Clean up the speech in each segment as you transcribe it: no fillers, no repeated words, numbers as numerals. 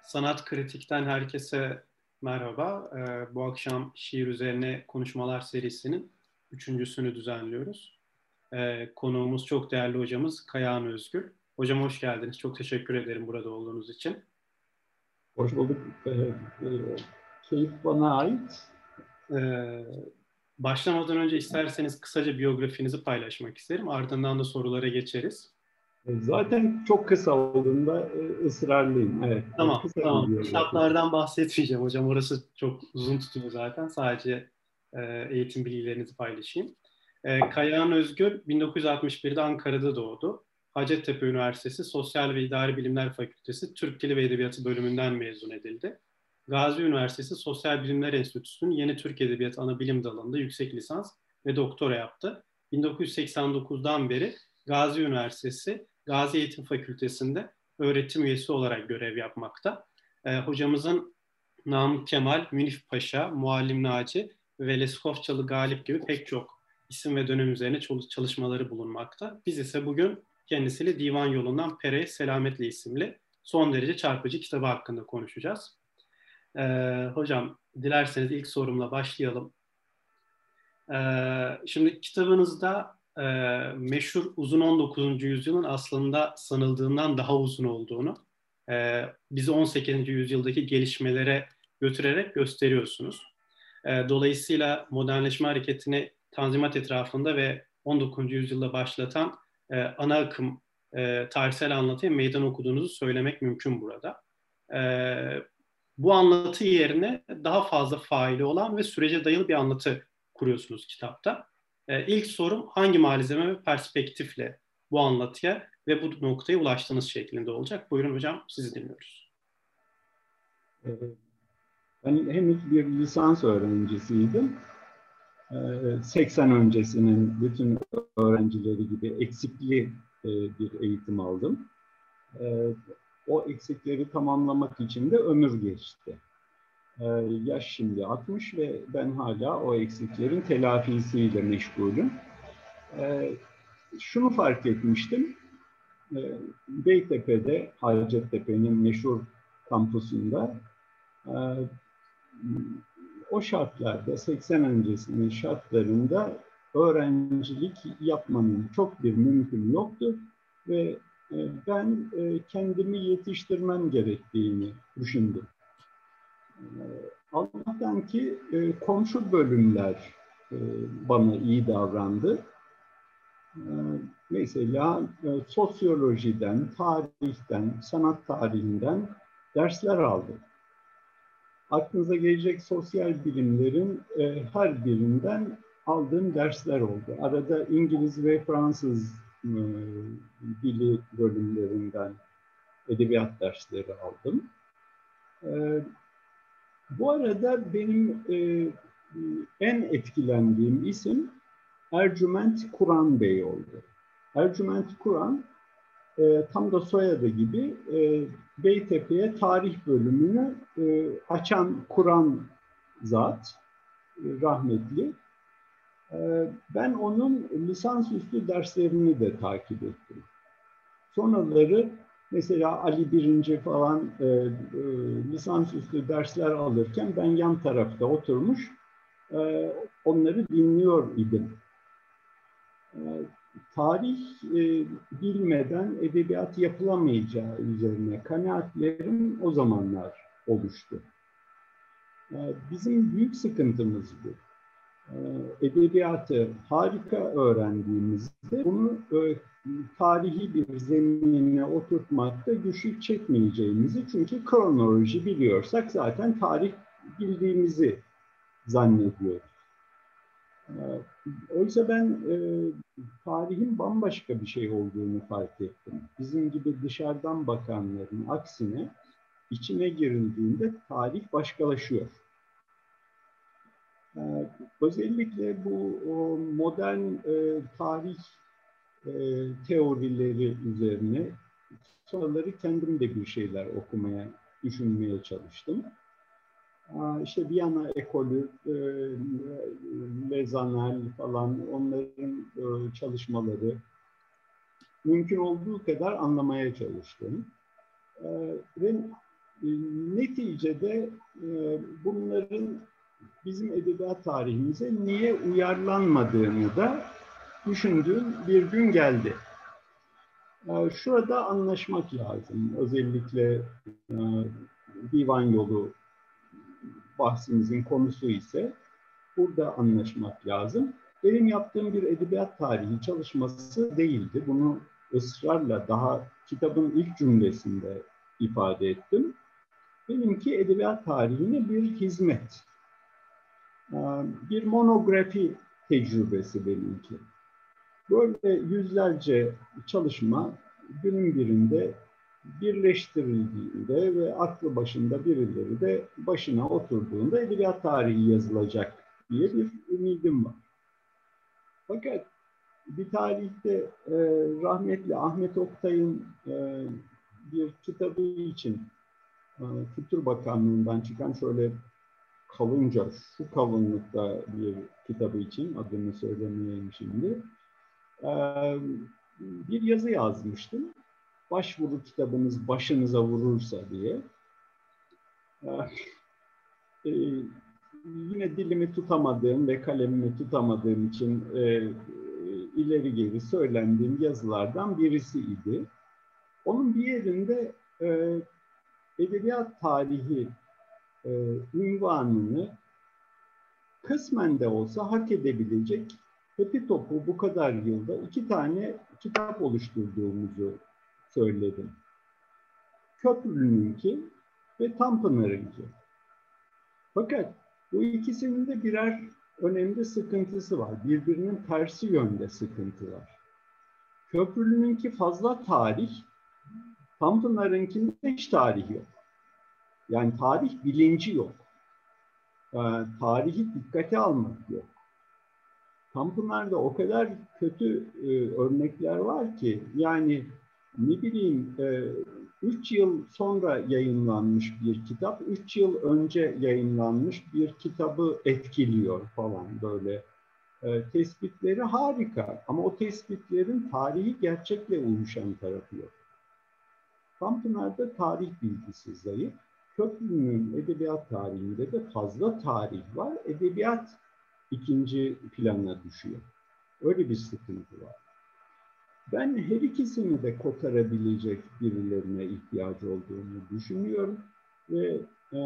Sanat Kritik'ten herkese merhaba. Bu akşam şiir üzerine konuşmalar serisinin üçüncüsünü düzenliyoruz. Konuğumuz çok değerli hocamız Kayağan Özgür. Hocam hoş geldiniz. Çok teşekkür ederim burada olduğunuz için. Hoş bulduk. Keyif bana ait. Başlamadan önce isterseniz kısaca biyografinizi paylaşmak isterim. Ardından da sorulara geçeriz. Zaten çok kısa olduğunda ısrarlıyım. Evet, Tamam, kısa bir tamam. biyografi. Kitaplardan bahsetmeyeceğim hocam. Orası çok uzun tutuyor zaten. Sadece eğitim bilgilerinizi paylaşayım. Kayağan Özgür 1961'de Ankara'da doğdu. Hacettepe Üniversitesi Sosyal ve İdari Bilimler Fakültesi Türk Dili ve Edebiyatı bölümünden mezun edildi. Gazi Üniversitesi Sosyal Bilimler Enstitüsü'nün Yeni Türk Edebiyatı Anabilim dalında yüksek lisans ve doktora yaptı. 1989'dan beri Gazi Üniversitesi Gazi Eğitim Fakültesi'nde öğretim üyesi olarak görev yapmakta. Hocamızın Namık Kemal, Münif Paşa, Muallim Naci ve Leskovçalı Galip gibi pek çok isim ve dönem üzerine çalışmaları bulunmakta. Biz ise bugün kendisiyle Divan Yolundan Pere'ye Selametle isimli son derece çarpıcı kitabı hakkında konuşacağız. Hocam dilerseniz ilk sorumla başlayalım. Şimdi kitabınızda meşhur uzun 19. yüzyılın aslında sanıldığından daha uzun olduğunu bizi 18. yüzyıldaki gelişmelere götürerek gösteriyorsunuz. Dolayısıyla modernleşme hareketini Tanzimat etrafında ve 19. yüzyılda başlatan ana akım tarihsel anlatıya meydan okuduğunuzu söylemek mümkün burada. Bu anlatı yerine daha fazla faili olan ve sürece dayalı bir anlatı kuruyorsunuz kitapta. İlk sorum hangi malzeme ve perspektifle bu anlatıya ve bu noktaya ulaştığınız şeklinde olacak. Buyurun hocam, sizi dinliyoruz. Ben henüz bir lisans öğrencisiydim. 80 öncesinin bütün öğrencileri gibi eksikli bir eğitim aldım. O eksikleri tamamlamak için de ömür geçti. Yaş şimdi 60 ve ben hala o eksiklerin telafisiyle meşgulüm. Şunu fark etmiştim. Beytepe'de, Hacettepe'nin meşhur kampüsünde o şartlarda, 80 öncesinin şartlarında öğrencilik yapmanın çok bir mümkün yoktu ve ben kendimi yetiştirmem gerektiğini düşündüm. Allah'tan ki komşu bölümler bana iyi davrandı. Mesela sosyolojiden, tarihten, sanat tarihinden dersler aldım. Aklınıza gelecek sosyal bilimlerin her birinden aldığım dersler oldu. Arada İngiliz ve Fransız dili bölümlerinden edebiyat dersleri aldım. Bu arada benim en etkilendiğim isim Ercüment Kur'an Bey oldu. Ercüment Kur'an tam da soyadı gibi Beytepe'ye tarih bölümünü açan Kur'an zat, rahmetli. Ben onun lisansüstü derslerini de takip ettim. Sonraları mesela Ali Birinci falan lisansüstü dersler alırken ben yan tarafta oturmuş onları dinliyor idim. Tarih bilmeden edebiyat yapılamayacağı üzerine kanaatlerim o zamanlar oluştu. Bizim büyük sıkıntımız bu. Edebiyatı harika öğrendiğimizde bunu tarihi bir zeminine oturtmakta güçlük çekmeyeceğimizi, çünkü kronoloji biliyorsak zaten tarih bildiğimizi zannediyoruz. Oysa ben tarihin bambaşka bir şey olduğunu fark ettim. Bizim gibi dışarıdan bakanların aksine içine girildiğinde tarih başkalaşıyor. Özellikle bu modern tarih teorileri üzerine sonraları kendim de bir şeyler okumaya, düşünmeye çalıştım. İşte Viyana ekolü, Lezanel falan, onların çalışmaları mümkün olduğu kadar anlamaya çalıştım. Ve neticede bunların bizim edebiyat tarihimize niye uyarlanmadığını da düşündüğüm bir gün geldi. Şurada anlaşmak lazım. Özellikle divan yolu bahsimizin konusu ise burada anlaşmak lazım. Benim yaptığım bir edebiyat tarihi çalışması değildi. Bunu ısrarla daha kitabın ilk cümlesinde ifade ettim. Benimki edebiyat tarihine bir hizmet. Bir monografi tecrübesi benimki. Böyle yüzlerce çalışma günün birinde birleştirildiğinde ve aklı başında birileri de başına oturduğunda edebiyat tarihi yazılacak diye bir ümidim var. Fakat bir tarihte rahmetli Ahmet Oktay'ın bir kitabı için Kültür Bakanlığı'ndan çıkan şöyle kalınca, şu kalınlıkta bir kitabı için, adını söylemeyeyim şimdi, bir yazı yazmıştım. Başvuru kitabınız başınıza vurursa diye. Yine dilimi tutamadığım ve kalemimi tutamadığım için ileri geri söylendiğim yazılardan birisiydi. Onun bir yerinde edebiyat tarihi unvanını kısmen de olsa hak edebilecek hepi topu bu kadar yılda 2 tane kitap oluşturduğumuzu söyledim. Köprülü'nünki ve Tanpınar'ınki. Fakat bu ikisinin de birer önemli sıkıntısı var. Birbirinin tersi yönde sıkıntı var. Köprülü'nünki fazla tarih, Tanpınar'ınkinde hiç tarih yok. Yani tarih bilinci yok. Tarihi dikkate almak yok. Tanpınar'da o kadar kötü örnekler var ki, yani ne bileyim 3 yıl sonra yayınlanmış bir kitap, 3 yıl önce yayınlanmış bir kitabı etkiliyor falan böyle. Tespitleri harika ama o tespitlerin tarihi gerçekle uyuşan tarafı yok. Tanpınar'da tarih bilgisi zayıf. Köprülü'nün edebiyat tarihinde de fazla tarih var. Edebiyat ikinci plana düşüyor. Öyle bir sıkıntı var. Ben her ikisini de kotarabilecek birilerine ihtiyacı olduğunu düşünüyorum ve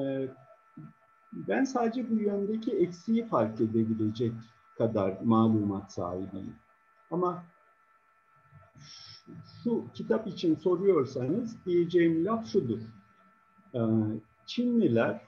ben sadece bu yöndeki eksiği fark edebilecek kadar malumat sahibiyim. Ama şu kitap için soruyorsanız diyeceğim laf şudur. Çinliler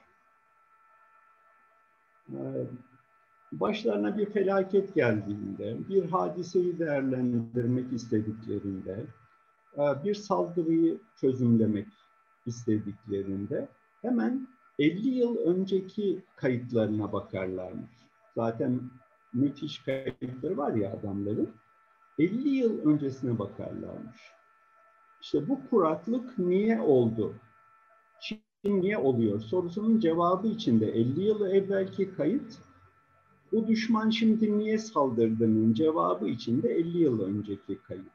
başlarına bir felaket geldiğinde, bir hadiseyi değerlendirmek istediklerinde, bir saldırıyı çözümlemek istediklerinde hemen 50 yıl önceki kayıtlarına bakarlarmış. Zaten müthiş kayıtları var ya adamların. 50 yıl öncesine bakarlarmış. İşte bu kuraklık niye oldu? Çin niye oluyor? Sorusunun cevabı içinde 50 yıl evvelki kayıt, bu düşman şimdi niye saldırdığının cevabı içinde 50 yıl önceki kayıt.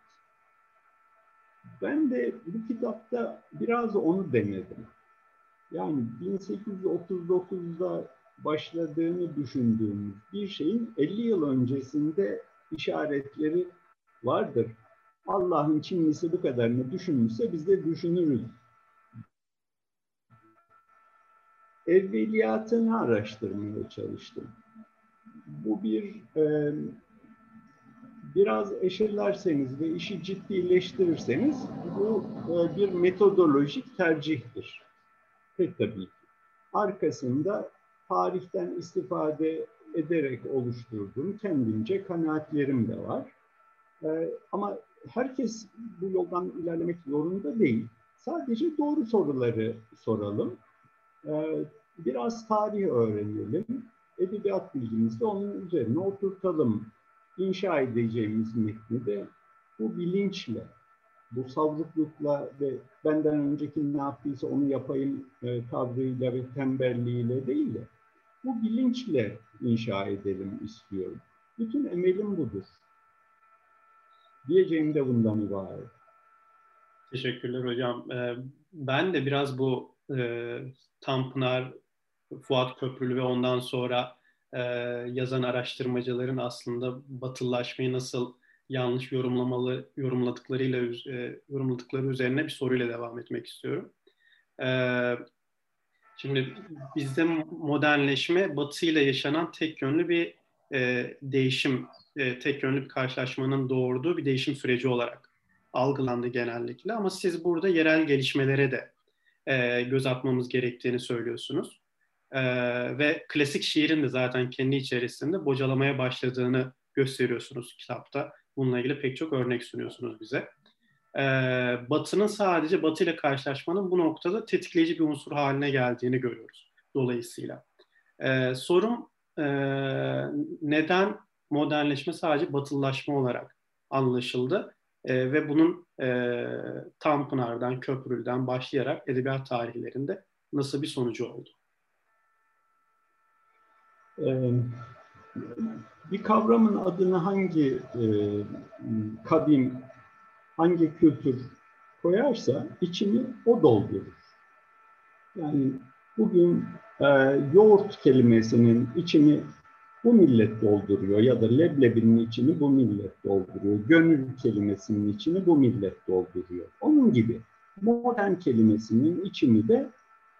Ben de bu kitapta biraz onu denedim. Yani 1839'da başladığını düşündüğümüz bir şeyin 50 yıl öncesinde işaretleri vardır. Allah'ın Çinlisi bu kadarını düşünmüşse biz de düşünürüz. Evveliyatını araştırmaya çalıştım. Bu biraz eşelerseniz ve işi ciddileştirirseniz bu bir metodolojik tercihtir. Pek tabii ki. Arkasında tarihten istifade ederek oluşturduğum kendimce kanaatlerim de var. Ama herkes bu yoldan ilerlemek zorunda değil. Sadece doğru soruları soralım. Biraz tarih öğrenelim. Edebiyat bilgimizi de onun üzerine oturtalım. İnşa edeceğimiz metni de bu bilinçle, bu savruklukla ve benden önceki ne yaptıysa onu yapayım tavrıyla ve tembelliğiyle değil de bu bilinçle inşa edelim istiyorum. Bütün emelim budur. Diyeceğim de bundan ibaret. Teşekkürler hocam. Ben de biraz bu Tanpınar, Fuat Köprülü ve ondan sonra yazan araştırmacıların aslında batılılaşmayı nasıl yanlış yorumladıkları üzerine bir soruyla devam etmek istiyorum. Şimdi bizde modernleşme Batı ile yaşanan tek yönlü bir değişim, tek yönlü bir karşılaşmanın doğurduğu bir değişim süreci olarak algılandı genellikle. Ama siz burada yerel gelişmelere de göz atmamız gerektiğini söylüyorsunuz. Ve klasik şiirin de zaten kendi içerisinde bocalamaya başladığını gösteriyorsunuz kitapta. Bununla ilgili pek çok örnek sunuyorsunuz bize. Batı'nın sadece Batı ile karşılaşmanın bu noktada tetikleyici bir unsur haline geldiğini görüyoruz dolayısıyla. Sorum neden modernleşme sadece batılılaşma olarak anlaşıldı ve bunun Tanpınar'dan, Köprülü'den başlayarak edebiyat tarihlerinde nasıl bir sonucu oldu? Bir kavramın adını hangi kavim, hangi kültür koyarsa içini o doldurur. Yani bugün yoğurt kelimesinin içini bu millet dolduruyor ya da leblebinin içini bu millet dolduruyor. Gönül kelimesinin içini bu millet dolduruyor. Onun gibi modern kelimesinin içini de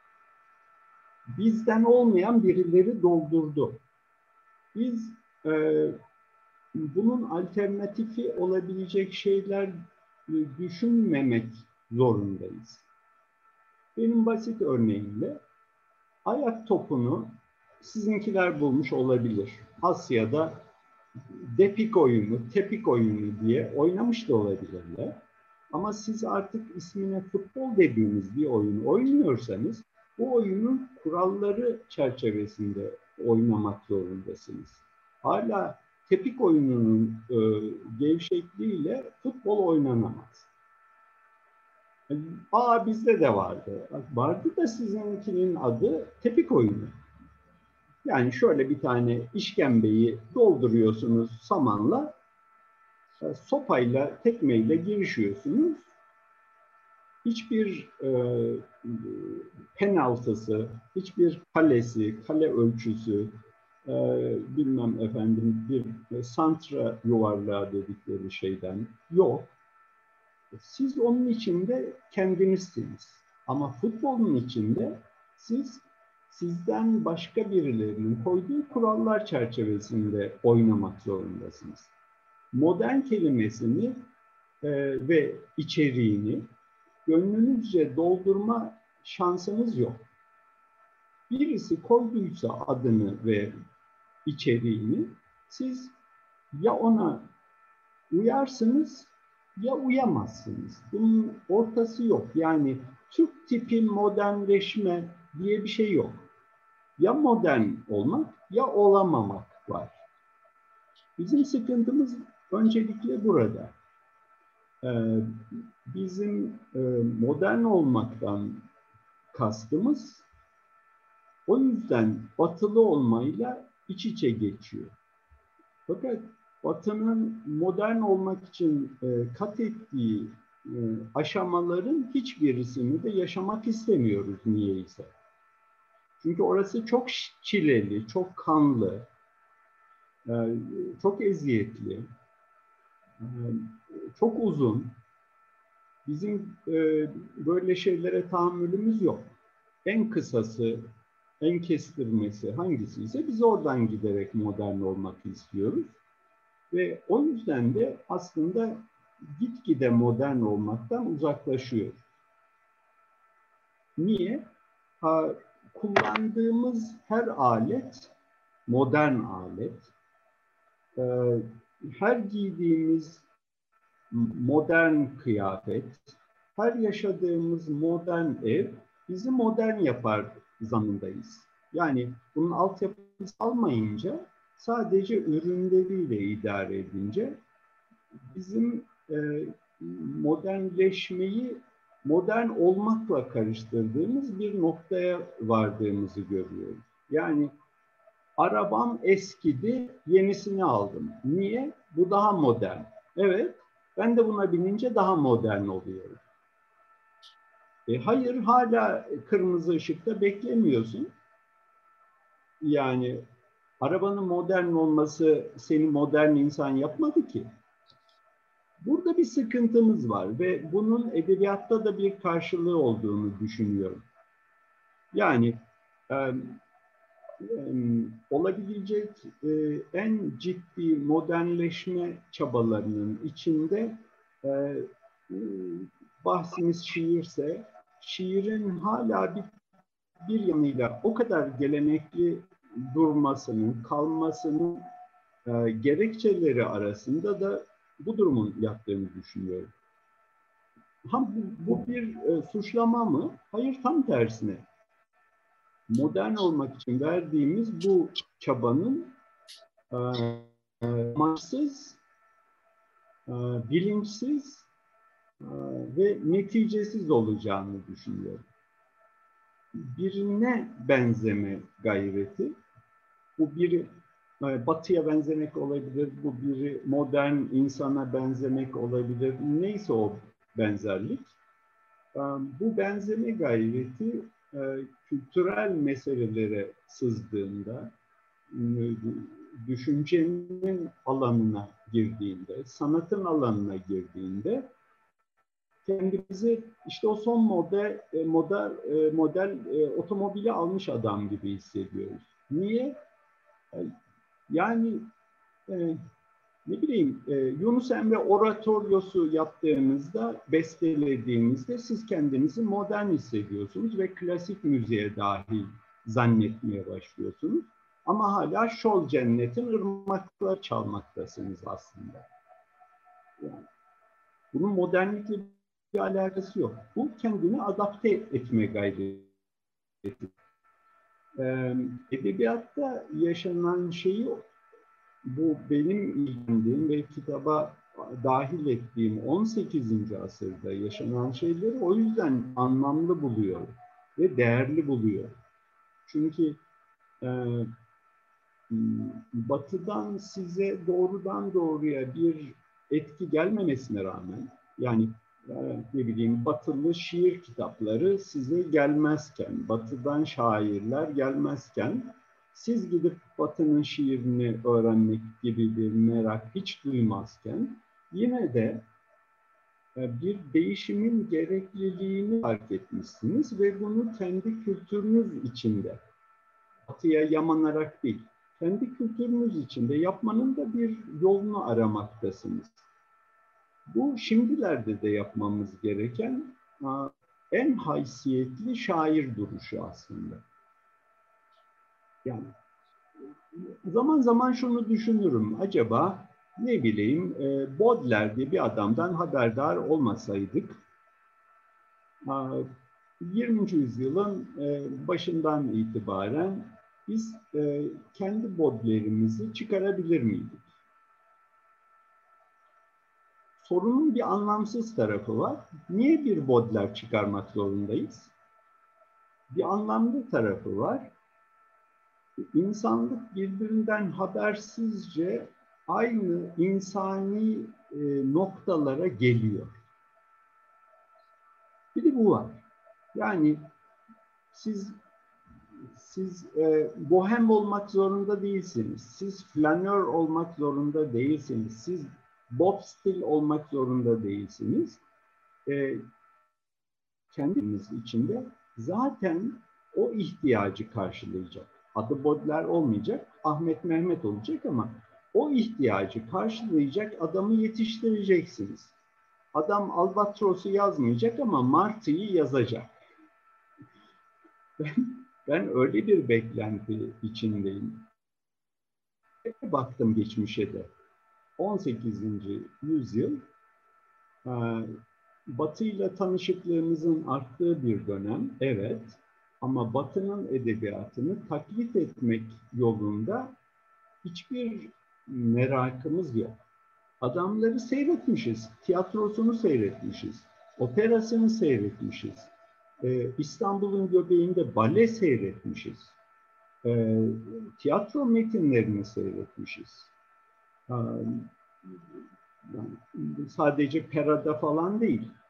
bizden olmayan birileri doldurdu. Biz bunun alternatifi olabilecek şeyler düşünmemek zorundayız. Benim basit örneğimle ayak topunu sizinkiler bulmuş olabilir. Asya'da depik oyunu, tepik oyunu diye oynamış da olabilirler. Ama siz artık ismine futbol dediğiniz bir oyunu oynuyorsanız bu oyunun kuralları çerçevesinde oynamak zorundasınız. Hala tepik oyununun gevşekliğiyle futbol oynanamaz. Bizde de vardı. Vardı da sizinkinin adı tepik oyunu. Yani şöyle bir tane işkembeyi dolduruyorsunuz samanla, sopayla, tekmeyle girişiyorsunuz. Hiçbir penaltısı, hiçbir kalesi, kale ölçüsü, bilmem efendim bir santra yuvarlağı dedikleri şeyden yok. Siz onun içinde kendinizsiniz. Ama futbolun içinde siz sizden başka birilerinin koyduğu kurallar çerçevesinde oynamak zorundasınız. Modern kelimesini ve içeriğini gönlünüzce doldurma şansınız yok. Birisi koyduysa adını ve içeriğini siz ya ona uyarsınız ya uyamazsınız. Bunun ortası yok. Yani Türk tipi modernleşme diye bir şey yok. Ya modern olmak ya olamamak var. Bizim sıkıntımız öncelikle burada. Bizim modern olmaktan kastımız o yüzden batılı olmayla iç içe geçiyor. Fakat Batı'nın modern olmak için kat ettiği aşamaların hiçbirisini de yaşamak istemiyoruz niyeyse. Çünkü orası çok çileli, çok kanlı, çok eziyetli, çok uzun. Bizim böyle şeylere tahammülümüz yok. En kısası, en kestirmesi hangisi ise biz oradan giderek modern olmak istiyoruz. Ve o yüzden de aslında gitgide modern olmaktan uzaklaşıyoruz. Niye? Kullandığımız her alet modern alet. Her giydiğimiz modern kıyafet, her yaşadığımız modern ev bizi modern yapar zanındayız. Yani bunun altyapısı almayınca, sadece ürünleriyle idare edince bizim modernleşmeyi modern olmakla karıştırdığımız bir noktaya vardığımızı görüyoruz. Yani arabam eskidi, yenisini aldım. Niye? Bu daha modern. Evet, ben de buna binince daha modern oluyorum. Hayır, hala kırmızı ışıkta beklemiyorsun. Yani arabanın modern olması seni modern insan yapmadı ki. Burada bir sıkıntımız var ve bunun edebiyatta da bir karşılığı olduğunu düşünüyorum. Yani olabilecek en ciddi modernleşme çabalarının içinde bahsimiz şiirse, şiirin hala bir yanıyla o kadar gelenekli durmasının, kalmasının gerekçeleri arasında da bu durumun yattığını düşünüyorum. Bu bir suçlama mı? Hayır, tam tersine. Modern olmak için verdiğimiz bu çabanın amaçsız, bilinçsiz ve neticesiz olacağını düşünüyorum. Birine benzeme gayreti, bu biri Batı'ya benzemek olabilir, bu biri modern insana benzemek olabilir, neyse o benzerlik. Bu benzeme gayreti kültürel meselelere sızdığında, düşüncenin alanına girdiğinde, sanatın alanına girdiğinde kendimizi işte o son model otomobili almış adam gibi hissediyoruz. Niye? Yani ne bileyim, Yunus Emre oratoryosu yaptığınızda, bestelediğinizde siz kendinizi modern hissediyorsunuz ve klasik müziğe dahil zannetmeye başlıyorsunuz. Ama hala Şol Cennet'in ırmaklar çalmaktasınız aslında. Yani, bunun modernlikle bir alakası yok. Bu kendini adapte etme gayreti. Edebiyatta yaşanan şeyi, bu benim ilgilendiğim ve kitaba dahil ettiğim 18. asırda yaşanan şeyleri o yüzden anlamlı buluyor ve değerli buluyor. Çünkü Batı'dan size doğrudan doğruya bir etki gelmemesine rağmen, yani ne bileyim Batılı şiir kitapları size gelmezken, Batı'dan şairler gelmezken, siz gidip Batı'nın şiirini öğrenmek gibi bir merak hiç duymazken, yine de bir değişimin gerekliliğini fark etmişsiniz ve bunu kendi kültürünüz içinde, Batı'ya yamanarak değil, kendi kültürünüz içinde yapmanın da bir yolunu aramaktasınız. Bu şimdilerde de yapmamız gereken en haysiyetli şair duruşu aslında. Yani zaman zaman şunu düşünürüm, acaba ne bileyim Baudelaire diye bir adamdan haberdar olmasaydık 20. yüzyılın başından itibaren biz kendi Baudelaire'imizi çıkarabilir miydik? Sorunun bir anlamsız tarafı var. Niye bir Baudelaire çıkarmak zorundayız? Bir anlamlı tarafı var. İnsanlık birbirinden habersizce aynı insani noktalara geliyor. Bir de bu var. Yani siz bohem olmak zorunda değilsiniz. Siz flanör olmak zorunda değilsiniz. Siz Bob Stil olmak zorunda değilsiniz. Kendiniz içinde zaten o ihtiyacı karşılayacak. Adı Baudelaire olmayacak, Ahmet Mehmet olacak ama o ihtiyacı karşılayacak adamı yetiştireceksiniz. Adam Albatros'u yazmayacak ama Martı'yı yazacak. Ben öyle bir beklenti içindeyim. Baktım geçmişe de. 18. yüzyıl Batı ile tanışıklığımızın arttığı bir dönem, evet. Ama Batı'nın edebiyatını taklit etmek yolunda hiçbir merakımız yok. Adamları seyretmişiz, tiyatrosunu seyretmişiz, operasını seyretmişiz. İstanbul'un göbeğinde bale seyretmişiz. Tiyatro metinlerini seyretmişiz. Yani sadece Pera'da falan değil.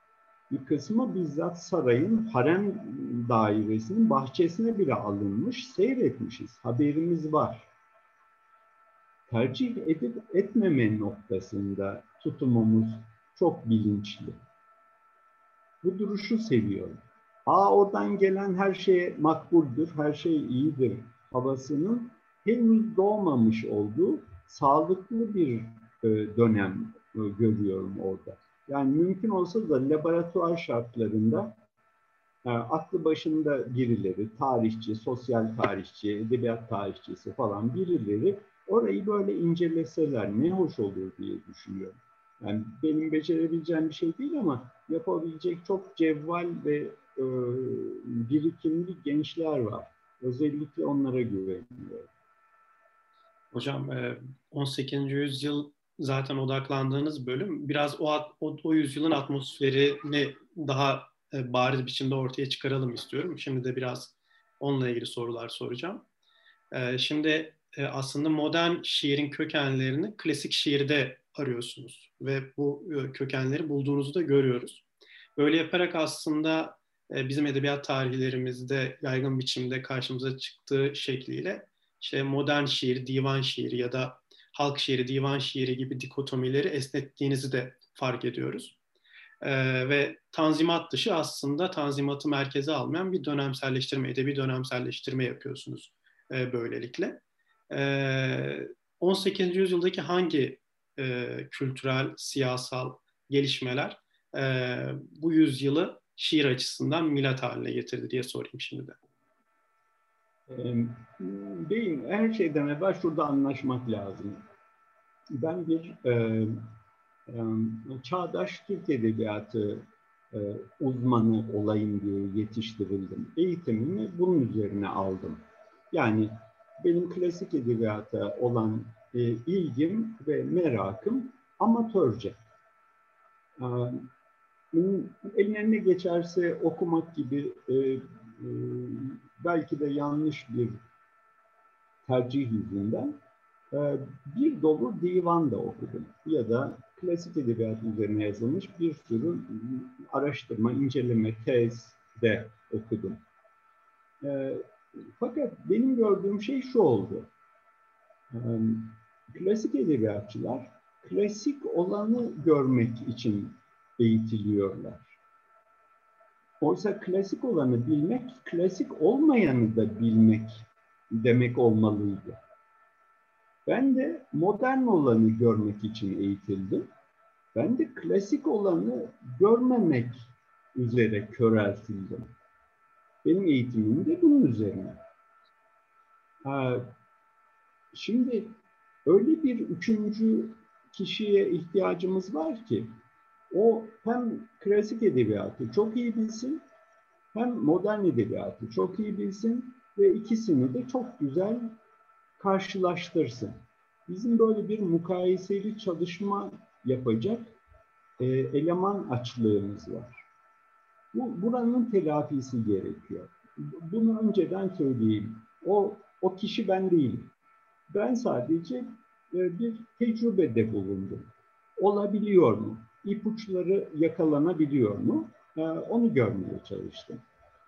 Bir kısmı bizzat sarayın harem dairesinin bahçesine bile alınmış, seyretmişiz. Haberimiz var. Tercih edip etmeme noktasında tutumumuz çok bilinçli. Bu duruşu seviyorum. Oradan gelen her şey makbuldür, her şey iyidir havasının henüz doğmamış olduğu sağlıklı bir dönem görüyorum orada. Yani mümkün olsa da laboratuvar şartlarında aklı başında birileri, tarihçi, sosyal tarihçi, edebiyat tarihçisi falan birileri orayı böyle inceleseler ne hoş olur diye düşünüyorum. Yani benim becerebileceğim bir şey değil ama yapabilecek çok cevval ve birikimli gençler var. Özellikle onlara güveniyorum. Hocam 18. yüzyıl zaten odaklandığınız bölüm. Biraz o yüzyılın atmosferini daha bariz biçimde ortaya çıkaralım istiyorum. Şimdi de biraz onunla ilgili sorular soracağım. Şimdi aslında modern şiirin kökenlerini klasik şiirde arıyorsunuz ve bu kökenleri bulduğunuzu da görüyoruz. Böyle yaparak aslında bizim edebiyat tarihlerimizde yaygın biçimde karşımıza çıktığı şekliyle işte modern şiir, divan şiiri ya da halk şiiri, divan şiiri gibi dikotomileri esnettiğinizi de fark ediyoruz. Ve tanzimat dışı aslında tanzimatı merkeze almayan bir dönemselleştirme, edebi dönemselleştirme yapıyorsunuz böylelikle. 18. yüzyıldaki hangi kültürel, siyasal gelişmeler bu yüzyılı şiir açısından milat haline getirdi diye sorayım şimdi de. Beyim, her şeyden evvel şurada anlaşmak lazım. Ben bir çağdaş Türk Edebiyatı uzmanı olayım diye yetiştirildim. Eğitimimi bunun üzerine aldım. Yani benim klasik edebiyata olan ilgim ve merakım amatörce. Eline ne geçerse okumak gibi belki de yanlış bir tercih yüzünden bir dolu divan da okudum. Ya da klasik edebiyat üzerine yazılmış bir sürü araştırma, inceleme, tez de okudum. Fakat benim gördüğüm şey şu oldu. Klasik edebiyatçılar klasik olanı görmek için eğitiliyorlar. Oysa klasik olanı bilmek, klasik olmayanı da bilmek demek olmalıydı. Ben de modern olanı görmek için eğitildim. Ben de klasik olanı görmemek üzere köreltildim. Benim eğitimim de bunun üzerine. Şimdi öyle bir üçüncü kişiye ihtiyacımız var ki o hem klasik edebiyatı çok iyi bilsin hem modern edebiyatı çok iyi bilsin ve ikisini de çok güzel karşılaştırsın. Bizim böyle bir mukayeseli çalışma yapacak eleman açlığımız var. Buranın telafisi gerekiyor. Bunu önceden söyleyeyim. O kişi ben değilim. Ben sadece bir tecrübede bulundum. Olabiliyor mu? İpuçları yakalanabiliyor mu? Onu görmeye çalıştım.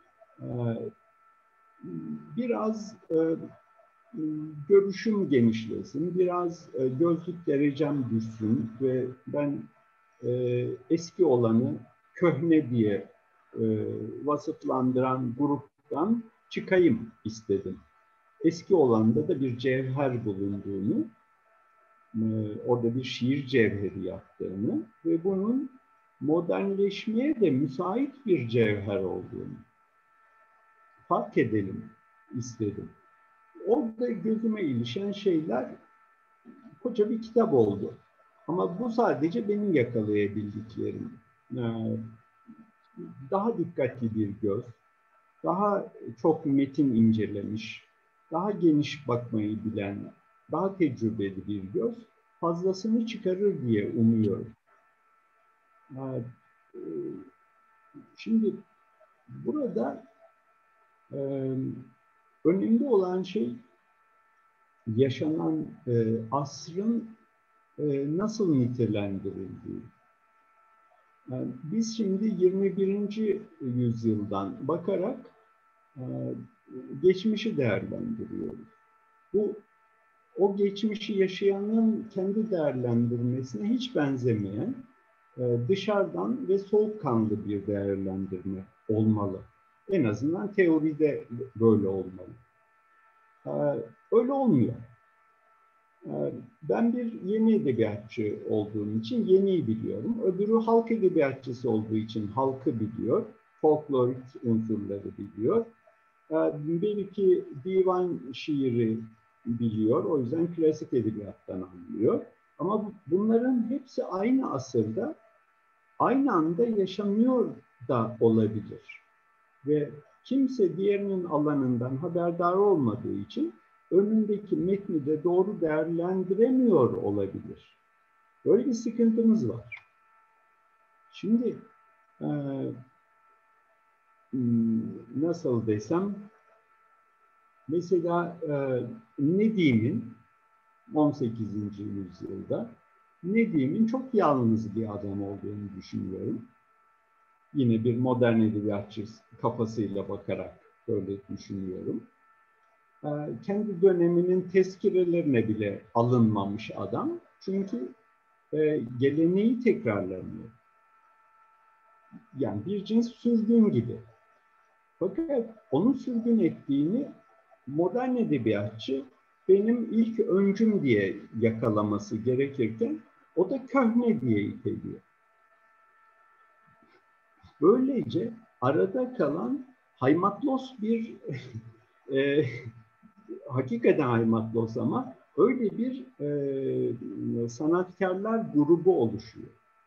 Biraz görüşüm genişlesin, biraz gözlük derecem düşsün ve ben eski olanı köhne diye vasıflandıran gruptan çıkayım istedim. Eski olanda da bir cevher bulunduğunu, orada bir şiir cevheri yaptığını ve bunun modernleşmeye de müsait bir cevher olduğunu fark edelim istedim. Orada gözüme ilişen şeyler koca bir kitap oldu. Ama bu sadece benim yakalayabildiklerim. Daha dikkatli bir göz, daha çok metin incelemiş, daha geniş bakmayı bilen, daha tecrübeli bir göz fazlasını çıkarır diye umuyorum. Şimdi burada önemli olan şey yaşanan asrın nasıl nitelendirildiği. Biz şimdi 21. yüzyıldan bakarak geçmişi değerlendiriyoruz. O geçmişi yaşayanın kendi değerlendirmesine hiç benzemeyen dışarıdan ve soğukkanlı bir değerlendirme olmalı. En azından teoride böyle olmalı. Öyle olmuyor. Ben bir yeni edebiyatçı olduğum için yeniyi biliyorum. Öbürü halk edebiyatçısı olduğu için halkı biliyor. Folklorik unsurları biliyor. Bir iki divan şiiri biliyor. O yüzden klasik edebiyattan anlıyor. Ama bunların hepsi aynı asırda, aynı anda yaşanıyor da olabilir. Ve kimse diğerinin alanından haberdar olmadığı için önündeki metni de doğru değerlendiremiyor olabilir. Böyle bir sıkıntımız var. Şimdi nasıl desem, mesela Nedim'in 18. yüzyılda Nedim'in çok yalnız bir adam olduğunu düşünüyorum. Yine bir modern edebiyatçı kafasıyla bakarak böyle düşünüyorum. Kendi döneminin tezkirelerine bile alınmamış adam. Çünkü geleneği tekrarlanıyor. Yani bir cins sürgün gibi. Fakat onun sürgün ettiğini modern edebiyatçı benim ilk öncüm diye yakalaması gerekirken o da köhne diye iteliyor. Böylece arada kalan haymatlos bir hakikaten haymatlos ama öyle bir sanatkarlar grubu oluşuyor.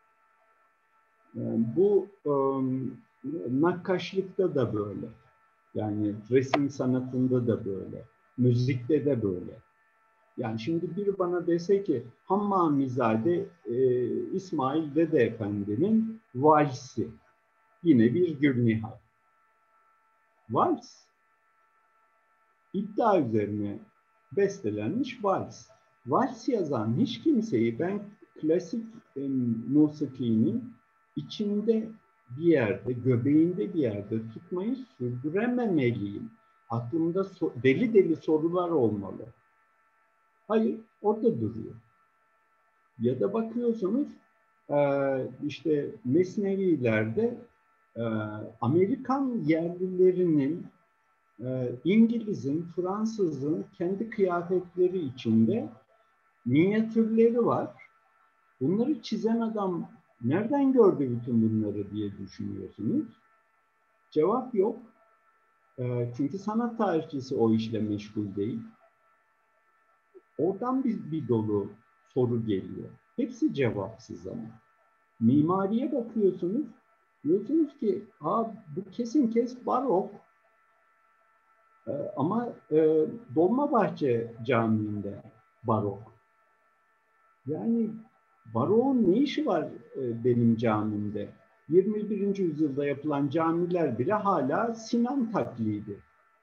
Yani bu nakkaşlıkta da böyle. Yani resim sanatında da böyle. Müzikte de böyle. Yani şimdi biri bana dese ki Hammamizade İsmail Dede Efendi'nin valsi. Yine bir Gülnihal. Vals. İddia üzerine bestelenmiş vals. Vals yazan hiç kimseyi ben klasik musikinin içinde bir yerde, göbeğinde bir yerde tutmayı sürdürememeliyim. Aklımda deli deli sorular olmalı. Hayır, orada duruyor. Ya da bakıyorsunuz işte Mesnevilerde Amerikan yerlilerinin, İngiliz'in, Fransız'ın kendi kıyafetleri içinde minyatürleri var. Bunları çizen adam nereden gördü bütün bunları diye düşünüyorsunuz. Cevap yok. Çünkü sanat tarihçisi o işle meşgul değil. Oradan bir dolu soru geliyor. Hepsi cevapsız ama. Mimariye bakıyorsunuz, diyorsunuz ki bu kesin kes barok. Ama Dolmabahçe Camii'nde barok. Yani baroğun ne işi var benim camimde? 21. yüzyılda yapılan camiler bile hala Sinan taklidi.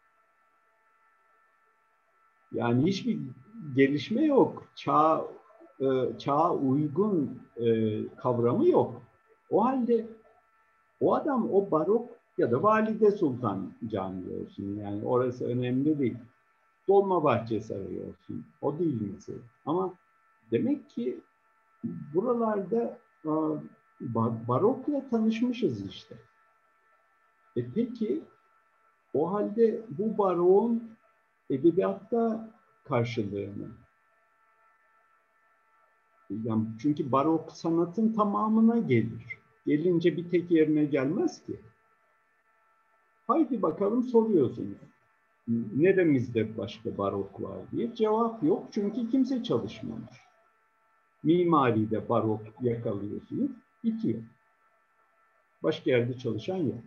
Yani hiçbir gelişme yok. Çağa uygun kavramı yok. O halde o adam o barok ya da Valide Sultan Camii olsun. Yani orası önemli değil. Dolmabahçe Sarayı olsun. O değil mesela. Ama demek ki buralarda barokla tanışmışız işte. Peki o halde bu barokun edebiyatta karşılığını, yani çünkü barok sanatın tamamına gelir. Gelince bir tek yerine gelmez ki. Haydi bakalım soruyorsunuz. Neremizde başka barok var diye. Cevap yok çünkü kimse çalışmamış. Mimaride barok yakalıyorsunuz, bitiyor. Başka yerde çalışan yok.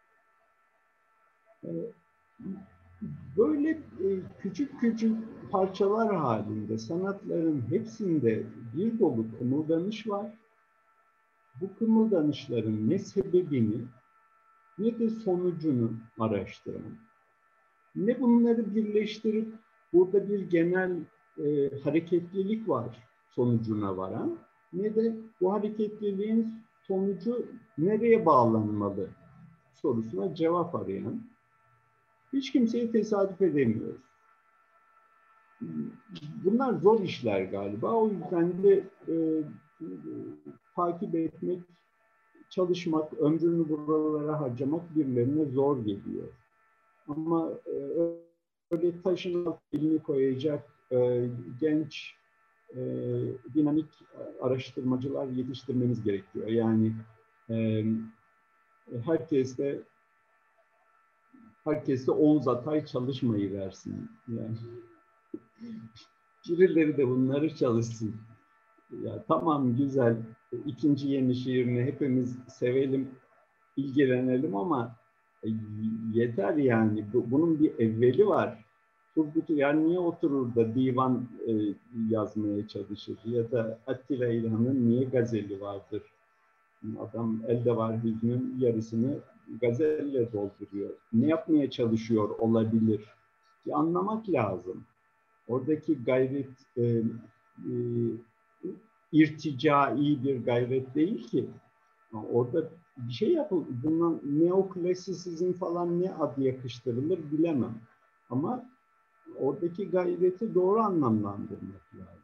Böyle küçük küçük parçalar halinde sanatların hepsinde bir dolu kımıldanış var. Bu kımıldanışların ne sebebini ne de sonucunu araştıran, ne bunları birleştirip burada bir genel hareketlilik var sonucuna varan, ne de bu hareketliliğin sonucu nereye bağlanmalı sorusuna cevap arayan hiç kimseyi tesadüf edemiyoruz. Bunlar zor işler galiba. O yüzden de takip etmek, çalışmak, ömrünü buralara harcamak birilerine zor geliyor. Ama öyle taşın altına elini koyacak genç, dinamik araştırmacılar yetiştirmemiz gerekiyor. Yani herkeste Oğuz Atay çalışmayı versin. Yani birileri de bunları çalışsın. Ya tamam, güzel. İkinci Yenişehir'ini hepimiz sevelim, ilgilenelim ama yeter yani. Bunun bir evveli var. Turgut Uyar niye oturur da divan yazmaya çalışır? Ya da Attila İlhan'ın niye gazeli vardır? Adam elde var hüznün yarısını gazelle dolduruyor. Ne yapmaya çalışıyor olabilir? Bir anlamak lazım. Oradaki gayret irticai bir gayret değil ki. Orada bir şey yapılır. Bundan neoklasisizm falan ne adı yakıştırılır bilemem. Ama oradaki gayreti doğru anlamlandırmak lazım.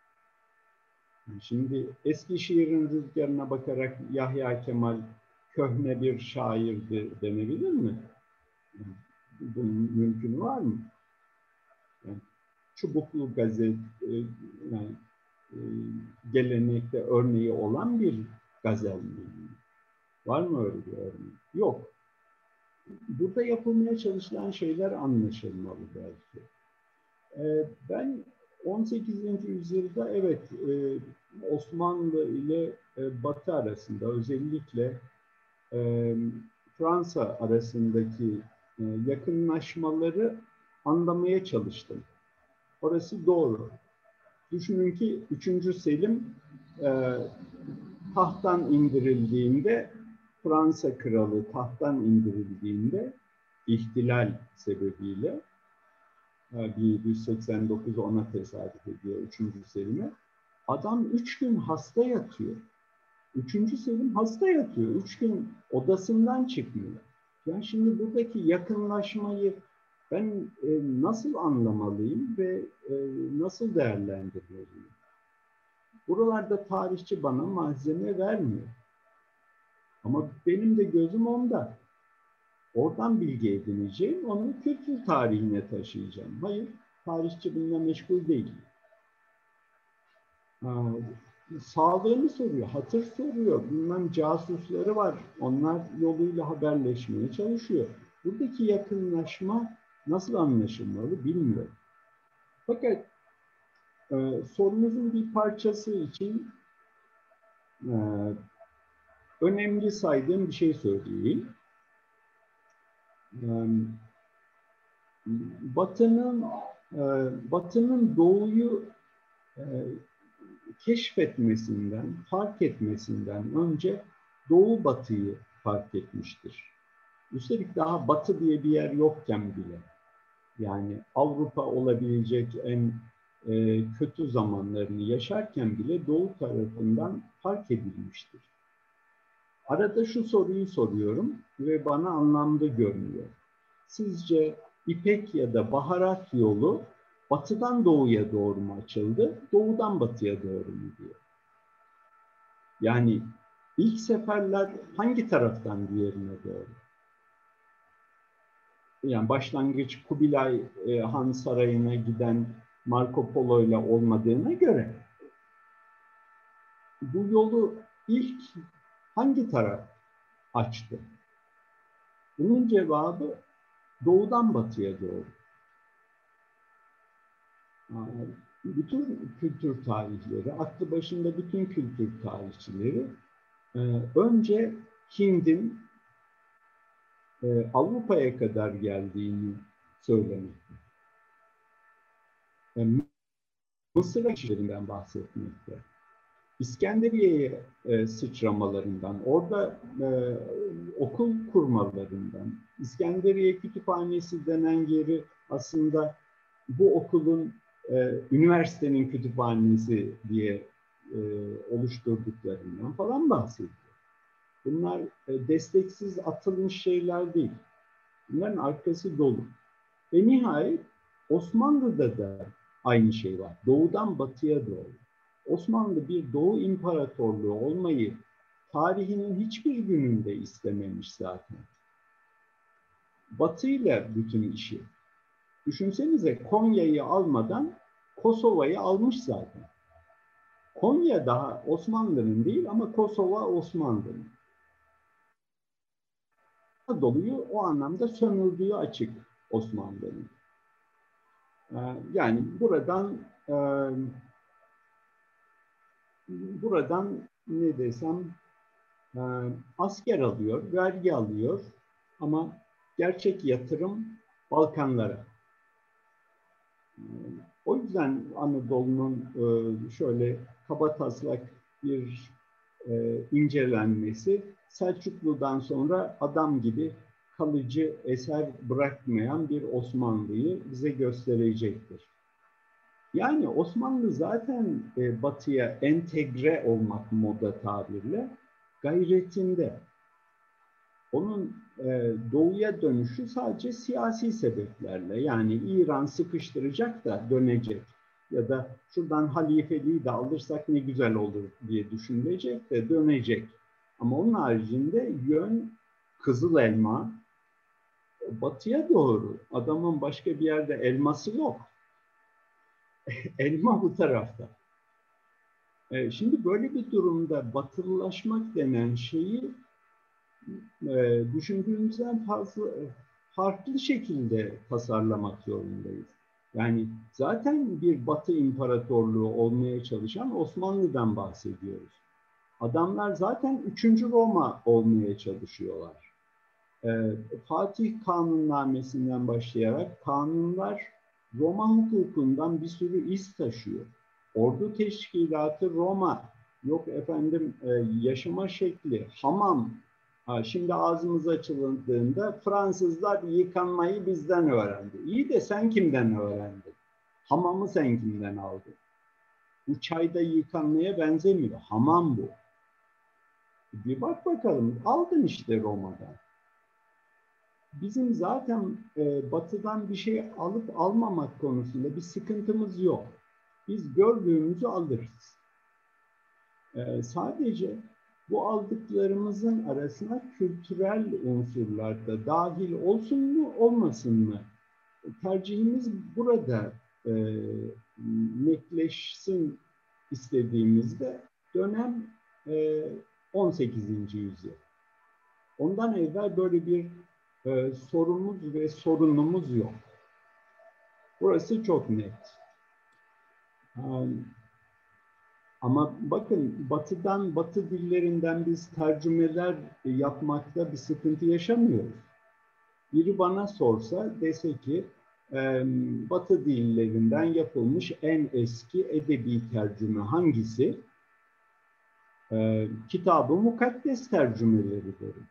Şimdi Eskişehir'in rüzgarına bakarak Yahya Kemal köhne bir şairdi denebilir mi? Bunun mümkün var mı? Yani, çubuklu gazet yani, gelenekte örneği olan bir gazel mi? Var mı öyle bir örneği? Yok. Burada yapılmaya çalışılan şeyler anlaşılmalı belki. Ben 18. yüzyılda evet Osmanlı ile Batı arasında özellikle Fransa arasındaki yakınlaşmaları anlamaya çalıştım. Orası doğru. Düşünün ki 3. Selim tahttan indirildiğinde, Fransa kralı tahttan indirildiğinde ihtilal sebebiyle 1189 ona tesadüf ediyor 3. Selim'e. Adam 3 gün hasta yatıyor. 3. Selim hasta yatıyor. 3 gün odasından çıkmıyor. Yani şimdi buradaki yakınlaşmayı ben nasıl anlamalıyım ve nasıl değerlendirmeliyim? Buralarda tarihçi bana malzeme vermiyor. Ama benim de gözüm onda. Oradan bilgi edineceğim, onu kültür tarihine taşıyacağım. Hayır, tarihçi bununla meşgul değil. Sağlığını soruyor, hatır soruyor. Bunların casusları var. Onlar yoluyla haberleşmeye çalışıyor. Buradaki yakınlaşma nasıl anlaşılmalı bilmiyorum. Fakat sorunuzun bir parçası için önemli saydığım bir şey söyleyeyim. Batı'nın Doğu'yu keşfetmesinden, fark etmesinden önce Doğu Batı'yı fark etmiştir. Üstelik daha Batı diye bir yer yokken bile, yani Avrupa olabilecek en kötü zamanlarını yaşarken bile Doğu tarafından fark edilmiştir. Arada şu soruyu soruyorum ve bana anlamlı görünüyor. Sizce İpek ya da baharat yolu batıdan doğuya doğru mu açıldı, doğudan batıya doğru mu diyor. Yani ilk seferler hangi taraftan diğerine doğru? Yani başlangıç Kubilay Han Sarayı'na giden Marco Polo ile olmadığına göre bu yolu ilk hangi taraf açtı? Bunun cevabı doğudan batıya doğru. Bütün kültür tarihleri, aklı başında bütün kültür tarihçileri önce Hind'in Avrupa'ya kadar geldiğini söylemekte. Mısır kişilerinden bahsetmekte. İskenderiye'ye sıçramalarından, orada okul kurmalarından, İskenderiye Kütüphanesi denen yeri aslında bu okulun üniversitenin kütüphanesi diye oluşturduklarından falan bahsediyor. Bunlar desteksiz atılmış şeyler değil. Bunların arkası dolu. Ve nihayet Osmanlı'da da aynı şey var. Doğudan batıya doğru. Osmanlı bir Doğu İmparatorluğu olmayı tarihinin hiçbir gününde istememiş zaten. Batı'yla bütün işi. Düşünsenize Konya'yı almadan Kosova'yı almış zaten. Konya daha Osmanlı'nın değil ama Kosova Osmanlı'nın. Anadolu'yu o anlamda sömürdüğü açık Osmanlı'nın. Yani buradan ne desem asker alıyor, vergi alıyor ama gerçek yatırım Balkanlara. O yüzden Anadolu'nun şöyle kabataslak bir incelenmesi Selçuklu'dan sonra adam gibi kalıcı eser bırakmayan bir Osmanlı'yı bize gösterecektir. Yani Osmanlı zaten Batı'ya entegre olmak moda tabirle gayretinde. Onun doğuya dönüşü sadece siyasi sebeplerle, yani İran sıkıştıracak da dönecek ya da şuradan halifeliği de alırsak ne güzel olur diye düşünülecek de dönecek. Ama onun haricinde yön Kızıl Elma, batıya doğru. Adamın başka bir yerde elması yok. Elma bu tarafta. Şimdi böyle bir durumda batılılaşmak denen şeyi düşündüğümüzden farklı şekilde tasarlamak zorundayız. Yani zaten bir Batı İmparatorluğu olmaya çalışan Osmanlı'dan bahsediyoruz. Adamlar zaten 3. Roma olmaya çalışıyorlar. Fatih Kanunnamesi'nden başlayarak kanunlar Roma hukukundan bir sürü iz taşıyor. Ordu teşkilatı Roma, yok efendim yaşama şekli, hamam. Şimdi ağzımız açıldığında Fransızlar yıkanmayı bizden öğrendi. İyi de sen kimden öğrendin? Hamamı sen kimden aldın? Bu çayda yıkanmaya benzemiyor. Hamam bu. Bir bak bakalım. Aldın işte Roma'dan. Bizim zaten batıdan bir şey alıp almamak konusunda bir sıkıntımız yok. Biz gördüğümüzü alırız. Sadece bu aldıklarımızın arasına kültürel unsurlar da dahil olsun mu olmasın mı? Tercihimiz burada netleşsin istediğimizde dönem 18. yüzyıl. Ondan evvel böyle bir sorumuz ve sorunumuz yok. Burası çok net. Ama bakın Batı dillerinden biz tercümeler yapmakta bir sıkıntı yaşamıyoruz. Biri bana sorsa dese ki Batı dillerinden yapılmış en eski edebi tercüme hangisi? Kitab-ı Mukaddes tercümeleri derim.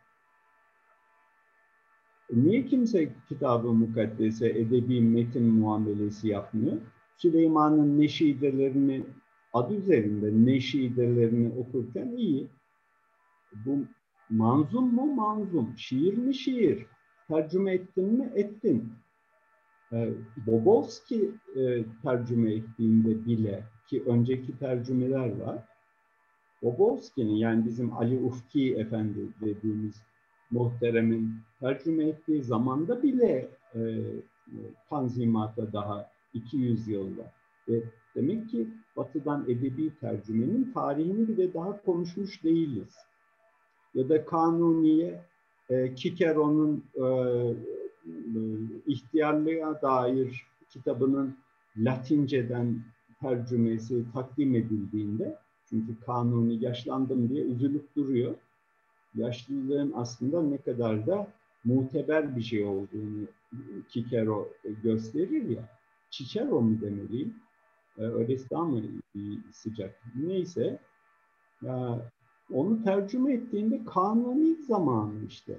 Niye kimse Kitab-ı Mukaddes'e edebi metin muamelesi yapmıyor? Süleyman'ın neşidelerini adı üzerinde neşidelerini okurken iyi. Bu manzum mu? Manzum. Şiir mi? Şiir. Tercüme ettin mi? Ettin. Bobovski tercüme ettiğinde bile, ki önceki tercümeler var, Bobovski'nin, yani bizim Ali Ufki Efendi dediğimiz muhteremin tercüme ettiği zamanda bile Tanzimat'a daha 200 yılda. Demek ki Batı'dan edebi tercümenin tarihini bile daha konuşmuş değiliz. Ya da Kanuni'ye Cicero'nun ihtiyarlığa dair kitabının Latinceden tercümesi takdim edildiğinde, çünkü Kanuni yaşlandım diye üzülüp duruyor. Yaşlılığın aslında ne kadar da muteber bir şey olduğunu Cicero gösterir ya. Cicero mu demeliyim? Öylesi daha mı sıcak? Neyse. Onu tercüme ettiğinde Kanuni zamanı işte.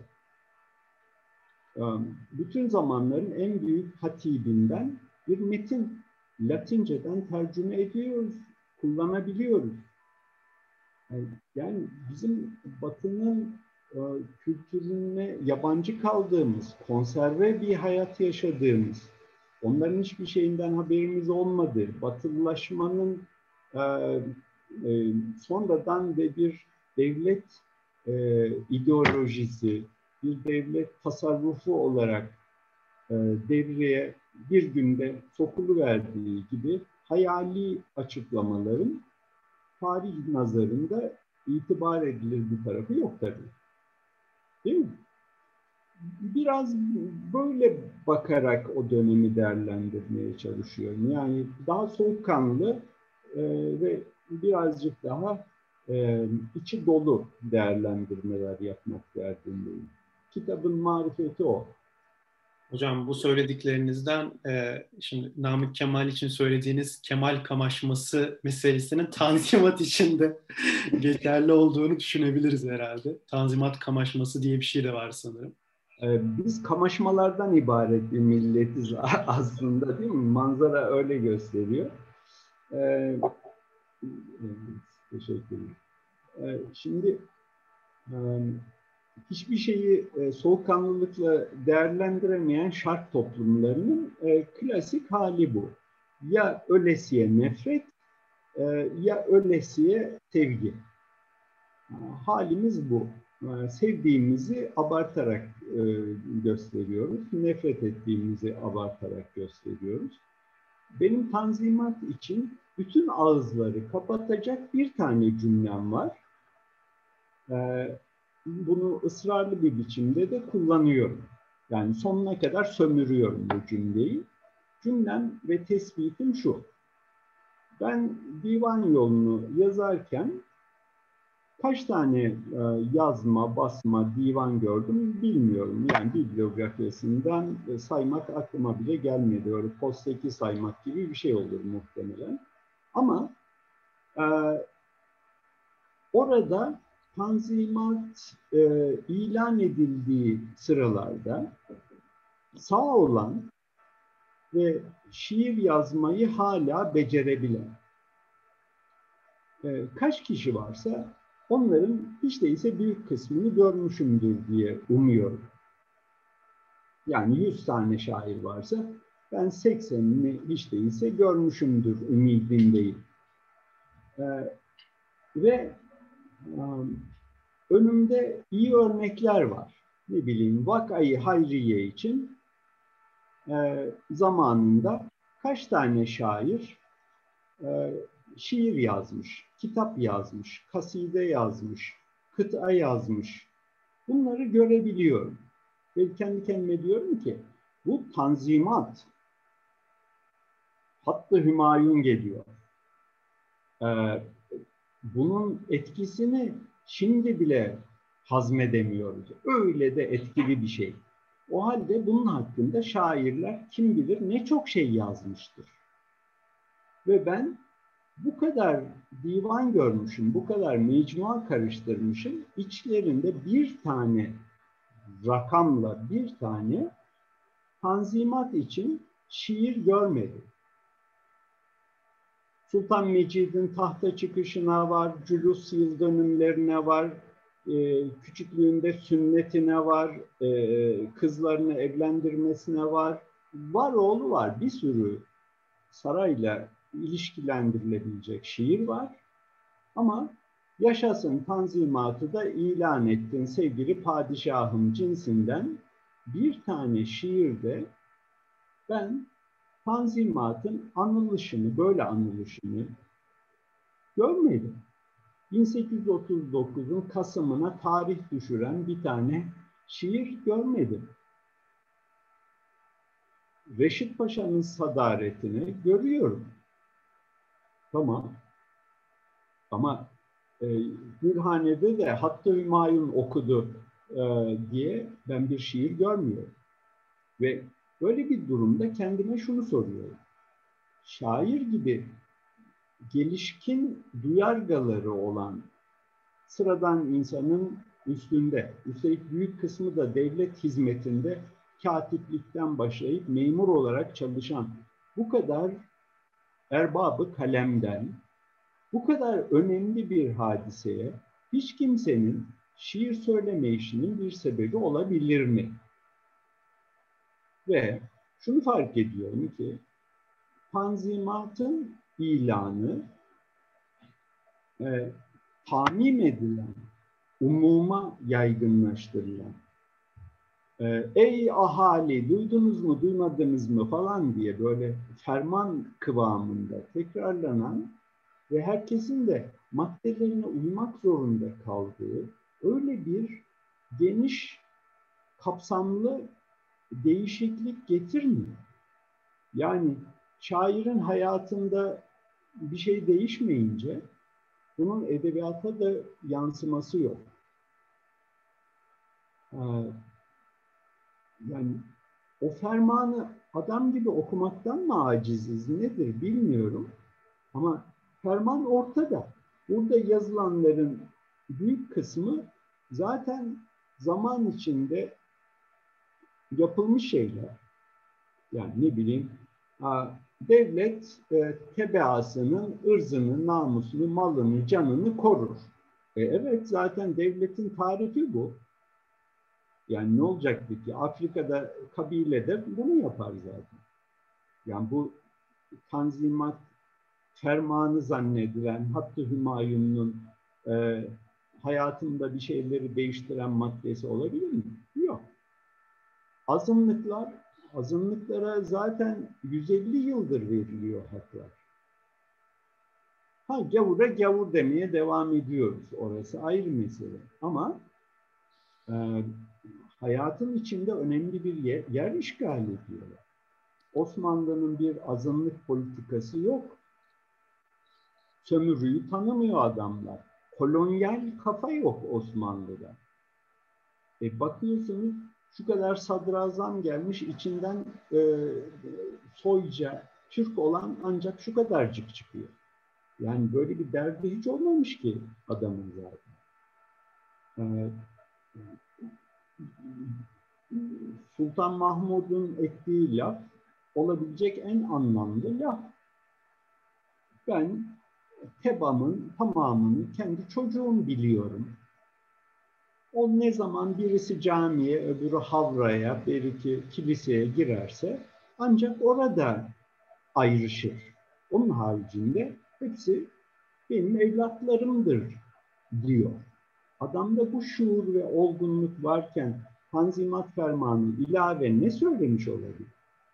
Bütün zamanların en büyük hatibinden bir metin Latinceden tercüme ediyoruz, kullanabiliyoruz. Yani bizim Batı'nın kültürüne yabancı kaldığımız, konserve bir hayat yaşadığımız, onların hiçbir şeyinden haberimiz olmadığı, Batılılaşmanın sonradan ve bir devlet ideolojisi, bir devlet tasarrufu olarak devreye bir günde sokuluverdiği gibi hayali açıklamaların tarih nazarında itibar edilir bir tarafı yok tabii. Değil mi? Biraz böyle bakarak o dönemi değerlendirmeye çalışıyorum. Yani daha soğukkanlı ve birazcık daha içi dolu değerlendirmeler yapmak derdindeyim. Kitabın marifeti o. Hocam bu söylediklerinizden şimdi Namık Kemal için söylediğiniz Kemal kamaşması meselesinin Tanzimat için de geçerli olduğunu düşünebiliriz herhalde. Tanzimat kamaşması diye bir şey de var sanırım. Biz kamaşmalardan ibaret bir milletiz aslında, değil mi? Manzara öyle gösteriyor. Teşekkür ederim. Şimdi hiçbir şeyi soğukkanlılıkla değerlendiremeyen şark toplumlarının klasik hali bu. Ya ölesiye nefret, ya ölesiye sevgi. Halimiz bu. Sevdiğimizi abartarak gösteriyoruz. Nefret ettiğimizi abartarak gösteriyoruz. Benim Tanzimat için bütün ağızları kapatacak bir tane cümlem var. Bunu ısrarlı bir biçimde de kullanıyorum. Yani sonuna kadar sömürüyorum bu cümleyi. Cümlem ve tespitim şu. Ben divan yolunu yazarken kaç tane yazma, basma, divan gördüm bilmiyorum. Yani bibliografisinden saymak aklıma bile gelmedi. Öyle posteki saymak gibi bir şey olur muhtemelen. Ama orada Tanzimat ilan edildiği sıralarda sağ olan ve şiir yazmayı hala becerebilen kaç kişi varsa onların hiç değilse büyük kısmını görmüşümdür diye umuyorum. Yani 100 tane şair varsa ben 80'ini hiç değilse görmüşümdür ümidindeyim. Ve önümde iyi örnekler var. Ne bileyim, Vak-ı Hayriye için zamanında kaç tane şair şiir yazmış, kitap yazmış, kaside yazmış, kıta yazmış. Bunları görebiliyorum. Ve kendi kendime diyorum ki bu Tanzimat, Hattı Hümayun geliyor. Bunun etkisini şimdi bile hazmedemiyoruz. Öyle de etkili bir şey. O halde bunun hakkında şairler kim bilir ne çok şey yazmıştır. Ve ben bu kadar divan görmüşüm, bu kadar mecmua karıştırmışım. İçlerinde bir tane rakamla bir tane Tanzimat için şiir görmedim. Sultan Mecid'in tahta çıkışına var, cülus yıl dönümlerine var, küçüklüğünde sünnetine var, kızlarını evlendirmesine var. Var oğlu var, bir sürü sarayla ilişkilendirilebilecek şiir var. Ama yaşasın Tanzimat'ı da ilan ettin sevgili padişahım cinsinden bir tane şiirde ben Tanzimat'ın anılışını, böyle anılışını görmedim. 1839'un Kasım'ına tarih düşüren bir tane şiir görmedim. Reşit Paşa'nın sadaretini görüyorum. Tamam. Ama Gülhane'de de Hattı Hümayun okudu diye ben bir şiir görmüyorum. Ve böyle bir durumda kendime şunu soruyorum. Şair gibi gelişkin duyargaları olan sıradan insanın üstünde, üstelik büyük kısmı da devlet hizmetinde katiplikten başlayıp memur olarak çalışan bu kadar erbabı kalemden Bu kadar önemli bir hadiseye hiç kimsenin şiir söyleme işinin bir sebebi olabilir mi? Ve şunu fark ediyorum ki Tanzimat'ın ilanı tamim edilen, umuma yaygınlaştırılan, ey ahali duydunuz mu duymadınız mı falan diye böyle ferman kıvamında tekrarlanan ve herkesin de maddelerine uymak zorunda kaldığı öyle bir geniş, kapsamlı değişiklik getirmiyor. Yani şairin hayatında bir şey değişmeyince bunun edebiyata da yansıması yok. Yani o fermanı adam gibi okumaktan mı aciziz nedir bilmiyorum. Ama ferman ortada. Burada yazılanların büyük kısmı zaten zaman içinde yapılmış şeyler. Yani ne bileyim, devlet tebaasının ırzını, namusunu, malını, canını korur. Evet, zaten devletin tarifi bu. Yani ne olacaktı ki? Afrika'da kabilede bunu yapar zaten. Yani bu Tanzimat fermanı zannedilen Hattı Hümayun'un hayatında bir şeyleri değiştiren maddesi olabilir mi? Yok. Azınlıklara zaten 150 yıldır veriliyor haklar. Gavura gavur demeye devam ediyoruz. Orası ayrı mesele. Ama hayatın içinde önemli bir yer işgal ediyorlar. Osmanlı'nın bir azınlık politikası yok. Sömürüyü tanımıyor adamlar. Kolonyal kafa yok Osmanlı'da. Bakıyorsunuz şu kadar sadrazam gelmiş, içinden soyca, Türk olan ancak şu kadarcık çıkıyor. Yani böyle bir derdi hiç olmamış ki adamın zaten. Sultan Mahmud'un ettiği laf olabilecek en anlamlı laf. Ben Teba'mın tamamını kendi çocuğum biliyorum. O ne zaman birisi camiye, öbürü havraya, belki kiliseye girerse ancak orada ayrışır. Onun haricinde hepsi benim evlatlarımdır diyor. Adamda bu şuur ve olgunluk varken Tanzimat Fermanı ilave ne söylemiş olabilir?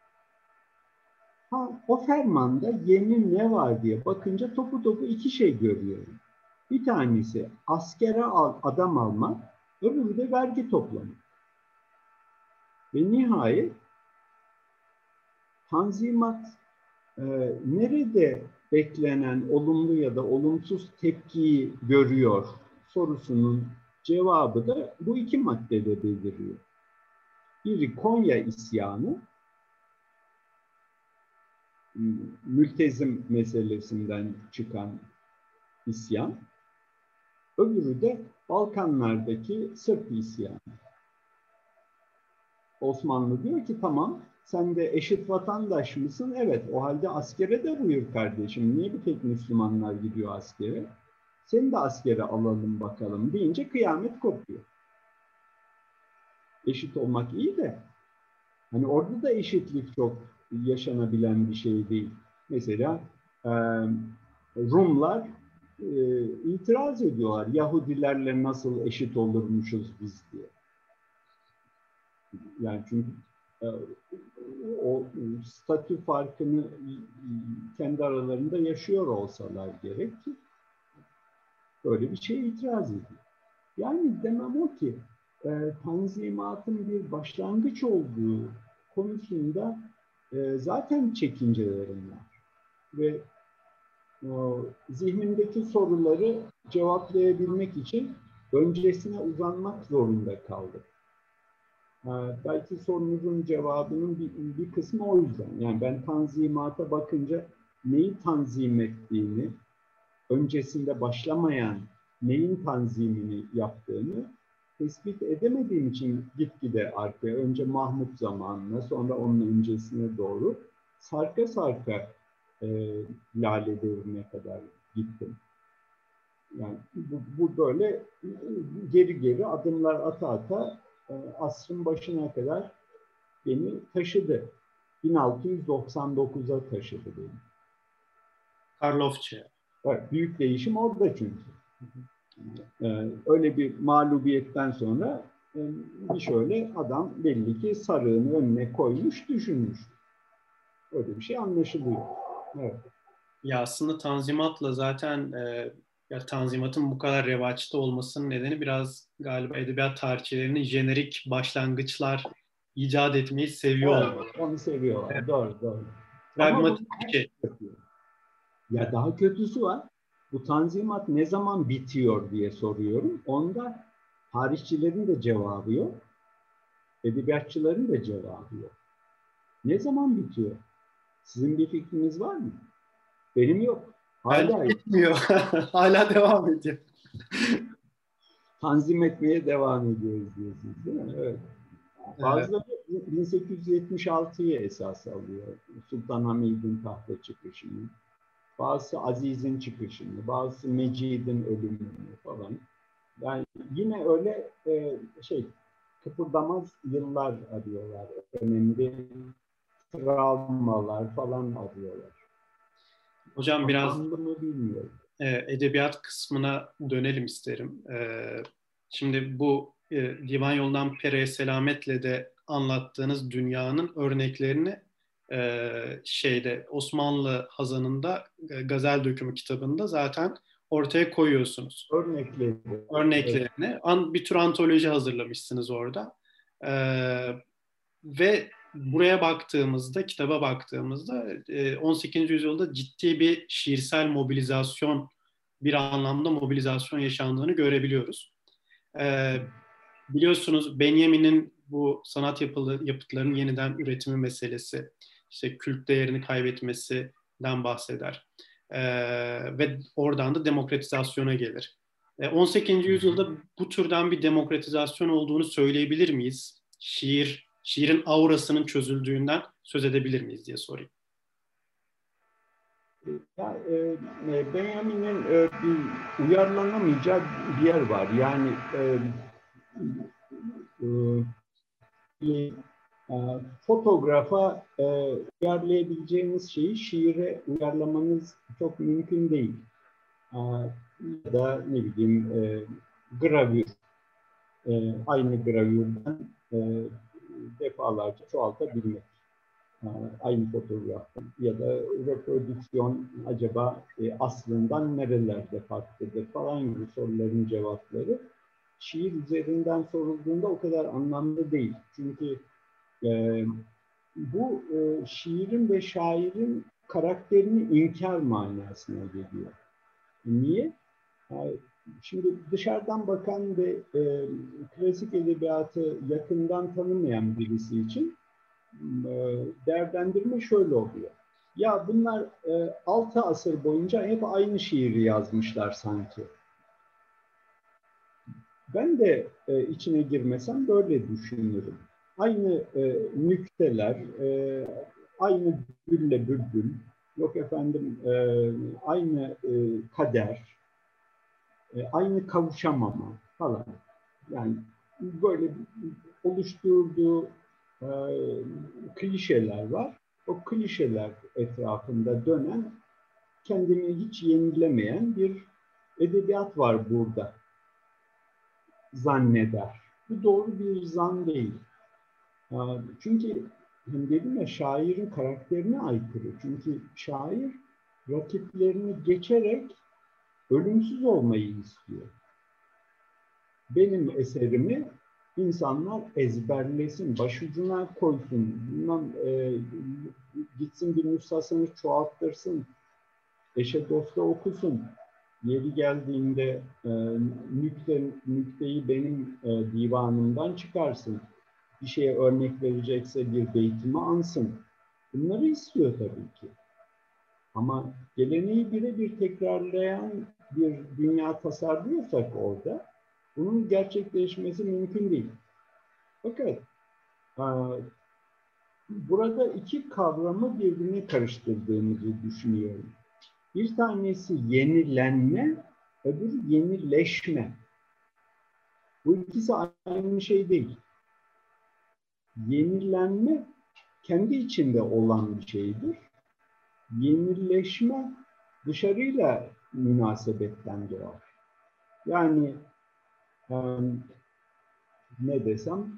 O fermanda yeni ne var diye bakınca topu topu iki şey görüyorum. Bir tanesi askere adam almak, öbürü de vergi toplamak. Ve nihayet Tanzimat nerede beklenen olumlu ya da olumsuz tepkiyi görüyor sorusunun cevabı da bu iki maddede beliriyor. Biri Konya isyanı, mültezim meselesinden çıkan isyan, öbürü de Balkanlardaki Sırp isyanı. Osmanlı diyor ki tamam, sen de eşit vatandaş mısın? Evet, o halde askere de buyur kardeşim. Niye bir tek Müslümanlar gidiyor askere? Seni de askere alalım bakalım deyince kıyamet kopuyor. Eşit olmak iyi de hani orada da eşitlik çok yaşanabilen bir şey değil. Mesela Rumlar itiraz ediyorlar. Yahudilerle nasıl eşit olurmuşuz biz diye. Yani çünkü o statü farkını kendi aralarında yaşıyor olsalar gerek ki böyle bir şeye itiraz ediyor. Yani demem o ki Tanzimat'ın bir başlangıç olduğu konusunda zaten çekincelerim var. Ve zihnimdeki soruları cevaplayabilmek için öncesine uzanmak zorunda kaldım. Belki sorunuzun cevabının bir kısmı o yüzden. Yani ben Tanzimat'a bakınca neyi tanzim ettiğini, öncesinde başlamayan neyin tanzimini yaptığını tespit edemediğim için gitgide arkaya, önce Mahmut zamanına, sonra onun öncesine doğru sarka sarka Lale Devri'ne kadar gittim. Yani bu böyle geri geri adımlar ata ata asrın başına kadar beni taşıdı. 1699'a taşıdı beni. Karlofça. Evet, büyük değişim orada çünkü. Öyle bir mağlubiyetten sonra bir şöyle adam belli ki sarığını önüne koymuş, düşünmüş. Öyle bir şey anlaşılıyor. Evet. Ya aslında Tanzimat'la zaten ya Tanzimat'ın bu kadar revaçta olmasının nedeni biraz galiba edebiyat tarihçilerinin jenerik başlangıçlar icat etmeyi seviyor Evet, olmaları. onu seviyorlar. Doğru, doğru. Ama bunu Pragmatik bir her şey. yapıyor. Ya daha kötüsü var. Bu Tanzimat ne zaman bitiyor diye soruyorum. Onda tarihçilerin de cevabı yok. Edebiyatçıların da cevabı yok. Ne zaman bitiyor? Sizin bir fikriniz var mı? Benim yok. Bence Hala yok. bitmiyor. Hala devam ediyor. Tanzim etmeye devam ediyoruz diyorsunuz değil mi? Evet. Evet. Bazıları 1876'yı esas alıyor. Sultanahmet'in tahta çıkışını. Bazısı Aziz'in çıkışını, bazısı Mecid'in ölümünü falan. Yani yine öyle kıpırdamaz yıllar arıyorlar. Önemli travmalar falan arıyorlar. Hocam biraz Kapandı mı bilmiyorum. edebiyat kısmına dönelim isterim. Şimdi bu Divan Yoldan Pere'ye Selamet'le de anlattığınız dünyanın örneklerini şeyde Osmanlı Hazanı'nda Gazel Dökümü kitabında zaten ortaya koyuyorsunuz. Örnekleri. Evet. Örneklerini. Bir tür antoloji hazırlamışsınız orada. Ve buraya baktığımızda, kitaba baktığımızda 18. yüzyılda ciddi bir şiirsel mobilizasyon, bir anlamda mobilizasyon yaşandığını görebiliyoruz. Biliyorsunuz Benjamin'in bu sanat yapıtlarının yeniden üretimi meselesi, işte kült değerini kaybetmesinden bahseder. Ve oradan da demokratizasyona gelir. 18. yüzyılda bu türden bir demokratizasyon olduğunu söyleyebilir miyiz? Şiirin aurasının çözüldüğünden söz edebilir miyiz diye sorayım. Ya, Benjamin'in bir uyarlanamayacağı bir yer var. Yani fotoğrafa uyarlayabileceğiniz şeyi şiire uyarlamanız çok mümkün değil. Ya da ne bileyim gravür. Aynı gravürden defalarca çoğaltabilmek. Aynı fotoğraftan ya da reprodüksiyon acaba aslından nerelerde farklıdır falan gibi soruların cevapları şiir üzerinden sorulduğunda o kadar anlamlı değil. Çünkü bu şiirin ve şairin karakterini inkar manasına geliyor. Niye? Şimdi dışarıdan bakan ve klasik edebiyatı yakından tanımayan birisi için değerlendirme şöyle oluyor. Ya bunlar 6 asır boyunca hep aynı şiiri yazmışlar sanki. Ben de içine girmesem böyle düşünürüm. Aynı nükteler, aynı gülle bülbül, yok efendim aynı kader, aynı kavuşamama falan. Yani böyle oluşturduğu klişeler var. O klişeler etrafında dönen, kendini hiç yenilemeyen bir edebiyat var burada zanneder. Bu doğru bir zan değil. Çünkü dedim ya şairin karakterine aykırı. Çünkü şair rakiplerini geçerek ölümsüz olmayı istiyor. Benim eserimi insanlar ezberlesin, başucuna koysun, bundan gitsin bir nüshasını çoğalttırsın, eşe dosta okusun. Yeri geldiğinde nükteyi benim divanımdan çıkarsın. Bir şeye örnek verecekse bir beytimi ansın. Bunları istiyor tabii ki. Ama geleneği birebir tekrarlayan bir dünya tasarlıyorsak orada, bunun gerçekleşmesi mümkün değil. Fakat burada iki kavramı birbirine karıştırdığımızı düşünüyorum. Bir tanesi yenilenme, öbürü yenileşme. Bu ikisi aynı şey değil. Yenilenme kendi içinde olan bir şeydir. Yenileşme dışarıyla münasebetten doğar. Yani ne desem,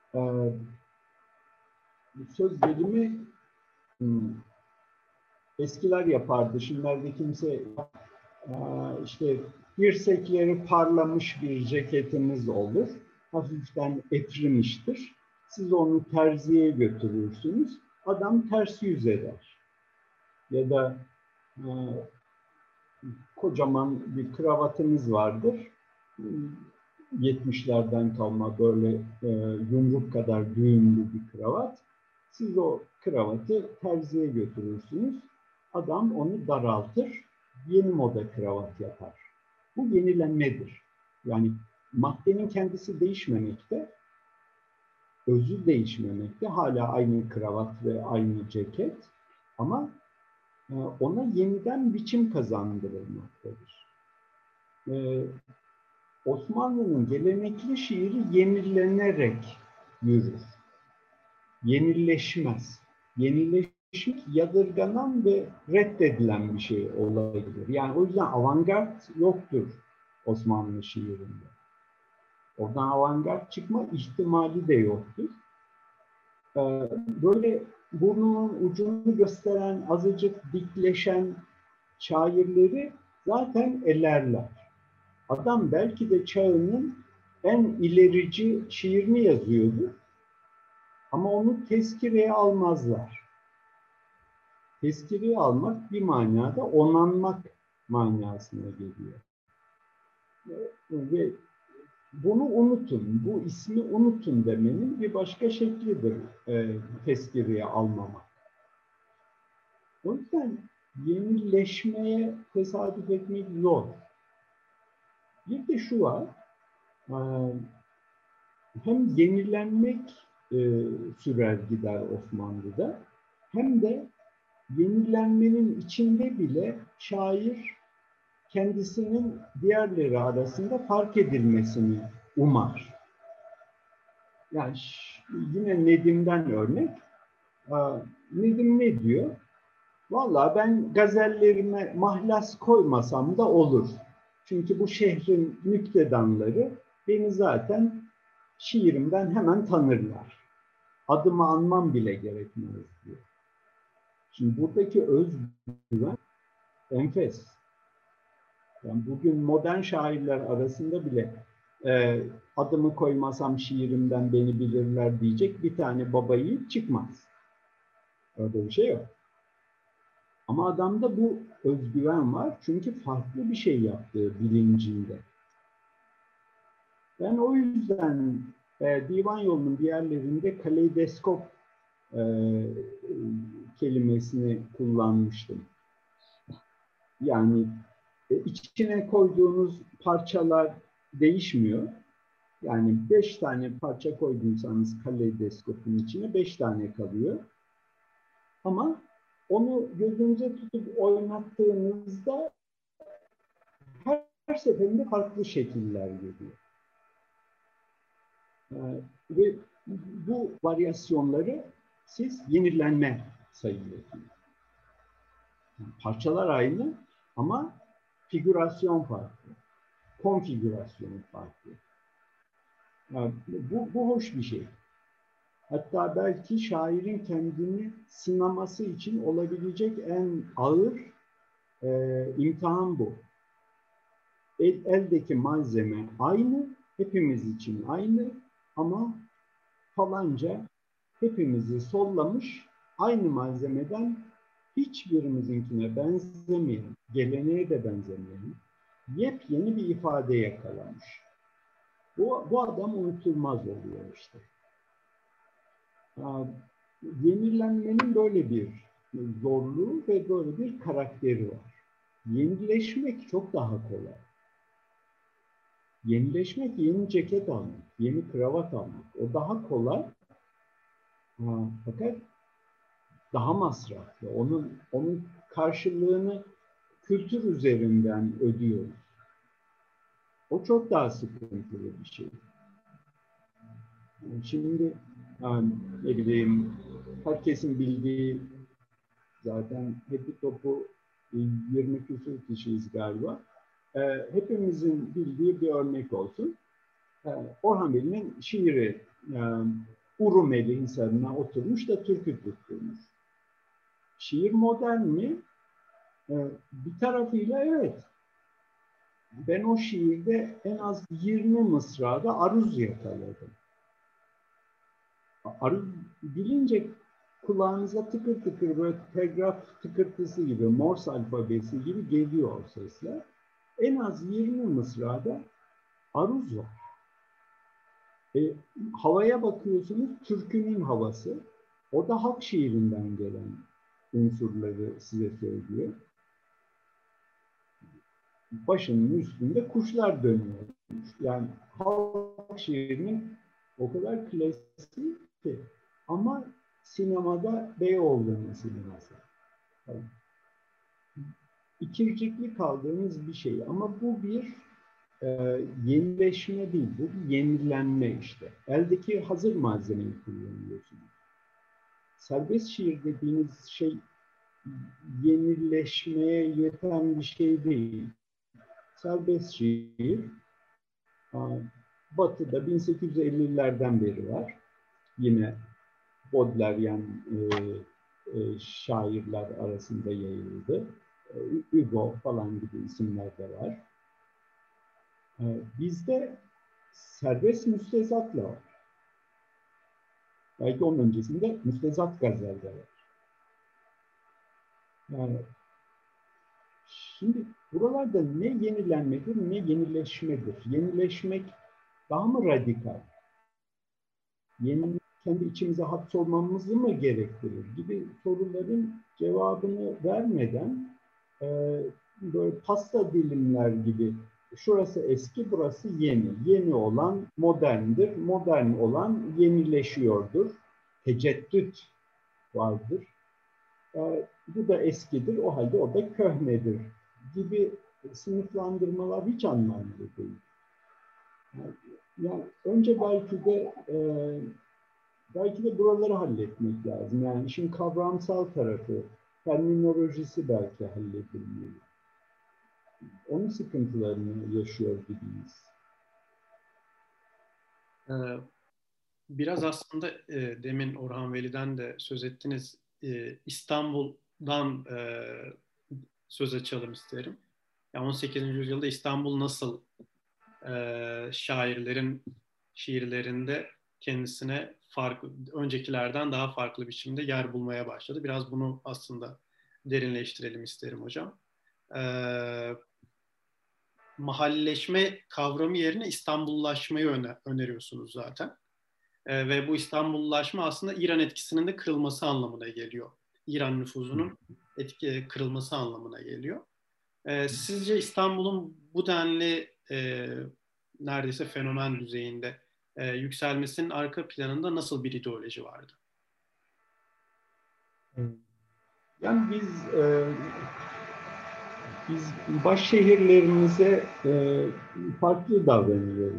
söz gelimi eskiler yapardı. Şimdilerde kimse işte dirsekleri parlamış bir ceketiniz olur. Hafiften etrimiştir. Siz onu terziye götürürsünüz. Adam ters yüz eder. Ya da kocaman bir kravatınız vardır. 70'lerden kalma böyle yumruk kadar düğümlü bir kravat. Siz o kravatı terziye götürürsünüz. Adam onu daraltır, yeni moda kravat yapar. Bu yenilenmedir. Yani maddenin kendisi değişmemekte, özü değişmemekte. Hala aynı kravat ve aynı ceket ama ona yeniden biçim kazandırılmaktadır. Osmanlı'nın gelenekli şiiri yenilenerek yürür. Yenileşmez. Yenileşmek yadırganan ve reddedilen bir şey olabilir. Yani o yüzden avantgard yoktur Osmanlı şiirinde. Oradan avantgard çıkma ihtimali de yoktur. Böyle burnunun ucunu gösteren, azıcık dikleşen şairleri zaten elerler. Adam belki de çağının en ilerici şiirini yazıyordu. Ama onu tezkireye almazlar. Tezkireye almak bir manada onanmak manasına geliyor. Ve bunu unutun, bu ismi unutun demenin bir başka şeklidir tezkireye almamak. O yüzden yenileşmeye tesadüf etmek zor. Bir de şu var, hem yenilenmek sürer gider Osmanlı'da, hem de yenilenmenin içinde bile şair kendisinin diğerleri arasında fark edilmesini umar. Yani yine Nedim'den örnek. Nedim ne diyor? Vallahi ben gazellerime mahlas koymasam da olur. Çünkü bu şehrin müktedanları beni zaten şiirimden hemen tanırlar. Adımı anmam bile gerekmez diyor. Şimdi buradaki özgüven enfes. Yani bugün modern şairler arasında bile adımı koymasam şiirimden beni bilirler diyecek bir tane baba yiğit çıkmaz. Öyle bir şey yok. Ama adamda bu özgüven var. Çünkü farklı bir şey yaptığı bilincinde. Ben o yüzden divan yolunun bir yerlerinde kaleidoskop kelimesini kullanmıştım. Yani içine koyduğunuz parçalar değişmiyor. Yani 5 tane parça koyduysanız kaleidoskopun içine 5 tane kalıyor. Ama onu gözünüze tutup oynattığınızda her seferinde farklı şekiller geliyor. Ve bu varyasyonları siz yenilenme sayıyorsunuz. Parçalar aynı ama figürasyon farklı, konfigürasyon farklı. Bu hoş bir şey. Hatta belki şairin kendini sınaması için olabilecek en ağır imtihan bu. Eldeki malzeme aynı, hepimiz için aynı ama falanca hepimizi sollamış, aynı malzemeden hiçbirimizinkine benzemeyen, geleneğe de benzemeyen yepyeni bir ifade yakalamış. Bu adam unutulmaz oluyor işte. Yenilenmenin böyle bir zorluğu ve böyle bir karakteri var. Yenileşmek çok daha kolay. Yenileşmek yeni ceket almak, yeni kravat almak. O daha kolay. Fakat daha masraflı. Onun karşılığını kültür üzerinden ödüyoruz. O çok daha sıkıntılı bir şey. Şimdi yani, ne bileyim, herkesin bildiği, zaten Hepi Topu 20 küsur kişiyiz galiba. Hepimizin bildiği bir örnek olsun. Orhan Veli'nin şiiri, Urumeli Hisarı'na oturmuş da türkü tutturmuş. Şiir modern mi? Bir tarafıyla evet. Ben o şiirde en az 20 mısrada aruz yakaladım. Aruz bilince kulağınıza tıkır tıkır, böyle telgraf tıkırtısı gibi, Morse alfabesi gibi geliyor o sesler. En az 20 mısrada aruz var. Havaya bakıyorsunuz, türkünün havası. O da halk şiirinden gelen unsurları size söylüyor. Başının üstünde kuşlar dönüyor. Yani halk şiirinin o kadar klasik ki. Ama sinemada Beyoğlu'nun sineması. Yani İkircikli kaldığımız bir şey. Ama bu bir yenileşme değil, bu bir yenilenme işte. Eldeki hazır malzemeyi kullanıyorsunuz. Serbest şiir dediğiniz şey yenileşmeye yeten bir şey değil. Serbest şiir Batı'da 1850'lerden beri var. Yine Baudelaire şairler arasında yayıldı. Hugo falan gibi isimler de var. Bizde serbest müstezatla var. Belki onun öncesinde müstezat gazeller var. Yani şimdi buralarda ne yenilenmedir ne yenileşmedir. Yenileşmek daha mı radikal? Kendi içimize hapsolmamızı mı gerektirir gibi soruların cevabını vermeden böyle pasta dilimler gibi şurası eski, burası yeni. Yeni olan moderndir, modern olan yenileşiyordur. Teceddüt vardır. Bu da eskidir, o halde o da köhnedir gibi sınıflandırmalar hiç anlamlı değil. Yani önce belki de buraları halletmek lazım. Yani işin kavramsal tarafı, terminolojisi belki halledilmeli. Onun sıkıntılarını yaşıyor gibiyiz. Biraz aslında demin Orhan Veli'den de söz ettiniz. İstanbul'dan söz açalım isterim. Yani 18. yüzyılda İstanbul nasıl şairlerin şiirlerinde kendisine öncekilerden daha farklı biçimde yer bulmaya başladı. Biraz bunu aslında derinleştirelim isterim hocam. Mahalleşme kavramı yerine İstanbullaşmayı öneriyorsunuz zaten. Ve bu İstanbullaşma aslında İran etkisinin de kırılması anlamına geliyor. İran nüfuzunun kırılması anlamına geliyor. Sizce İstanbul'un bu denli neredeyse fenomen düzeyinde yükselmesinin arka planında nasıl bir ideoloji vardı? Yani biz baş şehirlerimize farklı davranıyoruz.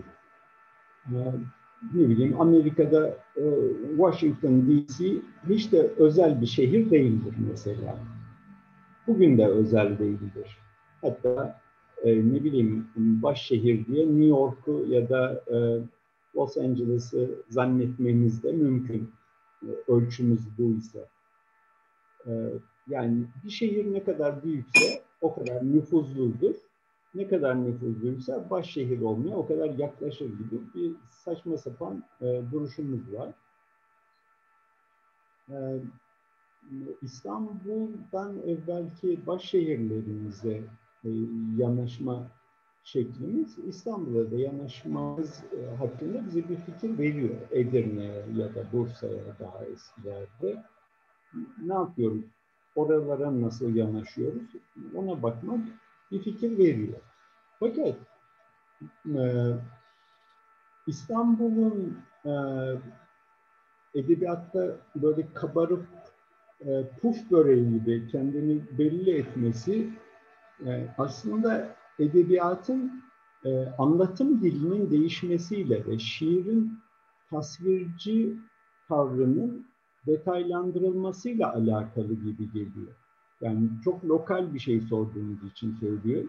Ne bileyim, Amerika'da Washington DC hiç de özel bir şehir değildir mesela. Bugün de özel değildir. Hatta ne bileyim, baş şehir diye New York'u ya da Los Angeles'ı zannetmemiz de mümkün. Ölçümüz buysa. Yani bir şehir ne kadar büyükse o kadar nüfuzludur. Ne kadar nüfuzluysa baş şehir olmaya o kadar yaklaşır gibi bir saçma sapan duruşumuz var. İstanbul'dan evvelki baş şehirlerimize yanaşma şeklimiz, İstanbul'a da yanaşmamız hakkında bize bir fikir veriyor. Edirne'ye ya da Bursa'ya daha eskilerde. Ne yapıyoruz? Oralara nasıl yanaşıyoruz? Ona bakmak bir fikir veriyor. Fakat İstanbul'un edebiyatta böyle kabarıp puf böreği gibi kendini belli etmesi aslında edebiyatın anlatım dilinin değişmesiyle ve şiirin tasvirci tavrının detaylandırılmasıyla alakalı gibi geliyor. Yani çok lokal bir şey sorduğunuz için söylüyorum.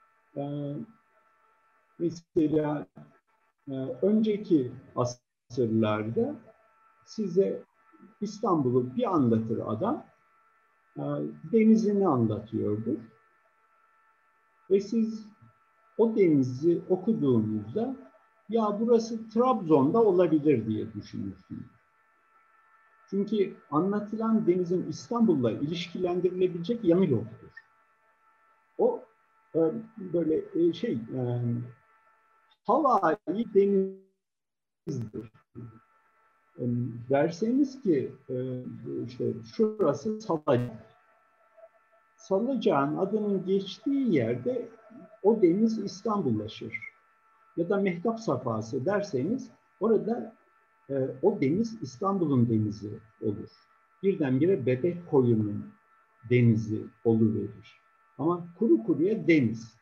Mesela önceki asırlarda size İstanbul'u bir anlatır adam, denizini anlatıyordu. Ve siz o denizi okuduğunuzda ya burası Trabzon'da olabilir diye düşünürsünüz. Çünkü anlatılan denizin İstanbul'la ilişkilendirilebilecek yanı yoktur. O böyle havai denizdir. Derseniz ki işte şurası Salacak. Salacak'ın adının geçtiği yerde o deniz İstanbullaşır. Ya da Mehtap Safhası derseniz orada o deniz İstanbul'un denizi olur. Birdenbire Bebek Koyu'nun denizi oluverir. Ama kuru kuruya deniz.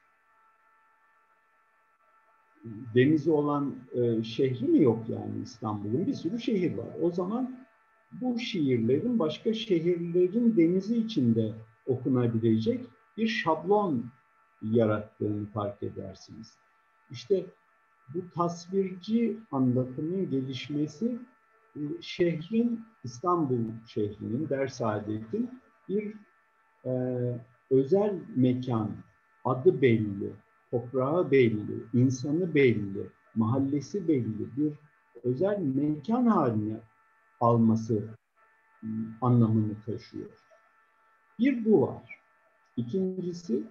Denizi olan şehri mi yok yani İstanbul'un? Bir sürü şehir var. O zaman bu şiirlerin başka şehirlerin denizi içinde okunabilecek bir şablon yarattığını fark edersiniz. İşte bu tasvirci anlatımın gelişmesi şehrin, İstanbul şehrinin, Dersaadet'in bir özel mekan, adı belli, toprağı belli, insanı belli, mahallesi belli bir özel mekan haline alması anlamını taşıyor. Bir bu var. İkincisi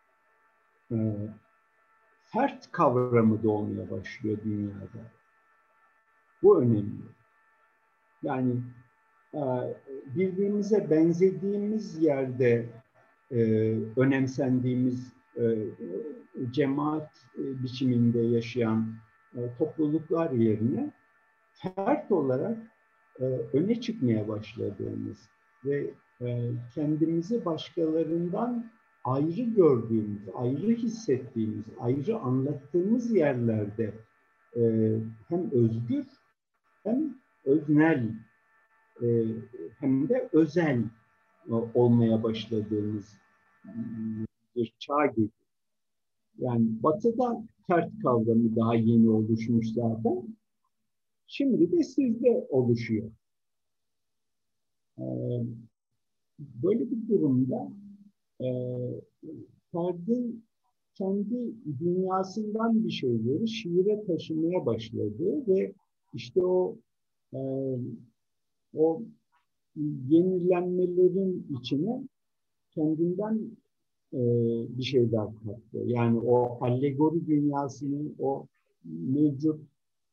fert kavramı doğmaya başlıyor dünyada. Bu önemli. Yani birbirimize benzediğimiz yerde önemsendiğimiz cemaat biçiminde yaşayan topluluklar yerine fert olarak öne çıkmaya başladığımız ve kendimizi başkalarından ayrı gördüğümüz, ayrı hissettiğimiz, ayrı anlattığımız yerlerde hem özgür hem öznel hem de özel olmaya başladığımız bir çağ gibi. Yani Batı'da fert kavramı daha yeni oluşmuş zaten. Şimdi de sizde oluşuyor. Böyle bir durumda ferdin kendi dünyasından bir şeyleri şiire taşımaya başladı ve işte o yenilenmelerin içine kendinden bir şeyler kattı. Yani o allegori dünyasını, o mevcut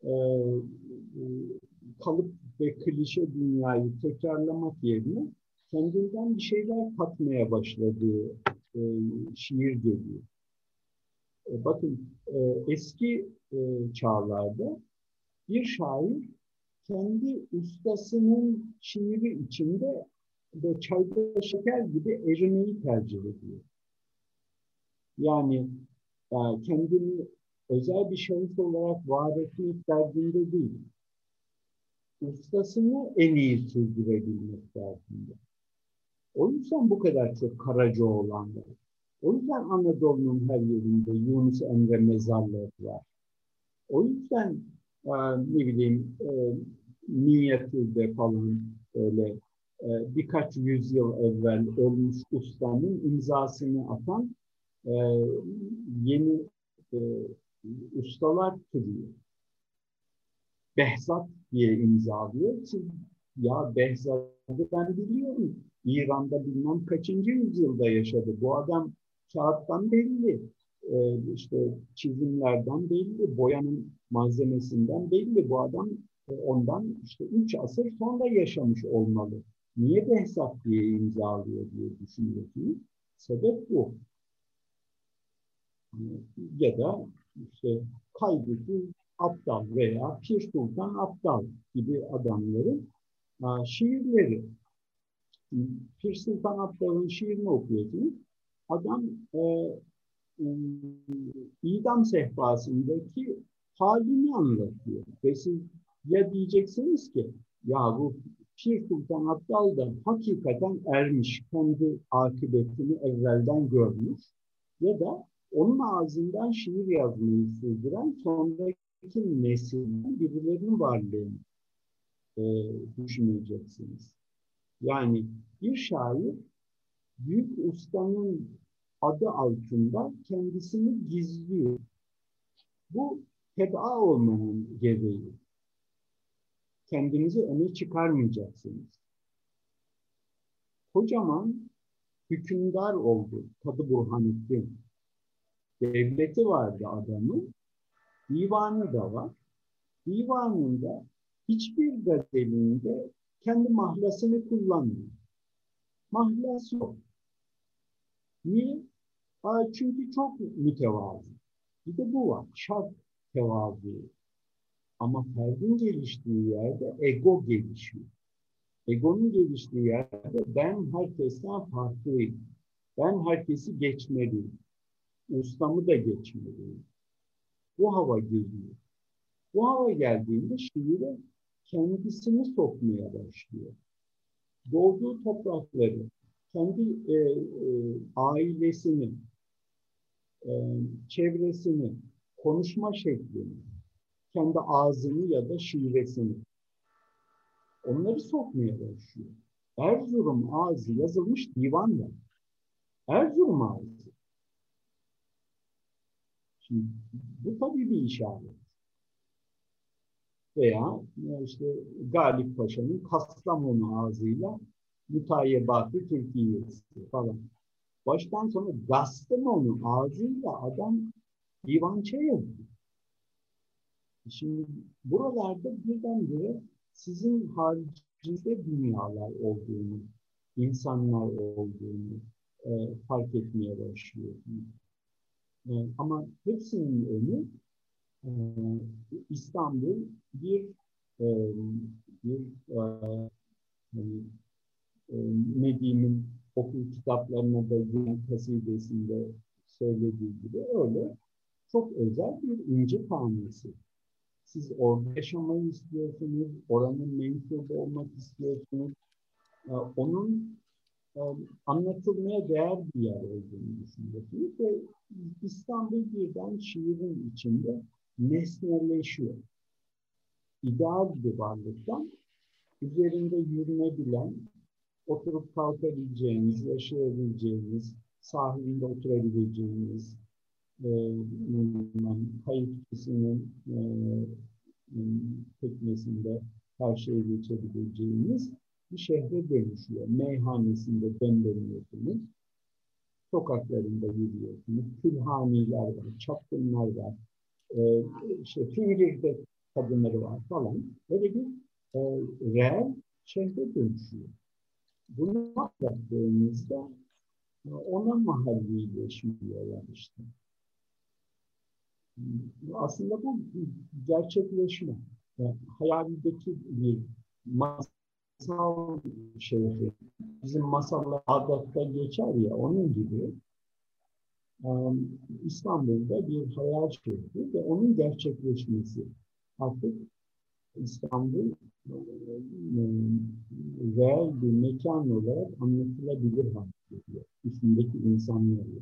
kalıp ve klişe dünyayı tekrarlamak yerine kendinden bir şeyler katmaya başladığı şiir geliyor. Bakın eski çağlarda bir şair kendi ustasının şiiri içinde ve çayda şeker gibi erimeyi tercih ediyor. Yani kendini özel bir şahıs olarak var etmek derdinde değil. Ustasını en iyi sürdürebilmek derdinde. O yüzden bu kadar çok Karacaoğlan var. O yüzden Anadolu'nun her yerinde Yunus Emre mezarları var. O yüzden ne bileyim Minyatür'de falan öyle birkaç yüzyıl evvel ölmüş ustanın imzasını atan yeni ustalar türüyor. Behzat diye imzalıyor. Ya Behzat'ı ben biliyorum. İran'da bilmem kaçıncı yüzyılda yaşadı. Bu adam kağıttan belli. İşte çizimlerden belli. Boyanın malzemesinden belli. Bu adam ondan işte 3 asır sonra yaşamış olmalı. Niye Behzat diye imzalıyor diye düşünüyorsunuz. Sebep bu. Ya da işte Kaygısız Aptal veya Pir Sultan Aptal gibi adamların şiirleri. Pir Sultan Aptal'ın şiirini okuyorsunuz. Adam idam sehpasındaki halini anlatıyor. Ve siz ya diyeceksiniz ki ya bu Pir Sultan Abdal da hakikaten ermiş, kendi akıbetini evvelden görmüş, ya da onun ağzından şiir yazmayı sürdüren sonraki nesilden birilerinin varlığını düşüneceksiniz. Yani bir şair büyük ustanın adı altında kendisini gizliyor. Bu tebaa olmanın gereği. Kendinizi öne çıkarmayacaksınız. Kocaman hükümdar oldu Kadı Burhanettin. Devleti vardı adamın, divanı da var. Divanında hiçbir gazelinde kendi mahlasını kullanmıyor. Mahlas yok. Niye? Çünkü çok mütevazı. Bir de bu var. Şart tevazu. Ama ferdin geliştiği yerde ego gelişiyor. Egonun geliştiği yerde ben herkesten farklıyım. Ben herkesi geçmeliyim. Ustamı da geçmeliyim. Bu hava geliyor. Bu hava geldiğinde şiire kendisini sokmaya başlıyor. Doğduğu toprakları, kendi ailesini, çevresini, konuşma şeklini, kendi ağzını ya da şivesini, onları sokmaya başlıyor. Erzurum ağzı yazılmış divan var. Erzurum ağzı. Şimdi, bu tabii bir işaret. Veya işte Galip Paşa'nın Kastamonu ağzıyla Mütayyebat-ı Türkiye'si falan. Baştan sona Kastamonu ağzıyla adam divançe yazıyor. Şimdi buralarda birdenbire sizin haricinizde dünyalar olduğunu, insanlar olduğunu fark etmeye başlıyorsunuz. Ama hepsinin önü İstanbul bir Nedim'in okul kitaplarına da Gülen kasidesinde söylediği gibi öyle çok özel bir inci tanesi. Siz orada yaşamayı istiyorsunuz, oranın mensubu olmak istiyorsunuz. Onun anlatılmaya değer bir yer olduğunu düşünüyorsunuz ve İstanbul birden şiirin içinde nesneleşiyor. İdeal bir varlıktan üzerinde yürünebilen, oturup kalkabileceğiniz, yaşayabileceğiniz, sahilinde oturabileceğiniz, kayıkçısının teknesinde karşıya geçebileceğiniz bir şehre dönüşüyor. Meyhanesinde demleniyorsunuz, sokaklarında yürüyorsunuz, külhaniler var, çapkınlar var, Tüngir'de kadınları var falan. Böyle bir reel şehre dönüşüyor. Bunu anlattığımızda ona mahallileşiyorlar işte. Aslında bu gerçekleşme. Yani hayalindeki bir masal şehri. Bizim masallar adatta geçer ya, onun gibi İstanbul'da bir hayal şehri ve onun gerçekleşmesi. Artık İstanbul reel bir mekan olarak anlatılabilir hale geliyor. Üstündeki insanlarla.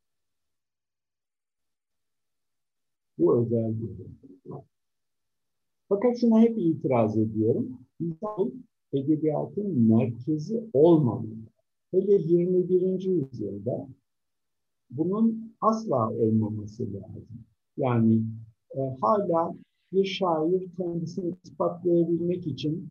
Bu özel bir şey. Fakat şuna hep itiraz ediyorum. İstanbul edebiyatın merkezi olmamalı. Hele 21. yüzyılda bunun asla olmaması lazım. Yani hala bir şair kendisini ispatlayabilmek için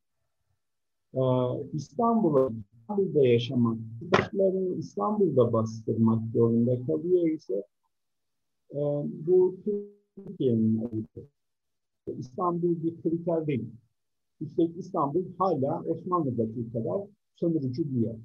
İstanbul'da yaşamak, kitaplarını İstanbul'da bastırmak zorunda kalıyor ise bu Türkiye'nin ayıbı. İstanbul bir kriter değil. Üstelik İstanbul hala Osmanlı'daki kadar sömürücü bir yer.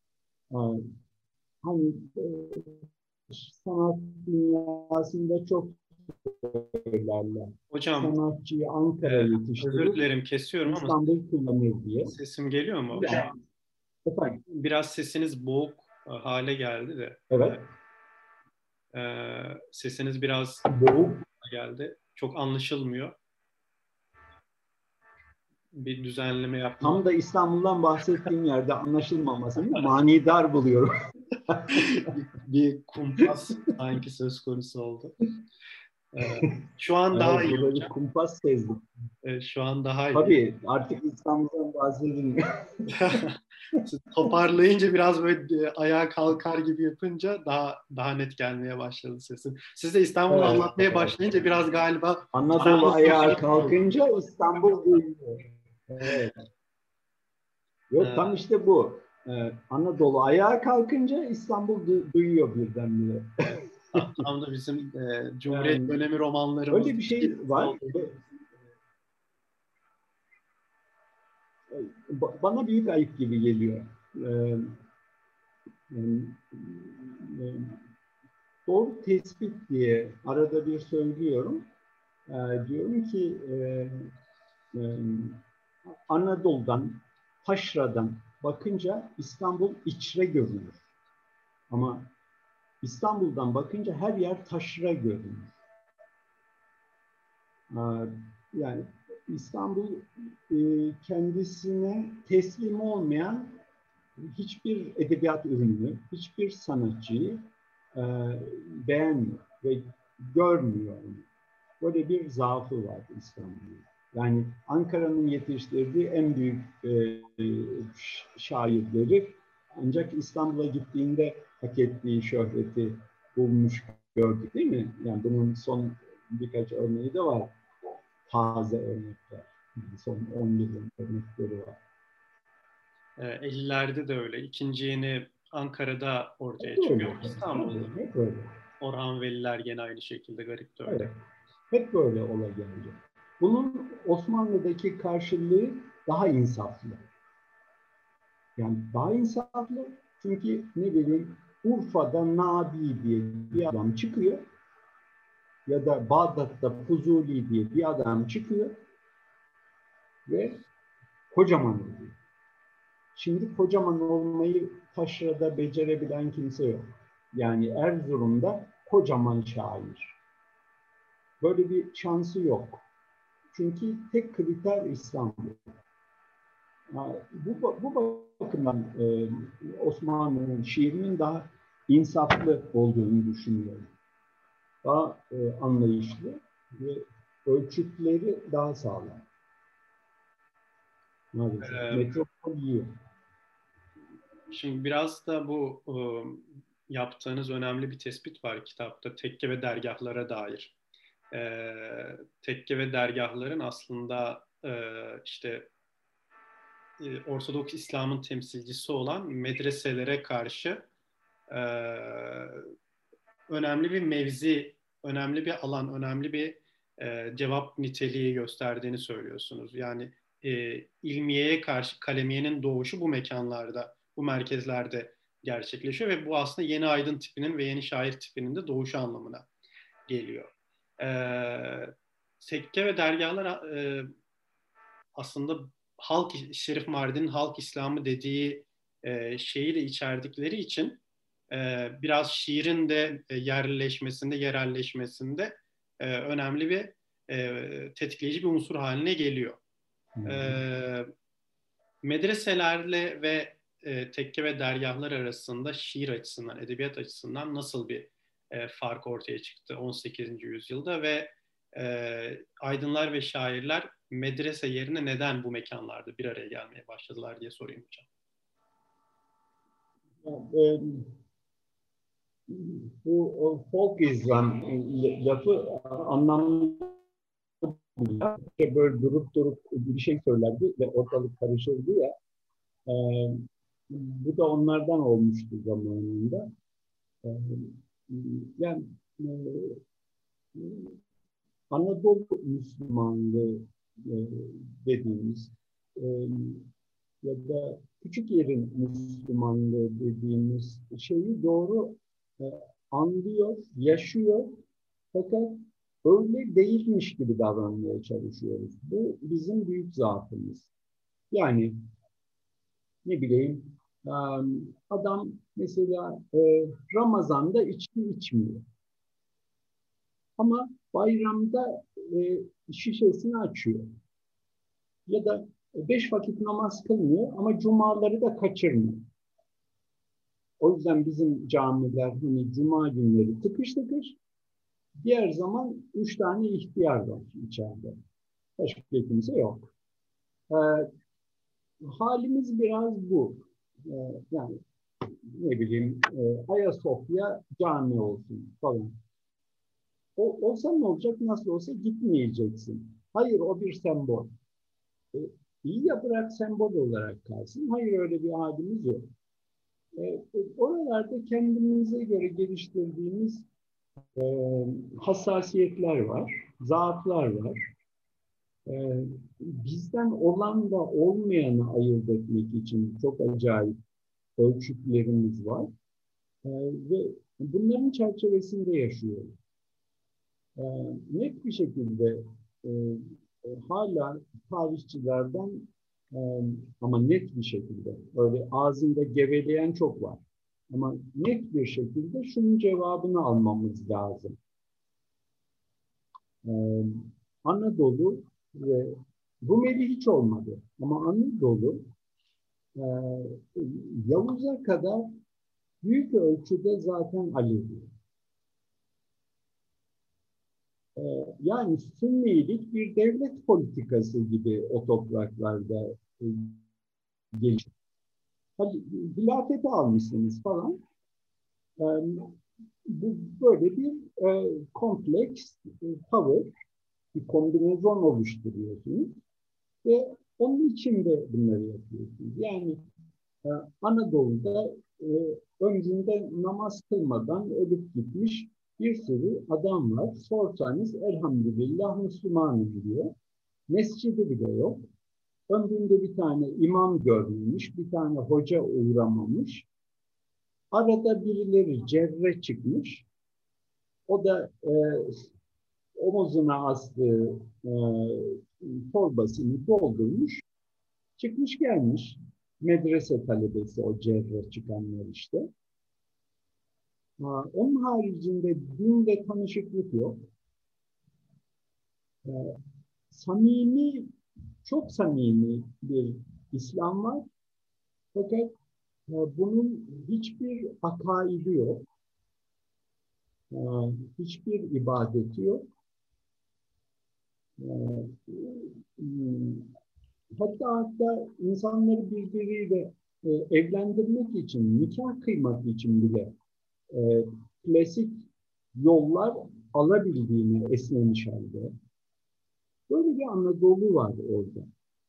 Hani sanat dünyasında çok söylerler. Hocam, sanatçıyı Ankara yetiştirir, özür dilerim kesiyorum ama İstanbul kullanır diye. sesim geliyor mu? Yani, efendim, Biraz sesiniz boğuk hale geldi de. evet. Sesiniz biraz boğuk geldi. Çok anlaşılmıyor. Bir düzenleme yapmak. Tam da İstanbul'dan bahsettiğim yerde anlaşılmamasını manidar buluyorum. bir kumpas sanki söz konusu oldu. Şu an daha iyi Burada hocam. bir kumpas sezdim. Şu an daha iyi. Tabii artık İstanbul'dan bahsedilmiyor. Toparlayınca biraz böyle ayağa kalkar gibi yapınca daha net gelmeye başladı sesin. Siz de İstanbul'u anlatmaya başlayınca biraz galiba Anadolu ayağa kalkınca İstanbul duyuyor. Evet. Yok tam işte bu. Anadolu ayağa kalkınca İstanbul duyuyor birdenbire. Tam da bizim Cumhuriyet dönemi romanlarımız. Öyle bir şey var. Bana büyük ayıp gibi geliyor. Doğru tespit diye arada bir söylüyorum. Diyorum ki Anadolu'dan, taşradan bakınca İstanbul içre görünür. Ama İstanbul'dan bakınca her yer taşra görünür. Yani İstanbul kendisine teslim olmayan hiçbir edebiyat ürünü, hiçbir sanatçıyı beğenmiyor ve görmüyor onu. Böyle bir zaafı var İstanbul'un. Yani Ankara'nın yetiştirdiği en büyük şairleri ancak İstanbul'a gittiğinde hak ettiği şöhreti bulmuş gördük değil mi? Yani bunun son birkaç örneği de var. Taze örnekler. Son 10 yılın örnekleri var. 50'lerde de öyle. İkinci yeni Ankara'da ortaya çıkıyor. İstanbul'da. Hep öyle. Orhan Veliler gene aynı şekilde garip de öyle. Evet. Hep böyle ola geldi. Bunun Osmanlı'daki karşılığı daha insaflı. Yani daha insaflı çünkü ne bileyim Urfa'da Nabi diye bir adam çıkıyor ya da Bağdat'ta Fuzuli diye bir adam çıkıyor ve kocaman oluyor. Şimdi kocaman olmayı taşrada becerebilen kimse yok. Yani Erzurum'da kocaman şair. Böyle bir şansı yok. Çünkü tek kriter İstanbul. Bu bakımdan Osmanlı'nın şiirinin daha insaflı olduğunu düşünüyorum. Daha anlayışlı ve ölçütleri daha sağlam. Maalesef. Metropol yiyor. Şimdi biraz da bu yaptığınız önemli bir tespit var kitapta, tekke ve dergahlara dair. Tekke ve dergahların aslında işte Ortodoks İslam'ın temsilcisi olan medreselere karşı önemli bir mevzi, önemli bir alan, önemli bir cevap niteliği gösterdiğini söylüyorsunuz. Yani ilmiyeye karşı kalemiyenin doğuşu bu mekanlarda, bu merkezlerde gerçekleşiyor ve bu aslında yeni aydın tipinin ve yeni şair tipinin de doğuşu anlamına geliyor. Tekke ve dergahlar aslında Şerif Mardin'in halk İslamı dediği şeyi de içerdikleri için biraz şiirin de yerleşmesinde, yerelleşmesinde önemli bir tetikleyici bir unsur haline geliyor. Medreselerle ve tekke ve dergahlar arasında şiir açısından, edebiyat açısından nasıl bir fark ortaya çıktı 18. yüzyılda ve aydınlar ve şairler medrese yerine neden bu mekanlarda bir araya gelmeye başladılar diye sorayım hocam. Bu folk İslam lafı anlamlı böyle durup bir şey söylerdi ve ortalık karışırdı ya. Bu da onlardan olmuştu zamanında. Yani Anadolu Müslümanlığı dediğimiz ya da küçük yerin Müslümanlığı dediğimiz şeyi doğru anlıyor, yaşıyor fakat öyle değilmiş gibi davranmaya çalışıyoruz. Bu bizim büyük zaafımız. Yani ne bileyim adam mesela Ramazan'da içki içmiyor. Ama bayramda şişesini açıyor. Ya da 5 vakit namaz kılmıyor ama cumaları da kaçırmıyor. O yüzden bizim camiler hani cuma günleri tıkış tıkış, diğer zaman 3 tane ihtiyar var içeride. Başka kimse yok. Ee, halimiz biraz bu. Yani ne bileyim Ayasofya cami olsun falan. Olsa ne olacak? Nasıl olsa gitmeyeceksin. Hayır, o bir sembol. E, iyi ya, bırak sembol olarak kalsın. Hayır, öyle bir halimiz yok. Oralarda kendimize göre geliştirdiğimiz hassasiyetler var, zaaflar var. Bizden olan da olmayanı ayırt etmek için çok acayip ölçütlerimiz var. Ve bunların çerçevesinde yaşıyoruz. Net bir şekilde hala tarihçilerden ama net bir şekilde öyle ağzında geveleyen çok var. Ama net bir şekilde şunun cevabını almamız lazım. Anadolu ve Rumeli hiç olmadı. Ama Anadolu Yavuz'a kadar büyük ölçüde zaten Alevi. Yani Sünnilik bir devlet politikası gibi o topraklarda gelişti. Hadi hilafeti almışsınız falan. Bu böyle bir kompleks tavır, bir kombinezon oluşturuyorsunuz ve onun içinde bunları yapıyorsunuz. Yani Anadolu'da öncünde namaz kılmadan ölüp gitmiş bir sürü adam var. Sorsanız elhamdülillah Müslümanım diyor. Mescidi bile yok. Ömründe bir tane imam görmemiş, bir tane hoca uğramamış. Arada birileri cerre çıkmış. O da omuzuna astığı torbasını doldurmuş. Çıkmış gelmiş. Medrese talebesi o cerre çıkanlar işte. Onun haricinde dinde tanışıklık yok. Samimi, çok samimi bir İslam var. Fakat bunun hiçbir akaidi yok. Hiçbir ibadeti yok. Hatta insanları birbiriyle evlendirmek için, nikah kıymak için bile klasik yollar alabildiğini esnemiş halde. Böyle bir Anadolu var orada.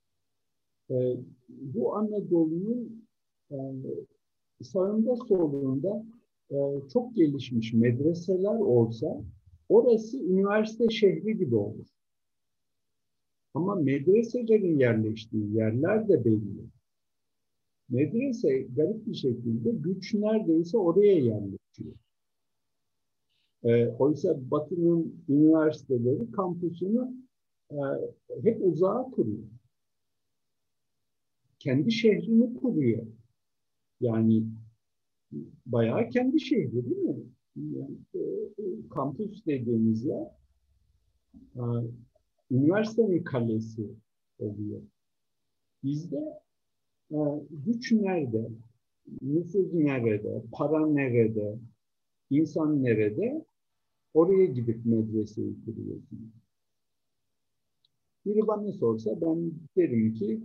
Bu Anadolu'nun sağında solunda çok gelişmiş medreseler olsa orası üniversite şehri gibi olur. Ama medreselerin yerleştiği yerler de belli. Medrese garip bir şekilde güç neredeyse oraya yerleşiyor. Oysa Batı'nın üniversiteleri kampüsünü hep uzağa kuruyor. Kendi şehrini kuruyor. Yani bayağı kendi şehri değil mi? Yani, kampüs dediğimiz yer üniversitenin kalesi oluyor. Bizde güç nerede? Nüfuz nerede? Para nerede? İnsan nerede? Oraya gidip medreseyi kuruyorsunuz. Biri bana sorsa ben derim ki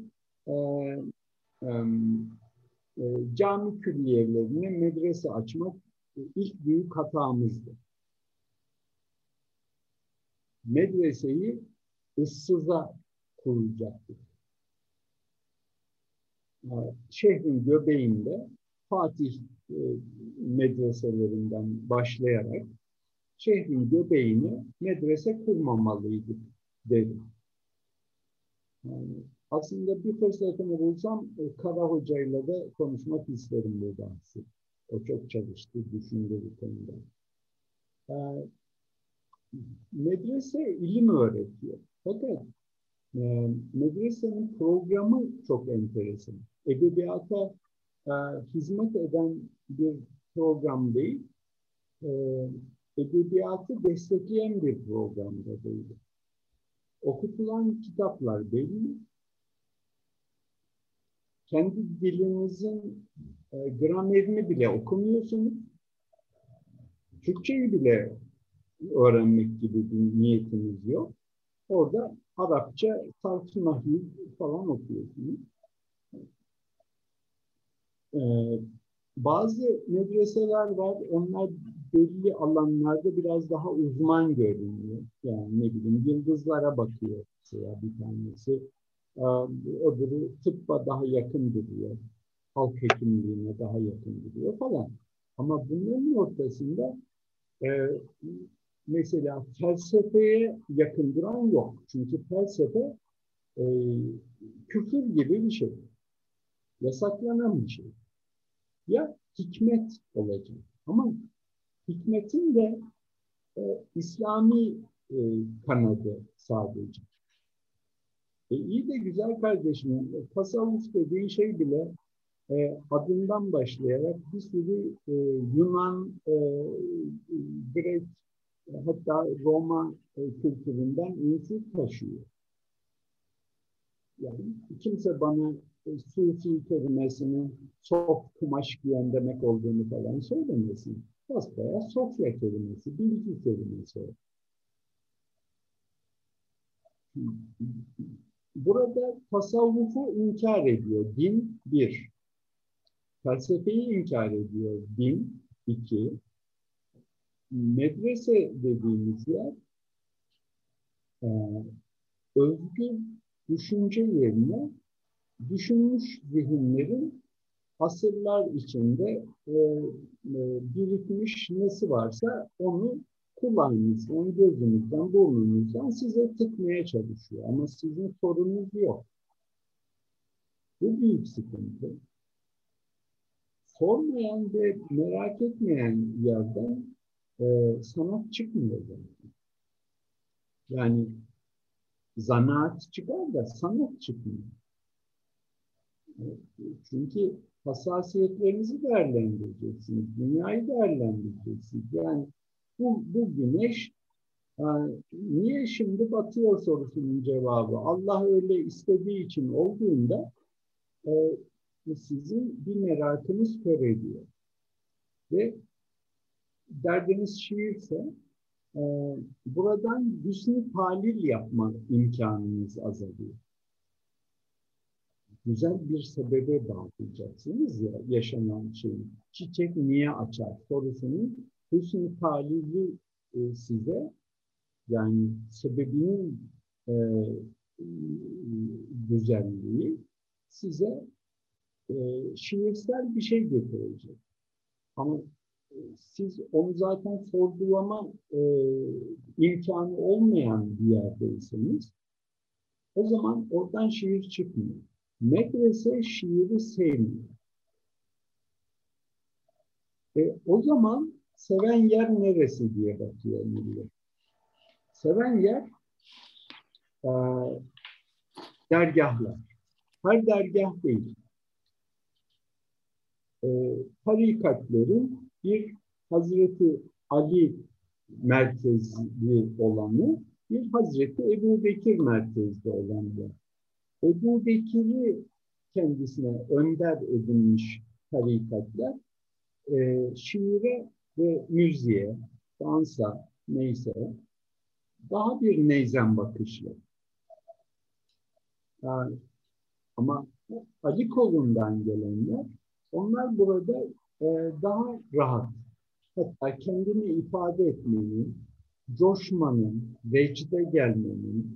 cami külliyelerine medrese açmak ilk büyük hatamızdı. Medreseyi ıssıza kurulacaktık. Şehrin göbeğinde Fatih medreselerinden başlayarak şehrin göbeğine medrese kurmamalıydık derim. Yani aslında bir fırsatını bulsam Kara Hoca'yla da konuşmak isterim bu bahsi. O çok çalıştı, düşündü bu konuda. Medrese ilim öğretiyor. Fakat medresenin programı çok enteresan. Edebiyata hizmet eden bir program değil. edebiyatı destekleyen bir programda değil. Okutulan kitaplar belli. Kendi dilinizin gramerini bile okumuyorsunuz. Türkçeyi bile öğrenmek gibi bir niyetiniz yok. Orada Arapça, sarf nahiv falan okuyorsunuz. Bazı medreseler var, onlar belli alanlarda biraz daha uzman görünüyor. Yani ne bileyim, yıldızlara bakıyor mesela bir tanesi. Öbürü tıbba daha yakın duruyor. Halk hekimliğine daha yakın duruyor falan. Ama bunların ortasında mesela felsefeye yakın duran yok. Çünkü felsefe küfür gibi bir şey. Yasaklanan bir şey. Ya hikmet olacak. Ama hikmetin de İslami kanadı sadece. İyi de güzel kardeşim, tasavvuf dediğin şey bile adından başlayarak bir sürü Yunan, Grek, hatta Roma kültüründen unsur taşıyor. Yani kimse bana Sufi kelimesinin sof kumaş giyen demek olduğunu falan söylemesin. Basbayağı Sofya kelimesi, bilgi kelimesi. Burada tasavvufu inkar ediyor. Din bir. Felsefeyi inkar ediyor. Din iki. Medrese dediğimiz yer özgür düşünce yerine düşünmüş zihinlerin asırlar içinde birikmiş nesi varsa onu kulağınızdan, gözünüzden, burnunuzdan size tıkmaya çalışıyor. Ama sizin sorunuz yok. Bu büyük sıkıntı. Sormayan ve merak etmeyen yerden sanat çıkmıyor zaten. Yani zanaat çıkar da sanat çıkmıyor. Çünkü hassasiyetlerinizi değerlendireceksiniz, dünyayı değerlendireceksiniz. Yani bu güneş niye şimdi batıyor sorusunun cevabı. Allah öyle istediği için olduğunda sizin bir merakınız kör ediyor. Ve derdiniz şiirse buradan hüsnü talil yapma imkanınız azalıyor. Güzel bir sebebe bağlayacaksınız ya yaşanan şeyin. Çiçek niye açar sorusunun hüsnü talili size, yani sebebinin güzelliği size şiirsel bir şey getirecek. Ama siz onu zaten sorgulama imkanı olmayan bir yerdeyseniz o zaman oradan şiir çıkmıyor. Medrese şiiri sevmiyor. O zaman seven yer neresi diye bakıyor millet. Seven yer dergahlar. Her dergah değil. Tarikatlerin bir Hazreti Ali merkezli olanı, bir Hazreti Ebubekir merkezli olanı. Ebubekir'i kendisine önder edinmiş tarikatlar şiire ve müziğe, dansa, neyse daha bir neyzen bakışlı. Yani, ama Ali kolundan gelenler, onlar burada daha rahat. Hatta kendini ifade etmenin, coşmanın, vecde gelmenin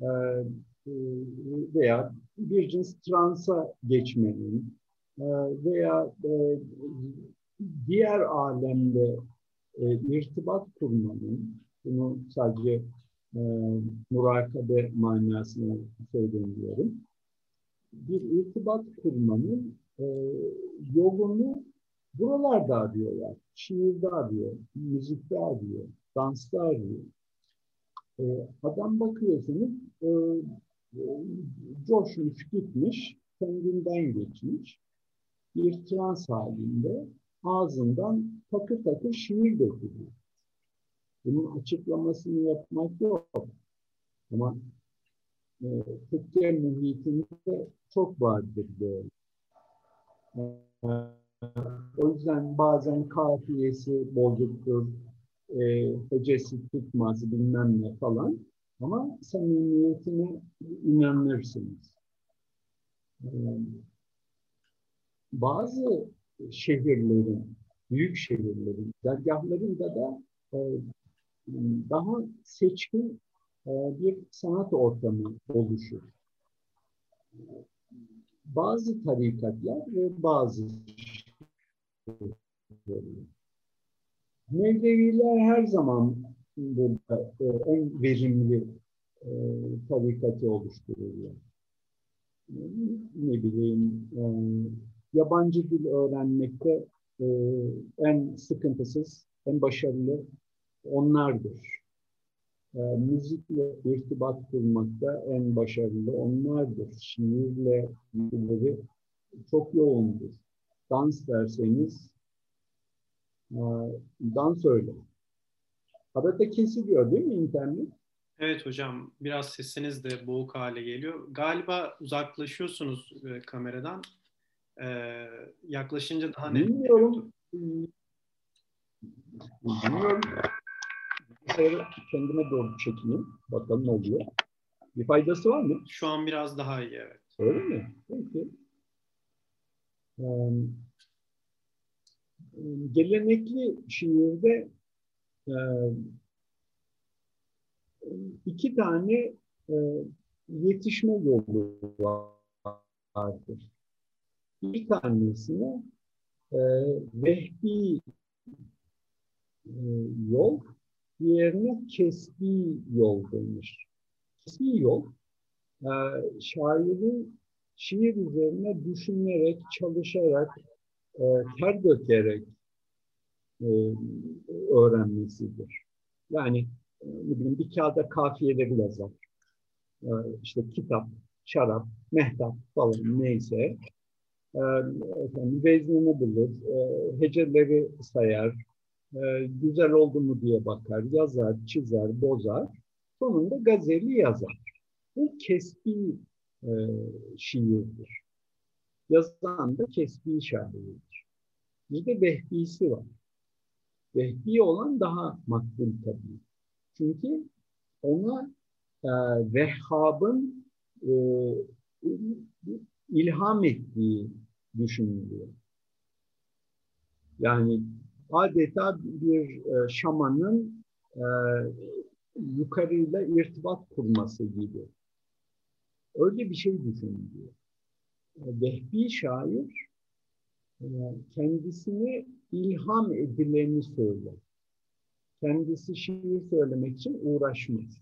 veya bir cins transa geçmenin veya diğer alemle irtibat kurmanın, bunu sadece murakabe manasına söylemiyorum, bir irtibat kurmanın yolunu buralarda arıyorlar. Şiirde arıyor, müzikte arıyor, dansta arıyor. Adam bakıyorsunuz coşmuş gitmiş, kendinden geçmiş, bir trans halinde ağzından takır takır şiir dökülüyor. Bunun açıklamasını yapmak yok. Ama Türkiye muhitinde çok vardır böyle. E, O yüzden bazen kafiyesi bozuktur, hecesi tutmaz bilmem ne falan. Ama samimiyetine inanırsınız. E, Bazı şehirlerin, büyük şehirlerin, dergahlarında da e, daha seçkin bir sanat ortamı oluşur. Bazı tarikatlar ve bazı şehirler. Mevleviler her zaman burada en verimli tarikatı oluştururlar. Ne bileyim, yabancı dil öğrenmekte en sıkıntısız, en başarılı onlardır. Müzikle irtibat kurmakta en başarılı onlardır. Şiirle ilgileri çok yoğundur. Dans derseniz dans öyle. Arada kesiliyor değil mi internet? Evet hocam, biraz sesiniz de boğuk hale geliyor. Galiba uzaklaşıyorsunuz kameradan. E, Yaklaşınca daha net geliyordu. Bilmiyorum. Bilmiyorum. Bilgisayarı kendime doğru çekeyim. Bakalım ne oluyor. Bir faydası var mı? Şu an biraz daha iyi, evet. Öyle mi? Peki. Gelenekli şiirde e, iki tane e, yetişme yolu vardır. Bir tanesine e, vehbi yol, diğerine kesbi yol denir. Kesbi yol, şairin şiir üzerine düşünerek, çalışarak, ter dökerek öğrenmesidir. Yani ne bileyim, bir kağıda kafiyeleri yazar. İşte kitap, şarap, mehtap falan neyse. Veznini bulur, heceleri sayar, güzel oldu mu diye bakar, yazar, çizer, bozar. Sonunda gazeli yazar. Bu kesbi e, şiirdir. Yazan da kesbi şairdir. Bir de vehbisi var. Vehbi olan daha makbul tabii. Çünkü ona e, Vehhab'ın ilham ettiği düşünülüyor. Yani adeta bir şamanın yukarıyla irtibat kurması gibi. Öyle bir şey düşünülüyor. Vehbi şair kendisine ilham edileni söyler. Kendisi şiir söylemek için uğraşmaz.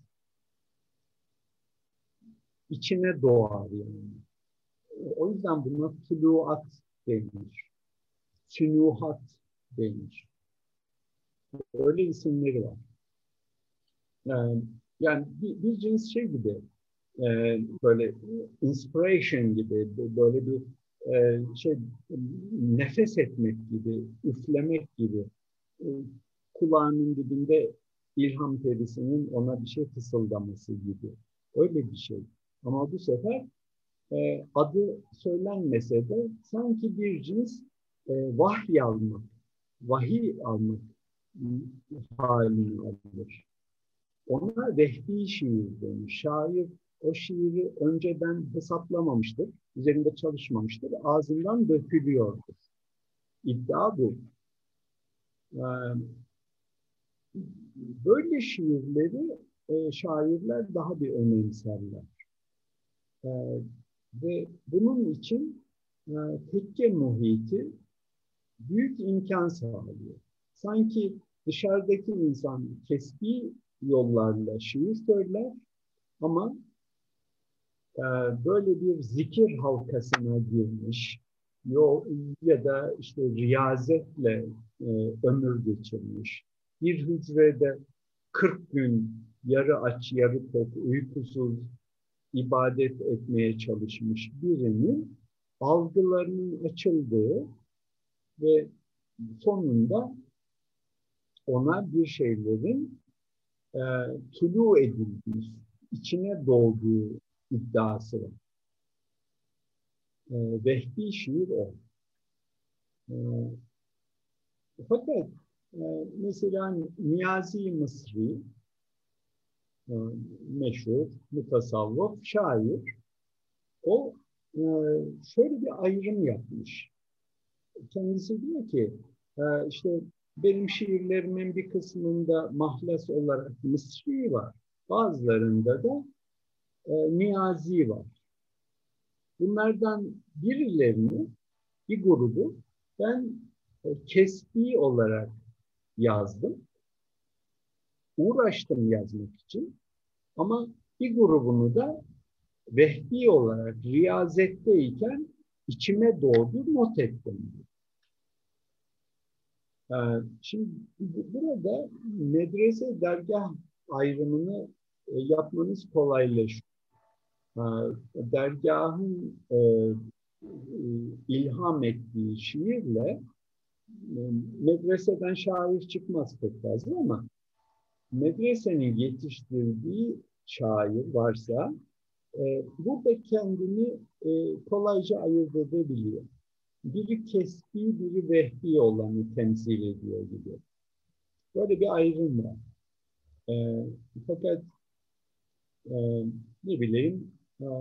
İçine doğar yani. O yüzden buna tuluat denir. Sünuhat denir. Öyle isimleri var. Yani bir cins şey gibi, böyle inspiration gibi, böyle bir şey, nefes etmek gibi, üflemek gibi, e, kulağının dibinde ilham perisinin ona bir şey fısıldaması gibi. Öyle bir şey. Ama bu sefer adı söylenmese de sanki bir cins vahiy almak, vahiy almak halini alır. Ona vehbi şiir denir. Şair o şiiri önceden hesaplamamıştır, üzerinde çalışmamıştır, ağzından dökülüyordur. İddia bu. Böyle şiirleri şairler daha bir önemserler. Ve bunun için tekke muhiti büyük imkan sağlıyor. Sanki dışarıdaki insan kesbi yollarla şiir söyler ama böyle bir zikir halkasına girmiş ya da işte riyazetle ömür geçirmiş, bir hücrede 40 gün yarı aç yarı tok uykusuz ibadet etmeye çalışmış birinin algılarının açıldığı ve sonunda ona bir şeylerin tulu edildiği, içine dolduğu iddiası var. Vehbi şiir o. Fakat mesela Niyazi Mısri, meşhur, mutasavvıf, şair, o şöyle bir ayrım yapmış. Kendisi diyor ki, işte benim şiirlerimin bir kısmında mahlas olarak Mısri var, bazılarında da Niyazi var. Bunlardan birilerini, bir grubu ben kesbi olarak yazdım. Uğraştım yazmak için. Ama bir grubunu da vehbi olarak riyazetteyken içime doğdu, not ettim. Şimdi burada medrese dergah ayrımını yapmanız kolaylaşıyor. Dergahın ilham ettiği şiirle medreseden şair çıkmaz pek fazla ama medresenin yetiştirdiği şair varsa burada kendini kolayca ayırt edebiliyor. Biri kesbi, biri vehbi olanı temsil ediyor gibi. Böyle bir ayrım var. Fakat ne bileyim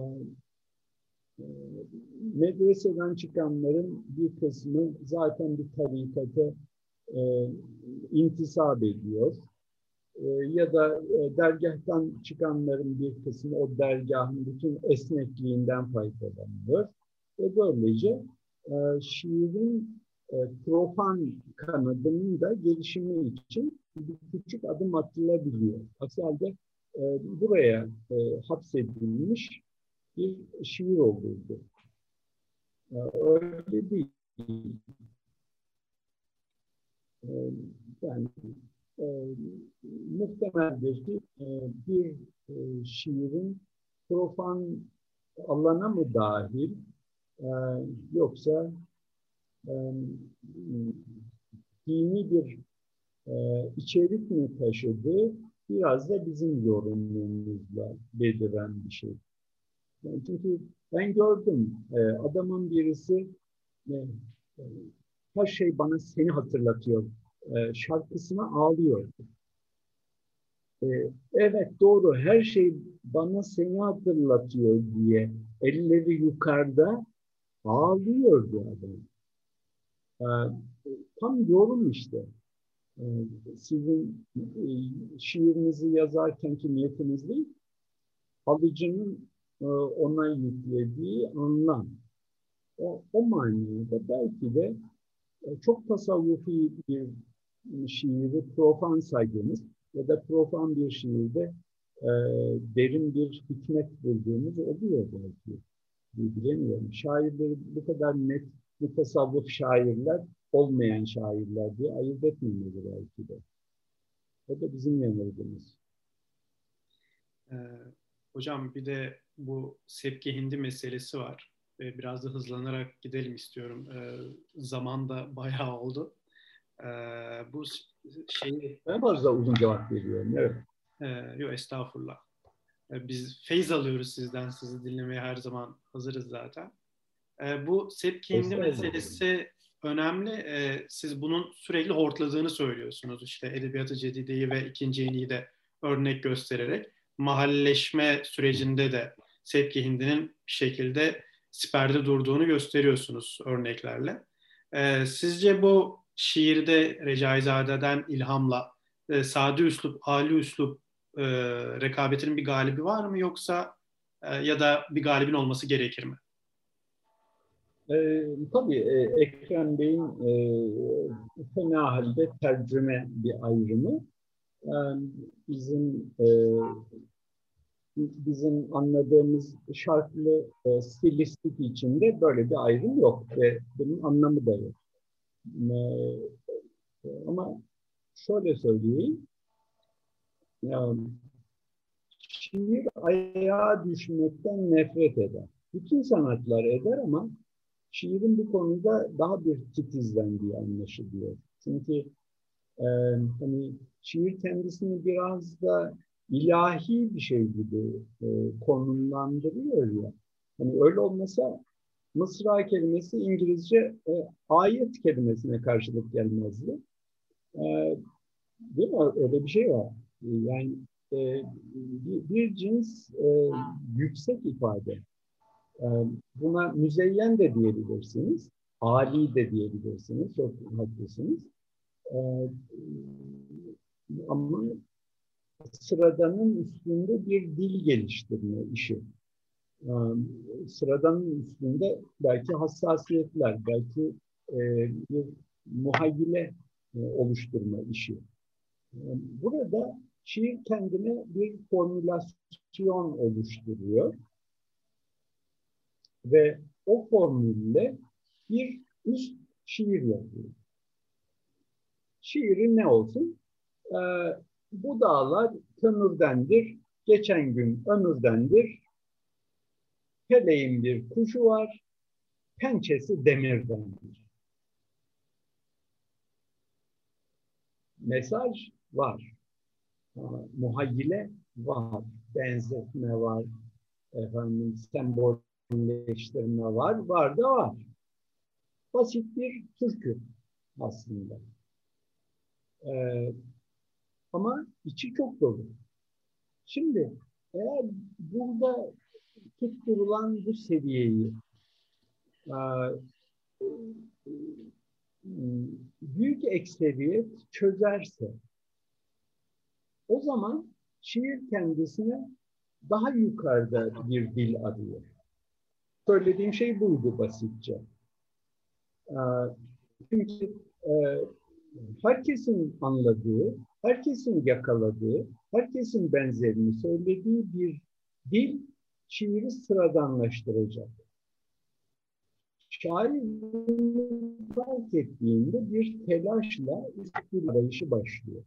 medreseden çıkanların bir kısmı zaten bir tarikata intisap ediyor. Ya da dergâhtan çıkanların bir kısmı o dergâhın bütün esnekliğinden faydalanıyor. Ve böylece şiirin profan kanadının da gelişimi için bir küçük adım atılabiliyor. Aslında buraya hapsedilmiş bir şiir olurdu. Öyle değil. Yani muhtemeldir ki bir şiirin profan alana mı dahil yoksa dini bir içerik mi taşıdığı biraz da bizim yorumumuzla beliren bir şey. Yani çünkü ben gördüm adamın birisi her şey bana seni hatırlatıyor şarkısına ağlıyor. Evet doğru her şey bana seni hatırlatıyor diye elleri yukarıda ağlıyordu adam. Tam yorum işte. Sizin şiirinizi yazarkenki niyetiniz değil, alıcının ona yüklediği anlam. O manada belki de çok tasavvufi bir şiiri profan saydığımız ya da profan bir şiirde derin bir hikmet bulduğumuz oluyor belki. Bilemiyorum. Şairleri bu kadar net mutasavvıf şairler olmayan şairler diye ayırt etmemeli belki de. O da bizim yanıldığımız. Hocam bir de bu Sepki Hindi meselesi var. Biraz da hızlanarak gidelim istiyorum. Zaman da bayağı oldu. Bu şeyi... Ben fazla uzun cevap veriyorum. Evet. Yok estağfurullah. Biz feyiz alıyoruz sizden. Sizi dinlemeye her zaman hazırız zaten. Bu Sepki Hindi meselesi önemli. Siz bunun sürekli hortladığını söylüyorsunuz. İşte Edebiyat-ı Cedide'yi ve ikinci yeniyi de örnek göstererek. Mahalleşme sürecinde de Sepki Hindi'nin bir şekilde siperde durduğunu gösteriyorsunuz örneklerle. Sizce bu şiirde Recaizade'den ilhamla sade üslup, âli üslup rekabetinin bir galibi var mı yoksa ya da bir galibin olması gerekir mi? Tabii Ekrem Bey'in fena halde tercüme bir ayrımı bizim bizim anladığımız şarklı stilistik içinde böyle bir ayrım yok ve bunun anlamı da yok. Ama şöyle söyleyeyim, şiir ayağa düşmekten nefret eder. Bütün sanatlar eder ama şiirin bu konuda daha bir titizlendiği anlaşılıyor. Çünkü hani şiir kendisini biraz da ilahi bir şey gibi konumlandırıyor ya. Hani öyle olmasa mısra kelimesi İngilizce ayet kelimesine karşılık gelmezdi. E, Değil mi? Öyle bir şey var. Yani bir cins yüksek ifade. E, Buna müzeyyen de diyebilirsiniz. Ali de diyebilirsiniz. Çok haklısınız. E, Ama sıradanın üstünde bir dil geliştirme işi. Sıradanın üstünde belki hassasiyetler, belki bir muhayyile oluşturma işi. Burada şiir kendine bir formülasyon oluşturuyor ve o formülle bir üst şiir yapıyor. Şiiri ne olsun? Bu dağlar kömürdendir, geçen gün ömürdendir, feleğin bir kuşu var, pençesi demirdendir. Mesaj var, muhayyile var, benzetme var, efendim sembolleştirme var, var da var. Basit bir türkü aslında. Ama içi çok dolu. Şimdi eğer burada tutturulan bu seviyeyi büyük ekseriyet çözerse o zaman şiir kendisine daha yukarıda bir dil arıyor. Söylediğim şey buydu basitçe. Çünkü herkesin anladığı, herkesin yakaladığı, herkesin benzerini söylediği bir dil şiiri sıradanlaştıracak. Şair bunu fark ettiğinde bir telaşla üst bir arayışı başlıyor.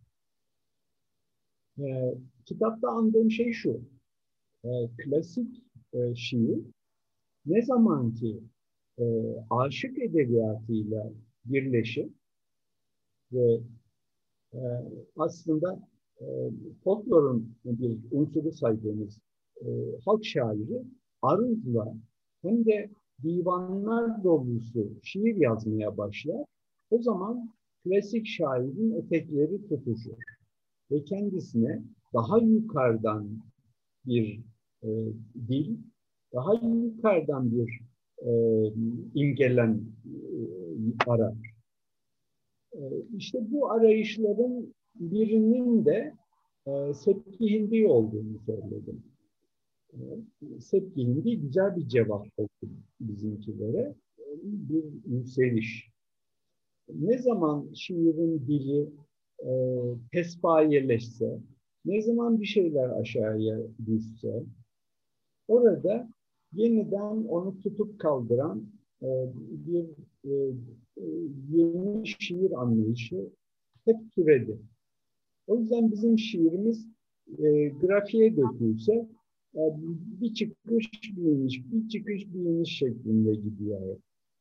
Kitapta andığım şey şu, klasik şiir ne zaman ki aşık edebiyatıyla birleşip ve aslında folklorun bir unsuru saydığımız halk şairi aruzla hem de divanlar dolusu şiir yazmaya başlar. O zaman klasik şairin etekleri tutuşur ve kendisine daha yukarıdan bir dil, daha yukarıdan bir imgelem arar. İşte bu arayışların birinin de Sepki Hindi olduğunu söyledim. Sepki Hindi güzel bir cevap oldu bizimkilere. Bir yükseliş. Ne zaman şiirin dili pespayeleşse, ne zaman bir şeyler aşağıya düşse, orada yeniden onu tutup kaldıran bir yeni şiir anlayışı hep türedi. O yüzden bizim şiirimiz grafiğe dökülse bir çıkış bir iniş, bir çıkış bir iniş şeklinde gidiyor.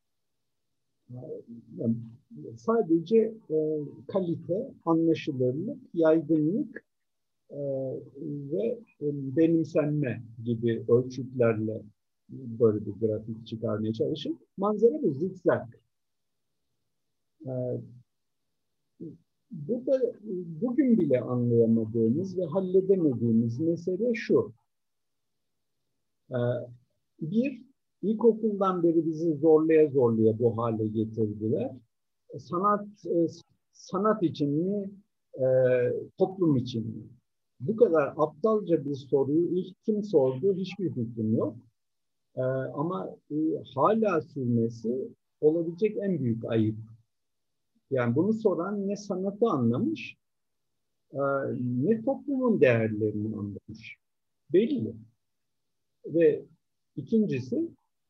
Yani sadece kalite, anlaşılırlık, yaygınlık ve benimsenme gibi ölçütlerle böyle bir grafik çıkarmaya çalışın. Manzara bu zikzak. Burada bugün bile anlayamadığımız ve halledemediğimiz mesele şu. Bir, ilkokuldan beri bizi zorlaya zorlaya bu hale getirdiler. Sanat için mi, toplum için mi? Bu kadar aptalca bir soruyu ilk kim sordu hiçbir fikrim yok. Ama hala sürmesi olabilecek en büyük ayıp. Yani bunu soran ne sanatı anlamış, ne toplumun değerlerini anlamış. Belli. Ve ikincisi,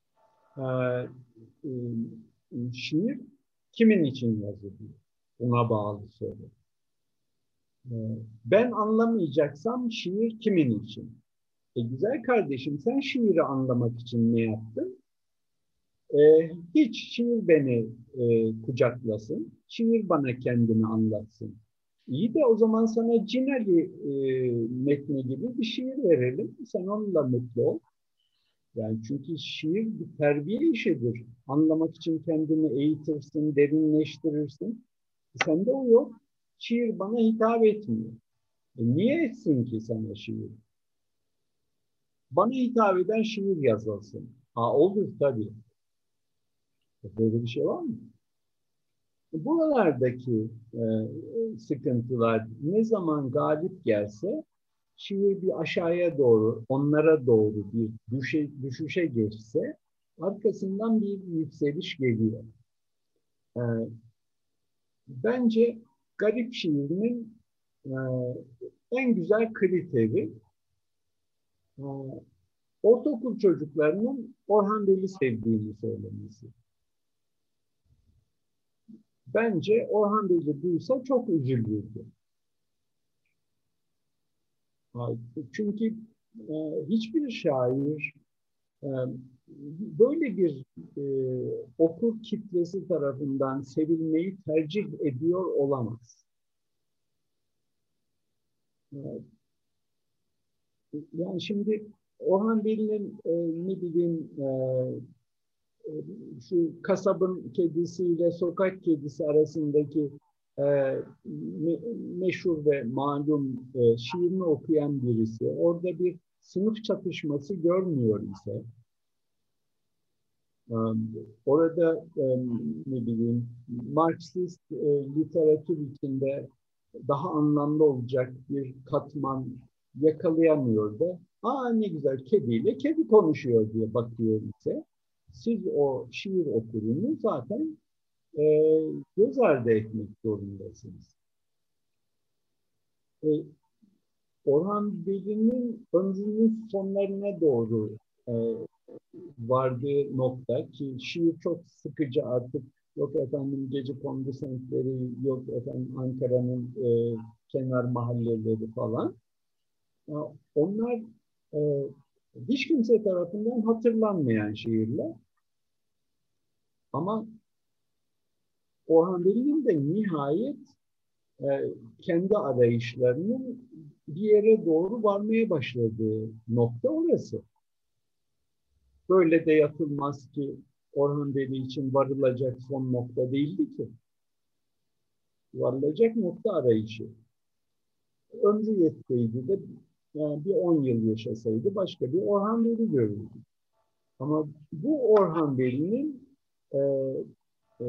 şiir kimin için yazılıyor? Buna bağlı soru. Ben anlamayacaksam şiir kimin için? Güzel kardeşim, sen şiiri anlamak için ne yaptın? Hiç şiir beni kucaklasın, şiir bana kendini anlatsın. İyi de o zaman sana Cinali metni gibi bir şiir verelim. Sen onunla mutlu ol. Yani çünkü şiir bir terbiye işidir. Anlamak için kendini eğitirsin, derinleştirirsin. Sende o yok. Şiir bana hitap etmiyor. Niye etsin ki sana şiir? Bana hitap eden şiir yazılsın. Olur tabii. Böyle bir şey var mı? Buralardaki sıkıntılar ne zaman galip gelse şiir bir aşağıya doğru, onlara doğru bir düşüşe geçse arkasından bir yükseliş geliyor. E, Bence garip şiirinin e, en güzel kriteri e, ortaokul çocuklarının Orhan Veli sevdiğini söylemesi. Bence Orhan Veli duysa çok üzülürdü. Çünkü hiçbir şair böyle bir okur kitlesi tarafından sevilmeyi tercih ediyor olamaz. Yani şimdi Orhan Veli'nin ne bileyim şu kasabın kedisiyle sokak kedisi arasındaki meşhur ve malum şiirini okuyan birisi orada bir sınıf çatışması görmüyor ise orada ne bileyim Marksist literatür içinde daha anlamlı olacak bir katman yakalayamıyor da ne güzel kediyle kedi konuşuyor diye bakıyor ise siz o şiir okurunu zaten göz ardı etmek zorundasınız. Orhan Veli'nin ömrünün sonlarına doğru vardığı nokta ki şiir çok sıkıcı artık yok efendim Gecekondu semtleri yok efendim Ankara'nın kenar mahalleleri falan. Onlar hiç kimse tarafından hatırlanmayan şiirler. Ama Orhan Veli'nin de nihayet kendi arayışlarının bir yere doğru varmaya başladığı nokta orası. Böyle de yapılmaz ki Orhan Veli için varılacak son nokta değildi ki. Varılacak nokta arayışı. Ömrü yetseydi de yani bir 10 yıl yaşasaydı başka bir Orhan Veli görürdü. Ama bu Orhan Veli'nin e, e,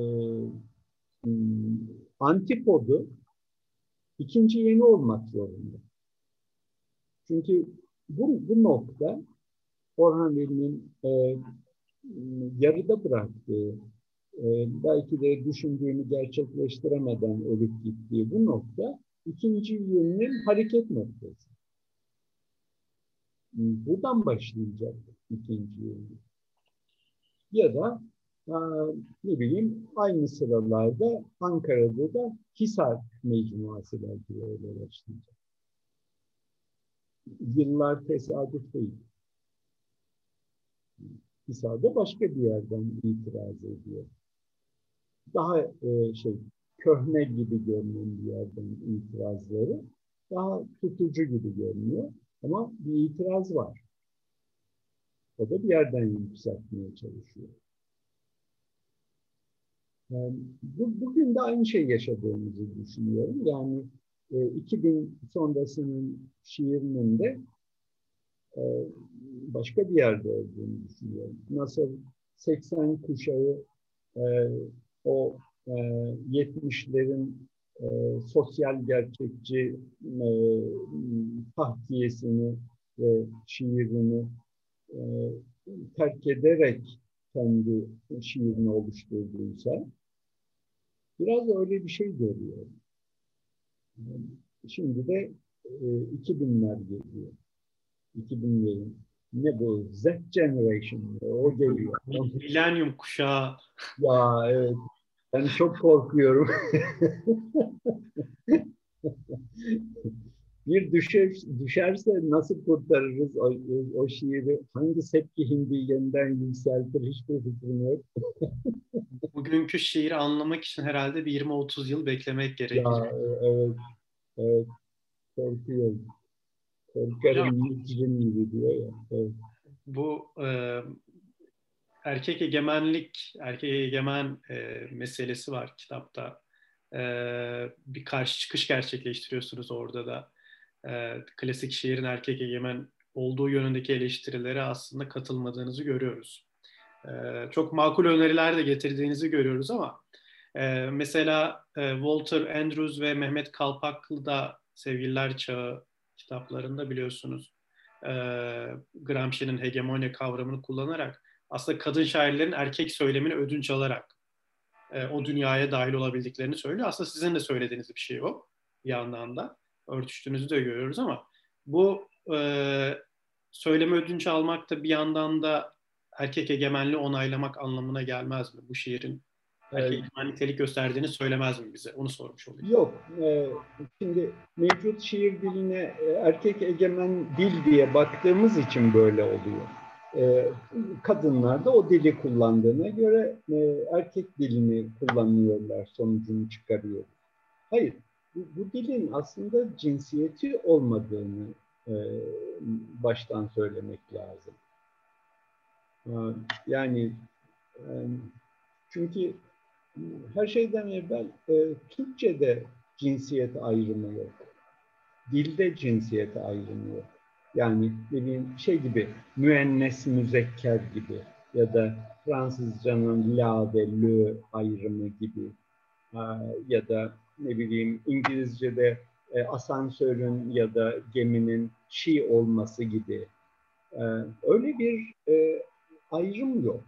antipodu ikinci yeni olmak zorunda. Çünkü bu nokta Orhan Veli'nin yarıda bıraktığı, belki de düşündüğünü gerçekleştiremeden ölüp gittiği bu nokta ikinci yönünün hareket noktası. Buradan başlayacak ikinci yönü. Ya da ne bileyim aynı sıralarda Ankara'da da Hisar Mecmuası belki öyle başlayacak. Yıllar tesadüf değil. Hisar'da başka bir yerden itiraz ediyor. Daha köhne gibi görünen bir yerden itirazları daha tutucu gibi görünüyor. Ama bir itiraz var. O da bir yerden yükseltmeye çalışıyor. Yani bugün de aynı şey yaşadığımızı düşünüyorum. Yani 2000 sonrasının şiirinin de başka bir yerde olduğunu düşünüyorum. Nasıl 80 kuşağı o 70'lerin sosyal gerçekçi tahtiyesini ve şiirini terk ederek kendi şiirini oluşturduysa biraz öyle bir şey görüyorum. Şimdi de 2000'ler geliyor. 2000'lerin ne bu? Z Generation o geliyor. Milenyum kuşağı. Ya evet. Ben çok korkuyorum. Bir düşerse nasıl kurtarırız o şiiri? Hangi sepki hindi yeniden yükseltir? Hiçbir fikrim yok. Bugünkü şiiri anlamak için herhalde bir 20-30 yıl beklemek Ya gerekecek. evet. Evet, korkuyorum. Hocam Korkarım mücrim gibi diyor ya. Evet. bu erkek egemen meselesi var kitapta. Bir karşı çıkış gerçekleştiriyorsunuz orada da. Klasik şiirin erkek egemen olduğu yönündeki eleştirilere aslında katılmadığınızı görüyoruz. Çok makul öneriler de getirdiğinizi görüyoruz ama mesela Walter Andrews ve Mehmet Kalpaklı da Sevgililer Çağı kitaplarında biliyorsunuz e, Gramsci'nin hegemonya kavramını kullanarak aslında kadın şairlerin erkek söylemini ödünç alarak o dünyaya dahil olabildiklerini söylüyor. Aslında sizin de söylediğiniz bir şey o bir yandan da. Örtüştüğünüzü de görüyoruz ama bu söyleme ödünç almak da bir yandan da erkek egemenliği onaylamak anlamına gelmez mi? Bu şiirin erkek Ee, egemenlik nitelik gösterdiğini söylemez mi bize? Onu sormuş olayım. Yok. Şimdi mevcut şiir diline erkek egemen dil diye baktığımız için böyle oluyor. Kadınlar da o dili kullandığına göre erkek dilini kullanıyorlar, sonucunu çıkarıyor. Hayır, bu dilin aslında cinsiyeti olmadığını e, baştan söylemek lazım. Yani e, çünkü her şeyden evvel Türkçe'de cinsiyet ayrımı yok. Dilde cinsiyet ayrımı yok. Yani ne bileyim şey gibi müennes müzekker gibi ya da Fransızcanın la ve le ayrımı gibi ya da ne bileyim İngilizce'de asansörün ya da geminin she olması gibi öyle bir ayrım yok.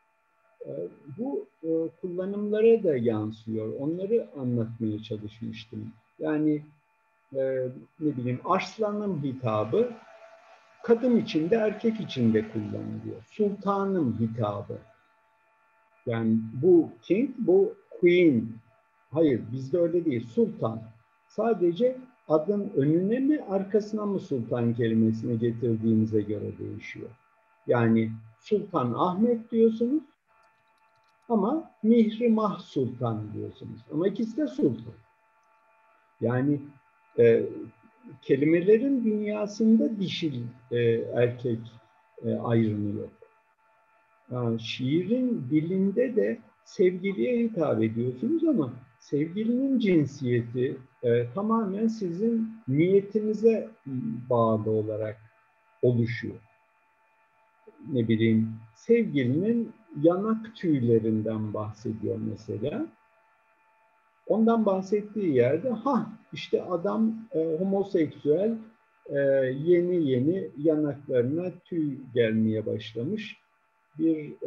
Bu kullanımlara da yansıyor. Onları anlatmaya çalışmıştım. Yani ne bileyim arslanım hitabı kadın içinde erkek içinde kullanılıyor. Sultanım hitabı. Yani bu king, bu queen. Hayır, bizde öyle değil. Sultan. Sadece adın önüne mi arkasına mı sultan kelimesini getirdiğinize göre değişiyor. Yani Sultan Ahmet diyorsunuz ama Mihrimah Sultan diyorsunuz. Ama ikisi de sultan. Yani e, kelimelerin dünyasında dişil erkek ayrımı yok. Yani şiirin dilinde de sevgiliye hitap ediyorsunuz ama sevgilinin cinsiyeti tamamen sizin niyetinize bağlı olarak oluşuyor. Ne bileyim, sevgilinin yanak tüylerinden bahsediyor mesela. Ondan bahsettiği yerde işte adam homoseksüel yeni yeni yanaklarına tüy gelmeye başlamış bir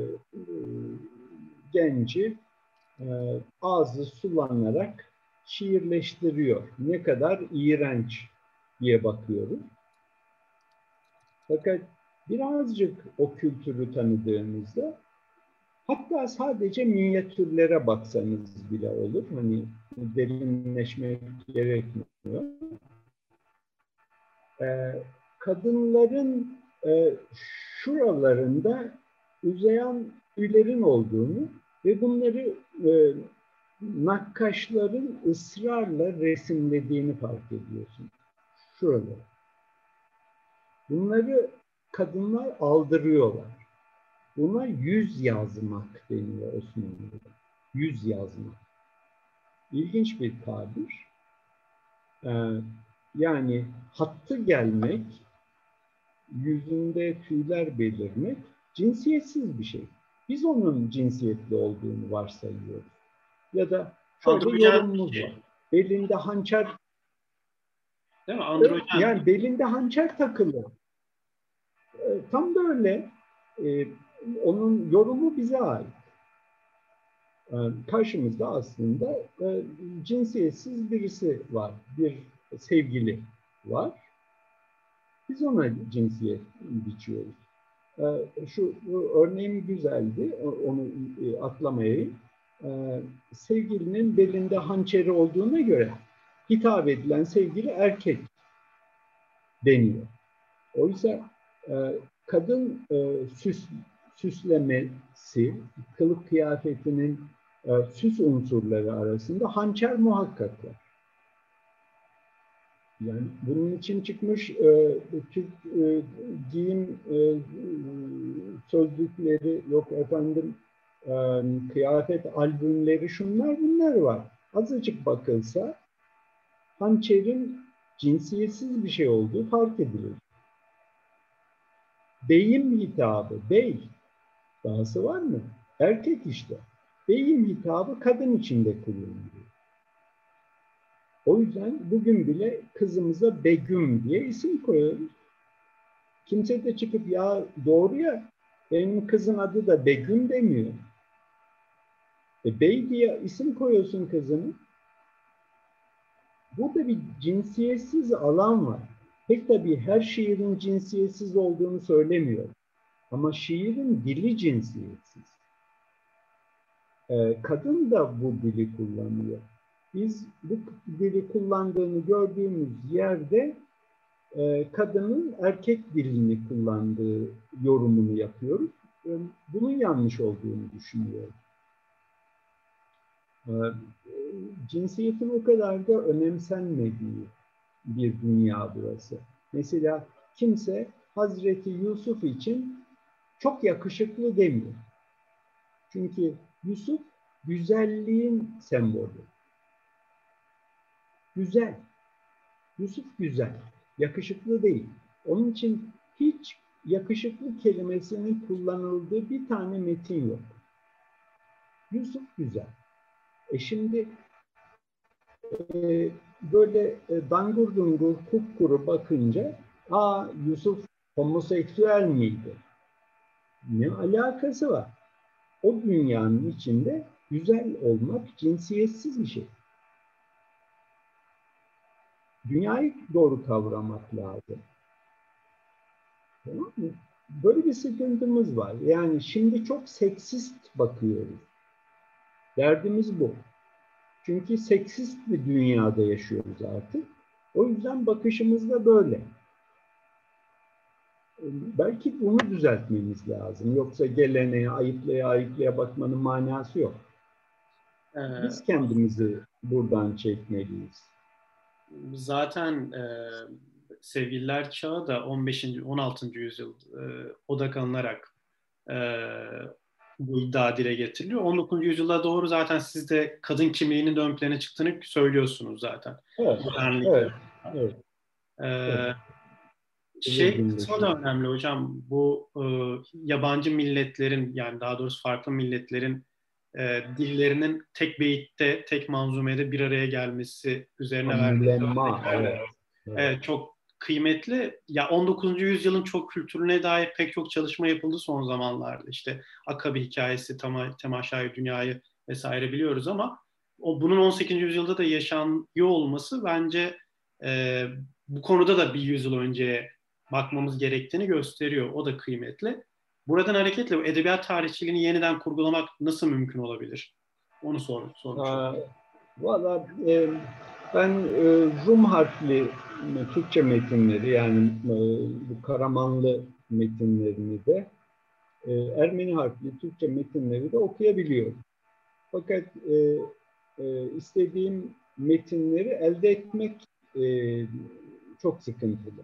genci ağzı sulanarak şiirleştiriyor. Ne kadar iğrenç diye bakıyoruz. Fakat birazcık o kültürü tanıdığımızda hatta sadece minyatürlere baksanız bile olur. Hani derinleşmek gerekmiyor. Kadınların şuralarında uzayan tüylerin olduğunu ve bunları nakkaşların ısrarla resimlediğini fark ediyorsun. Şurada. Bunları kadınlar aldırıyorlar. Buna yüz yazmak deniyor Osmanlı'da. Yüz yazmak. İlginç bir tabir. Yani hattı gelmek, yüzünde tüyler belirmek cinsiyetsiz bir şey. Biz onun cinsiyetli olduğunu varsayıyoruz. Ya da şöyle Androjen bir yorumumuz var. şey. Belinde hançer, Değil mi? Androjen. yani belinde hançer takılı. Tam da öyle. Onun yorumu bize ait. Karşımızda aslında cinsiyetsiz birisi var. Bir sevgili var. Biz ona cinsiyet biçiyoruz. Şu örneğim güzeldi. Onu atlamayayım. Sevgilinin belinde hançeri olduğuna göre hitap edilen sevgili erkek deniyor. Oysa kadın süslemesi, kılık kıyafetinin süs unsurları arasında hançer muhakkak var. Yani bunun için çıkmış Türk giyim sözlükleri, yok efendim kıyafet albümleri, şunlar bunlar var. Azıcık bakılsa hançerin cinsiyetsiz bir şey olduğu fark edilir. Beyim hitabı, bey, dahası var mı? Erkek işte. Beyim hitabı kadın içinde kullanılıyor. O yüzden bugün bile kızımıza Begüm diye isim koyuyoruz. Kimse de çıkıp ya doğru ya benim kızın adı da Begüm demiyor. Bey diye isim koyuyorsun kızını. Burada bir cinsiyetsiz alan var. Pek tabii her şiirin cinsiyetsiz olduğunu söylemiyor. Ama şiirin dili cinsiyetsiz. Kadın da bu dili kullanıyor. Biz bu dili kullandığını gördüğümüz yerde kadının erkek dilini kullandığı yorumunu yapıyoruz. Bunun yanlış olduğunu düşünüyorum. Cinsiyetin o kadar da önemsenmediği bir dünya burası. Mesela kimse Hazreti Yusuf için çok yakışıklı demiyor. Çünkü Yusuf güzelliğin sembolü. Güzel. Yusuf güzel. Yakışıklı değil. Onun için hiç yakışıklı kelimesinin kullanıldığı bir tane metin yok. Yusuf güzel. Şimdi böyle dangur dungur kupkuru bakınca Yusuf homoseksüel miydi? Ne alakası var? O dünyanın içinde güzel olmak cinsiyetsiz bir şey. Dünyayı doğru kavramak lazım. Tamam mı? Böyle bir sıkıntımız var. Yani şimdi çok seksist bakıyoruz. Derdimiz bu. Çünkü seksist bir dünyada yaşıyoruz artık. O yüzden bakışımız da böyle. Belki bunu düzeltmemiz lazım. Yoksa geleneğe, ayıplaya bakmanın manası yok. Biz kendimizi buradan çekmeliyiz. Zaten Sevgililer Çağı da 15. 16. yüzyıl odak alınarak bu iddia dile getiriliyor. 19. yüzyıla doğru zaten siz de kadın kimliğinin de ön plana çıktığını söylüyorsunuz zaten. Evet, evet, evet. Evet. Şey kısmı da önemli hocam. Bu yabancı milletlerin, yani daha doğrusu farklı milletlerin dillerinin tek beyitte, tek manzumede bir araya gelmesi üzerine verdiğiniz örneklerle çok kıymetli. Ya 19. yüzyılın çok kültürüne dair pek çok çalışma yapıldı son zamanlarda. İşte Akabi hikayesi, Temaşa-i Dünya'yı vesaire biliyoruz ama bunun 18. yüzyılda da yaşanıyor olması bence bu konuda da bir yüzyıl önceye bakmamız gerektiğini gösteriyor. O da kıymetli. Buradan hareketle bu edebiyat tarihçiliğini yeniden kurgulamak nasıl mümkün olabilir? Onu sormuş oldum. Valla ben Rum harfli Türkçe metinleri, yani bu Karamanlı metinlerini de Ermeni harfli Türkçe metinleri de okuyabiliyorum. Fakat istediğim metinleri elde etmek çok sıkıntılı.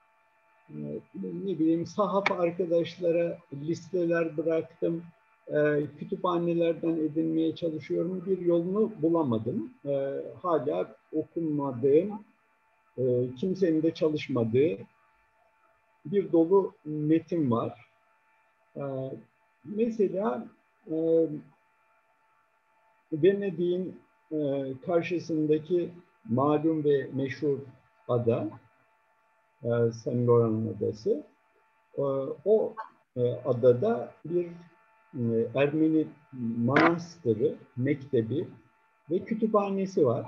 Ne bileyim, sahaf arkadaşlara listeler bıraktım. Kütüphanelerden edinmeye çalışıyorum. Bir yolunu bulamadım. Hala okunmadığım, kimsenin de çalışmadığı bir dolu metin var. Mesela Venedik'in karşısındaki malum ve meşhur ada, San Lorenzo Adası. O adada bir Ermeni manastırı, mektebi ve kütüphanesi var.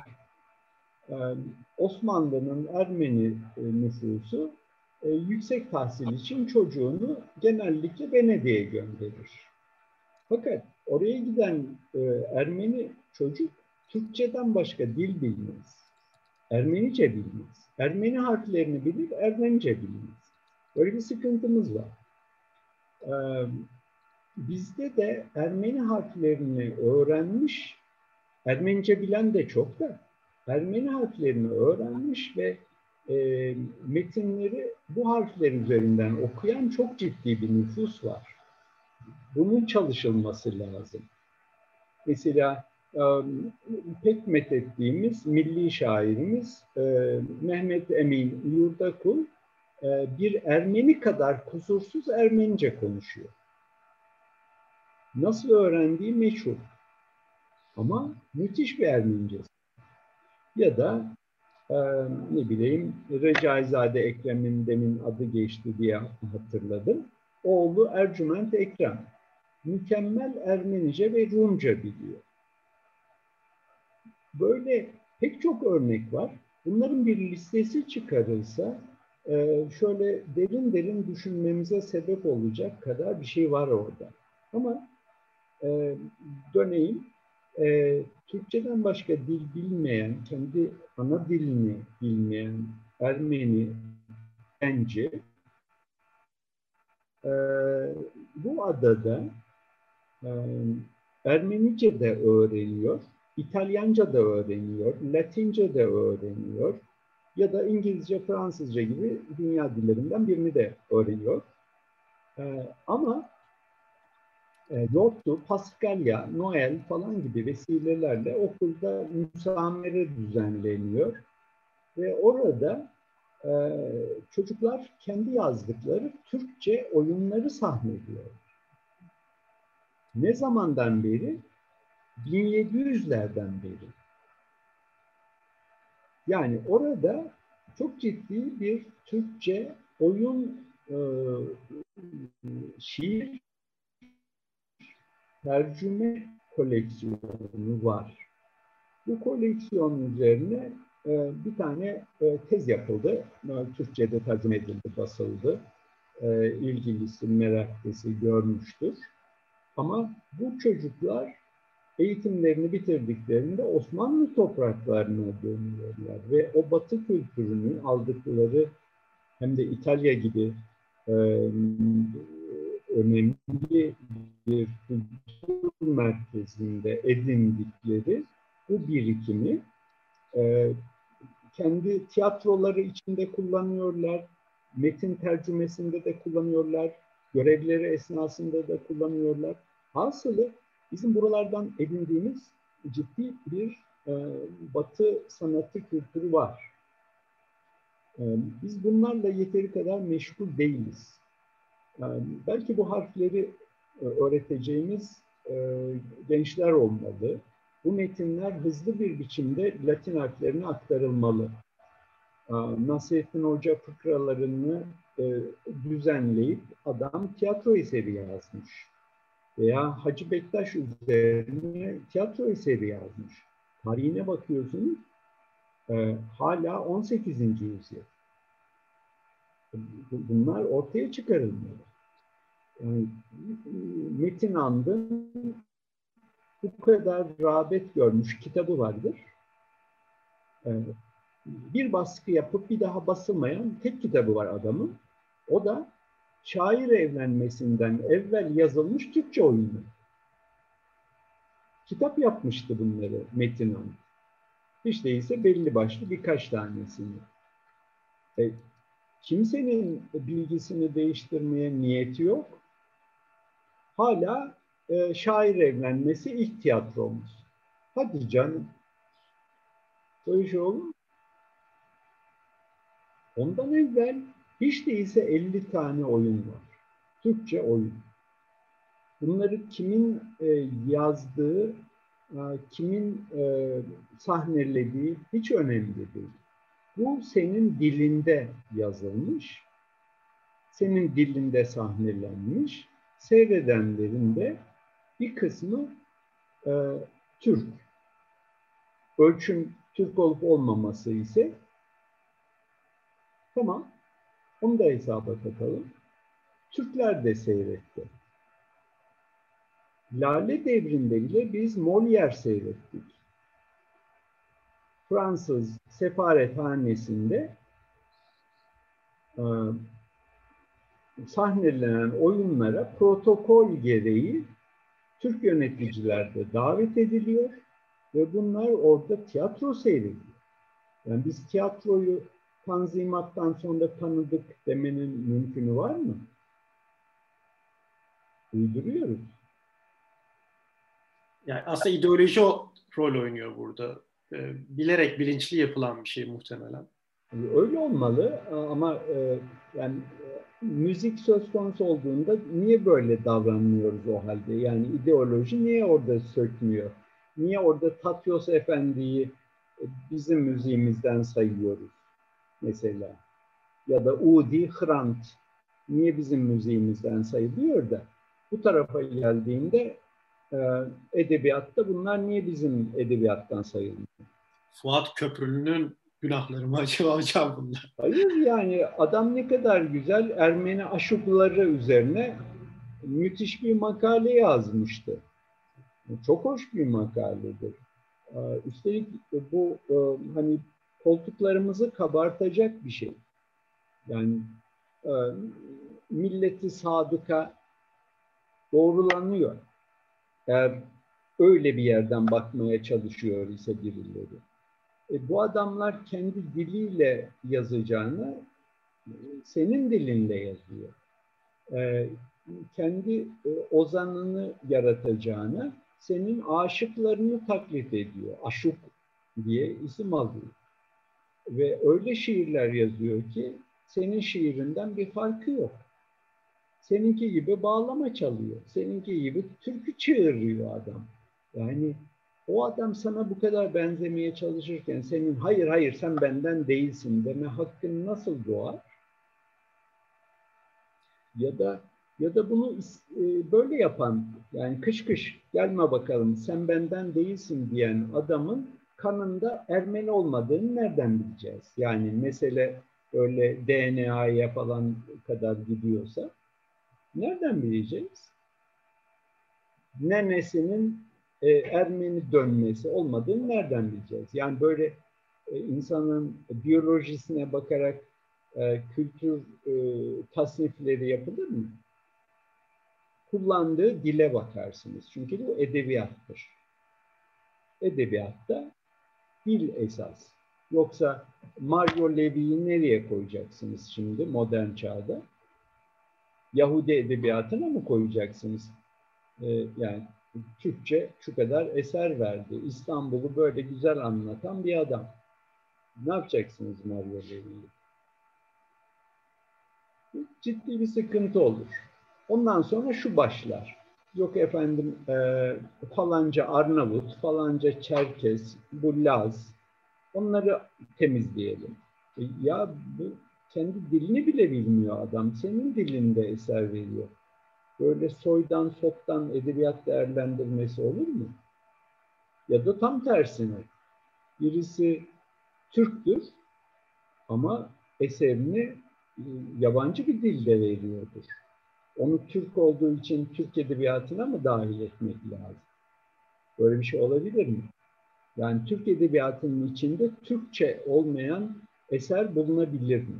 Osmanlı'nın Ermeni nüfusu yüksek tahsil için çocuğunu genellikle Venedik'e gönderir. Fakat oraya giden Ermeni çocuk Türkçeden başka dil bilmez. Ermenice bilmez. Ermeni harflerini bilir, Ermenice bilmez. Böyle bir sıkıntımız var. Bizde de Ermeni harflerini öğrenmiş, Ermenice bilen de çok da, Ermeni harflerini öğrenmiş ve metinleri bu harfler üzerinden okuyan çok ciddi bir nüfus var. Bunun çalışılması lazım. Mesela pek methettiğimiz milli şairimiz Mehmet Emin Yurdakul bir Ermeni kadar kusursuz Ermenice konuşuyor. Nasıl öğrendiği meçhul. Ama müthiş bir Ermenicesi. Ya da ne bileyim Recaizade Ekrem'in demin adı geçti diye hatırladım. Oğlu Ercüment Ekrem. Mükemmel Ermenice ve Rumca biliyor. Böyle pek çok örnek var. Bunların bir listesi çıkarılsa şöyle derin derin düşünmemize sebep olacak kadar bir şey var orada. Ama döneyim. Türkçeden başka dil bilmeyen, kendi ana dilini bilmeyen Ermeni genci bu adada Ermenice de öğreniyor, İtalyanca da öğreniyor, Latince de öğreniyor ya da İngilizce, Fransızca gibi dünya dillerinden birini de öğreniyor. Ama yoktu, Paskalya, Noel falan gibi vesilelerle okulda müsamere düzenleniyor ve orada çocuklar kendi yazdıkları Türkçe oyunları sahneliyor. Ne zamandan beri? 1700'lerden beri. Yani orada çok ciddi bir Türkçe oyun, şiir, tercüme koleksiyonu var. Bu koleksiyon üzerine bir tane tez yapıldı. Türkçe'de tercüme edildi, basıldı. İlgilisi, meraklısı görmüştür. Ama bu çocuklar eğitimlerini bitirdiklerinde Osmanlı topraklarına dönüyorlar ve o Batı kültürünü aldıkları hem de İtalya gibi önemli bir kültür merkezinde edindikleri bu birikimi kendi tiyatroları içinde kullanıyorlar, metin tercümesinde de kullanıyorlar, görevleri esnasında da kullanıyorlar. Hasılı bizim buralardan edindiğimiz ciddi bir Batı sanatı kültürü var. Biz bunlarla yeteri kadar meşgul değiliz. Belki bu harfleri öğreteceğimiz gençler olmalı. Bu metinler hızlı bir biçimde Latin harflerine aktarılmalı. Nasrettin Hoca fıkralarını düzenleyip adam tiyatro eseri yazmış. Veya Hacı Bektaş üzerine tiyatro eseri yazmış. Tarihine bakıyorsunuz hala 18. yüzyıl. Bunlar ortaya çıkarılmalı. Yani, Metin And'ın bu kadar rağbet görmüş kitabı vardır. Bir baskı yapıp bir daha basılmayan tek kitabı var adamın. O da şair evlenmesinden evvel yazılmış Türkçe oyunu. Kitap yapmıştı bunları Metin And. Hiç değilse belli başlı birkaç tanesini. Kimsenin bilgisini değiştirmeye niyeti yok. Hala şair evlenmesi ilk tiyatromuz. Hadi canım. Böyle şey olur mu? Ondan evvel hiç değilse 50 tane oyun var. Türkçe oyun. Bunları kimin yazdığı, kimin sahnelediği hiç önemli değil. Bu senin dilinde yazılmış, senin dilinde sahnelenmiş, seyredenlerin de bir kısmı Türk. Ölçüm Türk olup olmaması ise tamam, onu da hesaba katalım. Türkler de seyretti. Lale Devri'nde bile biz Molière seyrettik. Fransız sefarethanesinde sahnelenen oyunlara protokol gereği Türk yöneticiler de davet ediliyor ve bunlar orada tiyatro seyrediyor. Yani biz tiyatroyu Tanzimat'tan sonra tanıdık demenin mümkünü var mı? Uyduruyoruz. Yani aslında ideoloji o rol oynuyor burada. Bilerek, bilinçli yapılan bir şey muhtemelen. Öyle olmalı ama yani müzik söz konusu olduğunda niye böyle davranmıyoruz o halde? Yani ideoloji niye orada sökmüyor? Niye orada Tatyos Efendi'yi bizim müziğimizden sayıyoruz mesela? Ya da Udi Hrant niye bizim müziğimizden sayılıyor da bu tarafa geldiğinde edebiyatta bunlar niye bizim edebiyattan sayılmıyor? Fuat Köprülü'nün günahları mı acaba hocam bunlar? Hayır, yani adam ne kadar güzel Ermeni aşıkları üzerine müthiş bir makale yazmıştı. Çok hoş bir makaledir. Üstelik bu hani koltuklarımızı kabartacak bir şey. Yani e, milleti sadıka doğrulanıyor. Eğer öyle bir yerden bakmaya çalışıyor ise birileri. Bu adamlar kendi diliyle yazacağını senin dilinle yazıyor. Kendi ozanını yaratacağını senin aşıklarını taklit ediyor. Aşık diye isim alıyor. Ve öyle şiirler yazıyor ki senin şiirinden bir farkı yok. Seninki gibi bağlama çalıyor. Seninki gibi türkü çığırıyor adam. Yani o adam sana bu kadar benzemeye çalışırken senin hayır hayır sen benden değilsin deme hakkın nasıl doğar? Ya da bunu böyle yapan, yani kış kış gelme bakalım sen benden değilsin diyen adamın kanında Ermeni olmadığını nereden bileceğiz? Yani mesele öyle DNA'ya falan kadar gidiyorsa nereden bileceğiz? Nenesinin Ermeni dönmesi olmadığını nereden bileceğiz? Yani böyle insanın biyolojisine bakarak kültür tasnifleri yapılır mı? Kullandığı dile bakarsınız. Çünkü bu edebiyattır. Edebiyatta dil esas. Yoksa Mario Levy'yi nereye koyacaksınız şimdi modern çağda? Yahudi edebiyatına mı koyacaksınız? Yani Türkçe şu kadar eser verdi. İstanbul'u böyle güzel anlatan bir adam. Ne yapacaksınız Mario Levy'yi? Ciddi bir sıkıntı olur. Ondan sonra şu başlar. Yok efendim falanca Arnavut, falanca Çerkes, bu Laz. Onları temizleyelim. Ya bu kendi dilini bile bilmiyor adam. Senin dilinde eser veriyor. Böyle soydan soptan edebiyat değerlendirmesi olur mu? Ya da tam tersine. Birisi Türktür ama eserini yabancı bir dilde veriyordur. Onu Türk olduğu için Türk edebiyatına mı dahil etmek lazım? Böyle bir şey olabilir mi? Yani Türk edebiyatının içinde Türkçe olmayan eser bulunabilir mi?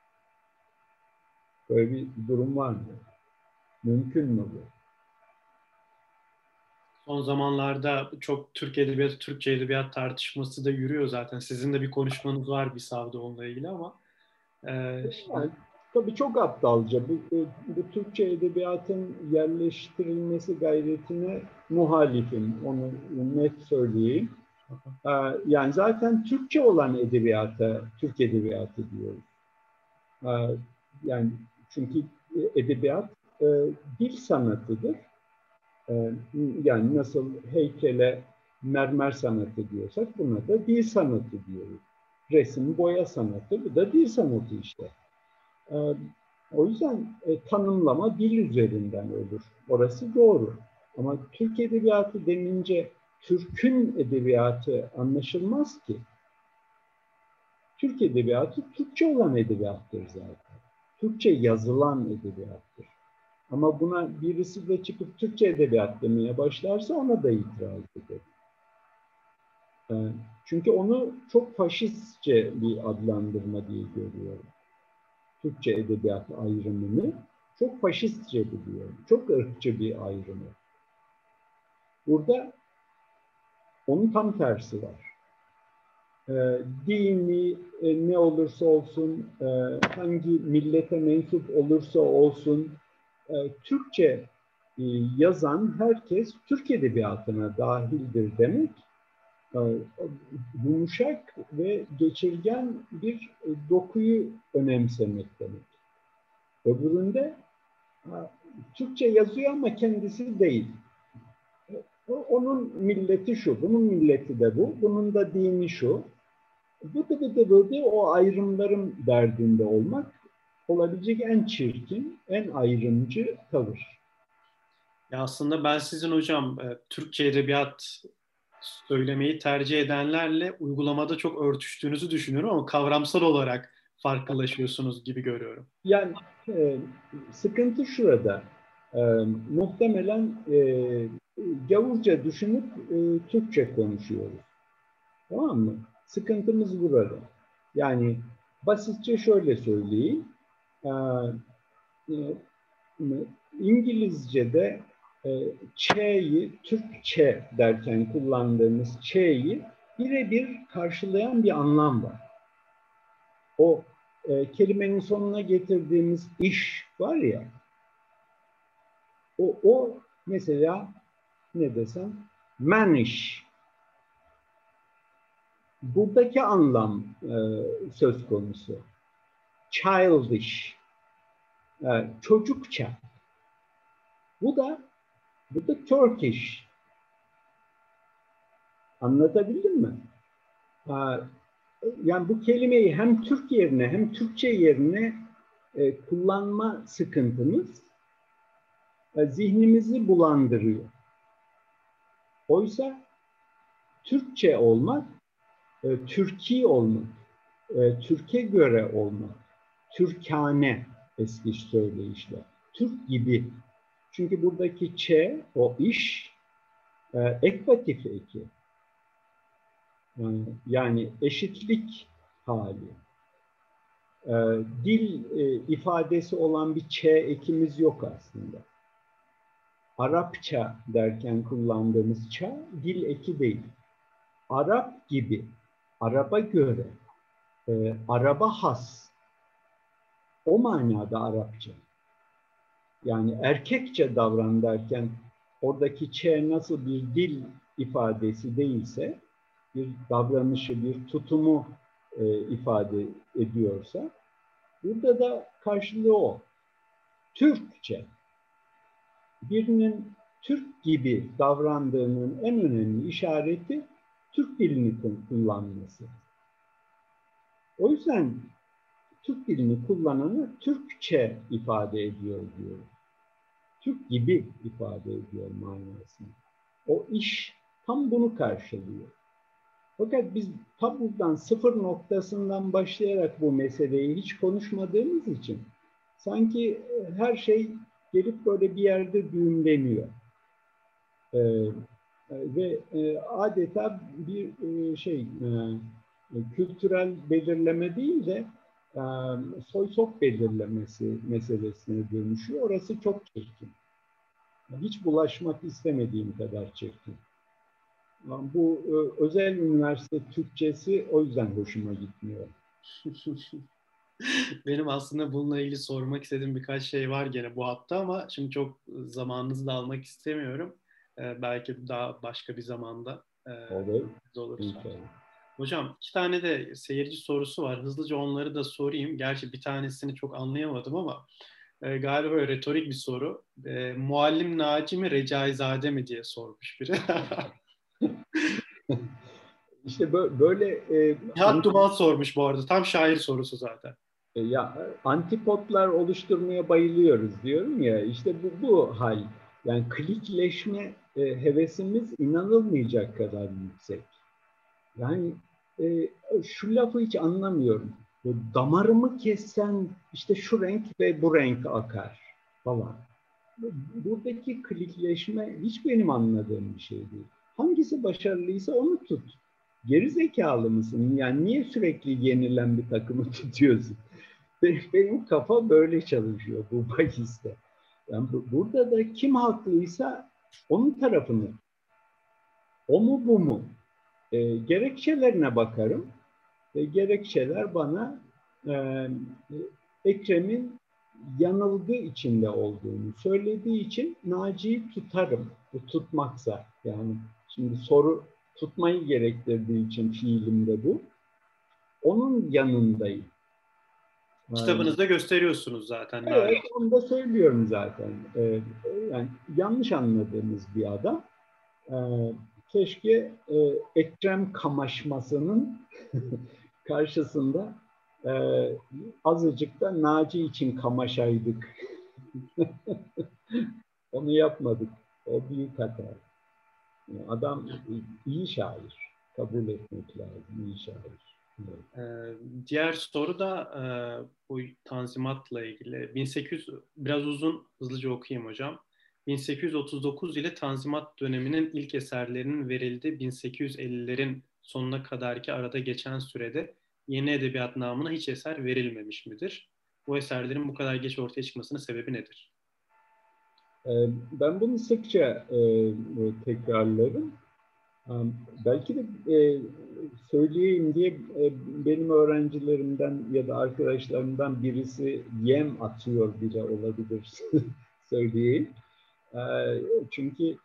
Böyle bir durum var mı? Mümkün mü bu? Son zamanlarda çok Türk edebiyatı, Türkçe edebiyat tartışması da yürüyor zaten. Sizin de bir konuşmanız var bir savda onunla ilgili ama Yani, tabii çok aptalca. Bu Türkçe edebiyatın yerleştirilmesi gayretine muhalifim. Onu net söyleyeyim. Yani zaten Türkçe olan edebiyata Türk edebiyatı diyoruz. Yani çünkü edebiyat dil sanatıdır. Yani nasıl heykele mermer sanatı diyorsak buna da dil sanatı diyoruz. Resim, boya sanatı, bu da dil sanatı işte. O yüzden tanımlama dil üzerinden olur. Orası doğru. Ama Türk edebiyatı denince Türk'ün edebiyatı anlaşılmaz ki. Türk edebiyatı Türkçe olan edebiyattır zaten. Türkçe yazılan edebiyattır. Ama buna birisi de çıkıp Türkçe edebiyat demeye başlarsa ona da itiraz eder. Çünkü onu çok faşistçe bir adlandırma diye görüyorum. Türkçe edebiyat ayrımını çok faşistçe buluyorum. Çok ırkçı bir ayrımı. Burada onun tam tersi var. dini ne olursa olsun, hangi millete mensup olursa olsun, Türkçe yazan herkes Türk edebiyatına dahildir demek. Yumuşak ve geçirgen bir dokuyu önemsemek demek. Öbüründe Türkçe yazıyor ama kendisi değil. Onun milleti şu, bunun milleti de bu, bunun da dini şu. Bıdı o ayrımların derdinde olmak olabilecek en çirkin, en ayrımcı tavır. Ya aslında ben sizin hocam Türkçe edebiyat söylemeyi tercih edenlerle uygulamada çok örtüştüğünüzü düşünüyorum ama kavramsal olarak farklılaşıyorsunuz gibi görüyorum. Yani sıkıntı şurada. Muhtemelen gavurca düşünüp Türkçe konuşuyoruz. Tamam mı? Sıkıntımız burada. Yani basitçe şöyle söyleyeyim. İngilizce'de Ç'yi, Türkçe derken kullandığımız Ç'yi birebir karşılayan bir anlam var. O kelimenin sonuna getirdiğimiz iş var ya, o mesela ne desem, manish. Buradaki anlam söz konusu. Childish. Çocukça. Bu da Turkish. Anlatabildim mi? Yani bu kelimeyi hem Türk yerine hem Türkçe yerine kullanma sıkıntımız zihnimizi bulandırıyor. Oysa Türkçe olmak, Türki olmak, Türkiye göre olmak, Türkane eski söyleyişle, Türk gibi. Çünkü buradaki Ç, o iş, ekvatif eki. Yani eşitlik hali. Dil ifadesi olan bir Ç ekimiz yok aslında. Arapça derken kullandığımız ça dil eki değil. Arap gibi, Arap'a göre, Arap'a has. O manada Arapça. Yani erkekçe davran derken oradaki ç nasıl bir dil ifadesi değilse, bir davranışı, bir tutumu ifade ediyorsa, burada da karşılığı o. Türkçe. Birinin Türk gibi davrandığının en önemli işareti Türk dilini kullanması. O yüzden Türk dilini kullananı Türkçe ifade ediyor diyor. Türk gibi ifade ediyor manasını. O iş tam bunu karşılıyor. Fakat biz tam buradan sıfır noktasından başlayarak bu meseleyi hiç konuşmadığımız için sanki her şey gelip böyle bir yerde düğümleniyor. Ve adeta bir kültürel belirleme değil de soy-sop belirlemesi meselesine dönüşüyor. Orası çok çirkin. Hiç bulaşmak istemediğim kadar çirkin. Bu özel üniversite Türkçesi o yüzden hoşuma gitmiyor. Benim aslında bununla ilgili sormak istediğim birkaç şey var gene bu hafta ama şimdi çok zamanınızı da almak istemiyorum. Belki daha başka bir zamanda olur. Hocam 2 tane de seyirci sorusu var. Hızlıca onları da sorayım. Gerçi bir tanesini çok anlayamadım ama galiba retorik bir soru. Muallim Naci mi Recaizade mi diye sormuş biri. İşte böyle Nihat Duman sormuş bu arada. Tam şair sorusu zaten. Ya antipotlar oluşturmaya bayılıyoruz diyorum ya. İşte bu hal. Yani klikleşme hevesimiz inanılmayacak kadar yüksek. Yani şu lafı hiç anlamıyorum. Damarımı kessen işte şu renk ve bu renk akar falan. Buradaki klikleşme hiç benim anladığım bir şey değil. Hangisi başarılıysa onu tut. Geri zekalı mısın? Yani niye sürekli yenilen bir takımı tutuyorsun? Benim kafa böyle çalışıyor bu bahiste. Yani burada da kim haklıysa onun tarafını. O mu bu mu? Gerekçelerine bakarım. Gerekçeler bana Ekrem'in yanılgı içinde olduğunu söylediği için Naci'yi tutarım. Bu tutmaksa yani şimdi soru tutmayı gerektirdiği için fiilimde bu. Onun yanındayım. Kitabınızda gösteriyorsunuz zaten. Evet, onu da söylüyorum zaten. Yani yanlış anladığımız bir adam. Keşke Ekrem kamaşmasının karşısında azıcık da Naci için kamaşaydık. Onu yapmadık. O büyük hata. Adam iyi şair. Kabul etmek lazım. İyi şair. Evet. Diğer soru da bu Tanzimat'la ilgili. 1800 biraz uzun, hızlıca okuyayım hocam. 1839 ile Tanzimat döneminin ilk eserlerinin verildiği 1850'lerin sonuna kadarki arada geçen sürede yeni edebiyat namına hiç eser verilmemiş midir? Bu eserlerin bu kadar geç ortaya çıkmasının sebebi nedir? Ben bunu sıkça tekrarlarım. Belki de söyleyeyim diye benim öğrencilerimden ya da arkadaşlarımdan birisi yem atıyor bile olabilir söyleyeyim. Çünkü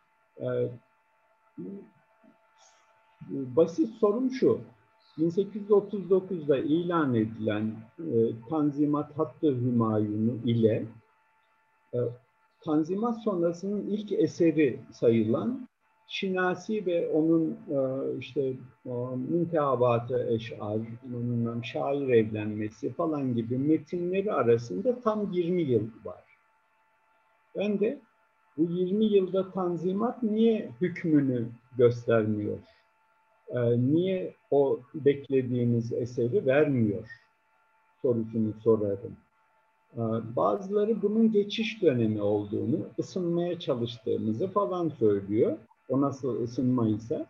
basit sorum şu. 1839'da ilan edilen Tanzimat Hattı Hümayunu ile Tanzimat sonrasının ilk eseri sayılan Şinasi ve onun işte Müntehabat-ı Eş'ar, şair evlenmesi falan gibi metinleri arasında tam 20 yıl var. Ben de bu 20 yılda Tanzimat niye hükmünü göstermiyor? Niye o beklediğimiz eseri vermiyor sorusunu sorarım. Bazıları bunun geçiş dönemi olduğunu, ısınmaya çalıştığımızı falan söylüyor. O nasıl ısınmaysa.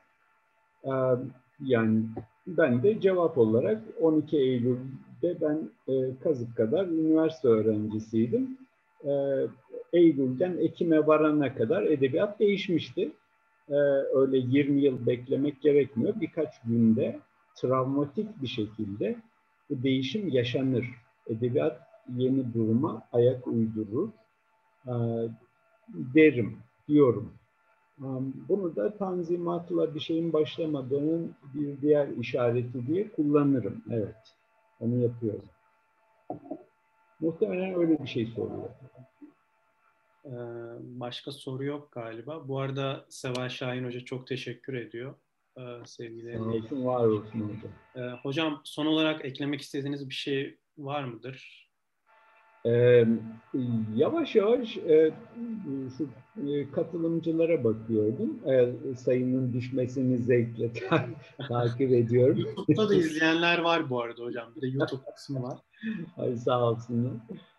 Yani ben de cevap olarak 12 Eylül'de ben kazık kadar üniversite öğrencisiydim. Eylül'den Ekim'e varana kadar edebiyat değişmişti. Öyle 20 yıl beklemek gerekmiyor. Birkaç günde travmatik bir şekilde bu değişim yaşanır. Edebiyat yeni duruma ayak uydurur diyorum. Bunu da Tanzimat'la bir şeyin başlamadığının bir diğer işareti diye kullanırım. Evet, onu yapıyorum. Muhtemelen öyle bir şey soruyor. Başka soru yok galiba. Bu arada Seval Şahin Hoca çok teşekkür ediyor. Sevgilerini. Sağ olsun, var olsun hocam. Hocam son olarak eklemek istediğiniz bir şey var mıdır? Yavaş yavaş şu katılımcılara bakıyordum. Sayının düşmesini zevkle takip ediyorum. YouTube'da da izleyenler var bu arada hocam. Bir de YouTube kısmı var. Ay, sağ olsunlar.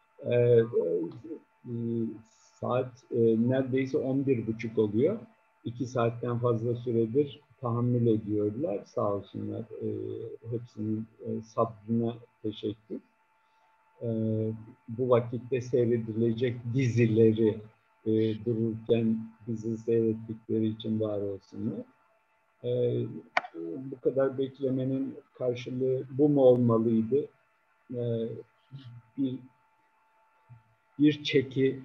Saat neredeyse 11.30 oluyor. 2 saatten fazla süredir tahammül ediyorlar. Sağ olsunlar. Hepsinin sabrına teşekkür. Bu vakitte seyredilecek dizileri dururken bizi seyrettikleri için var olsunlar. Bu kadar beklemenin karşılığı bu mu olmalıydı? Bir çeki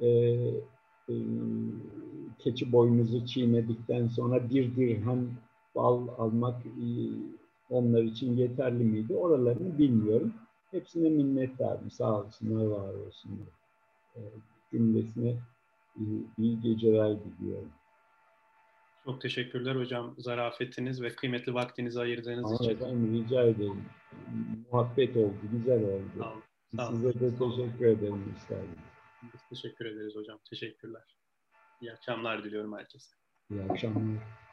keçi boynuzu çiğnedikten sonra bir dirhem bal almak onlar için yeterli miydi? Oralarını bilmiyorum. Hepsine minnettarım. Sağ olsunlar, var olsunlar. Cümlesine iyi geceler diliyorum. Çok teşekkürler hocam. Zarafetiniz ve kıymetli vaktinizi ayırdığınız için. Efendim, rica ederim. Muhabbet oldu, güzel oldu. Sağ olun. Sağ olun. Size de teşekkür ederim isterim. Biz teşekkür ederiz hocam. Teşekkürler. İyi akşamlar diliyorum herkese. İyi akşamlar.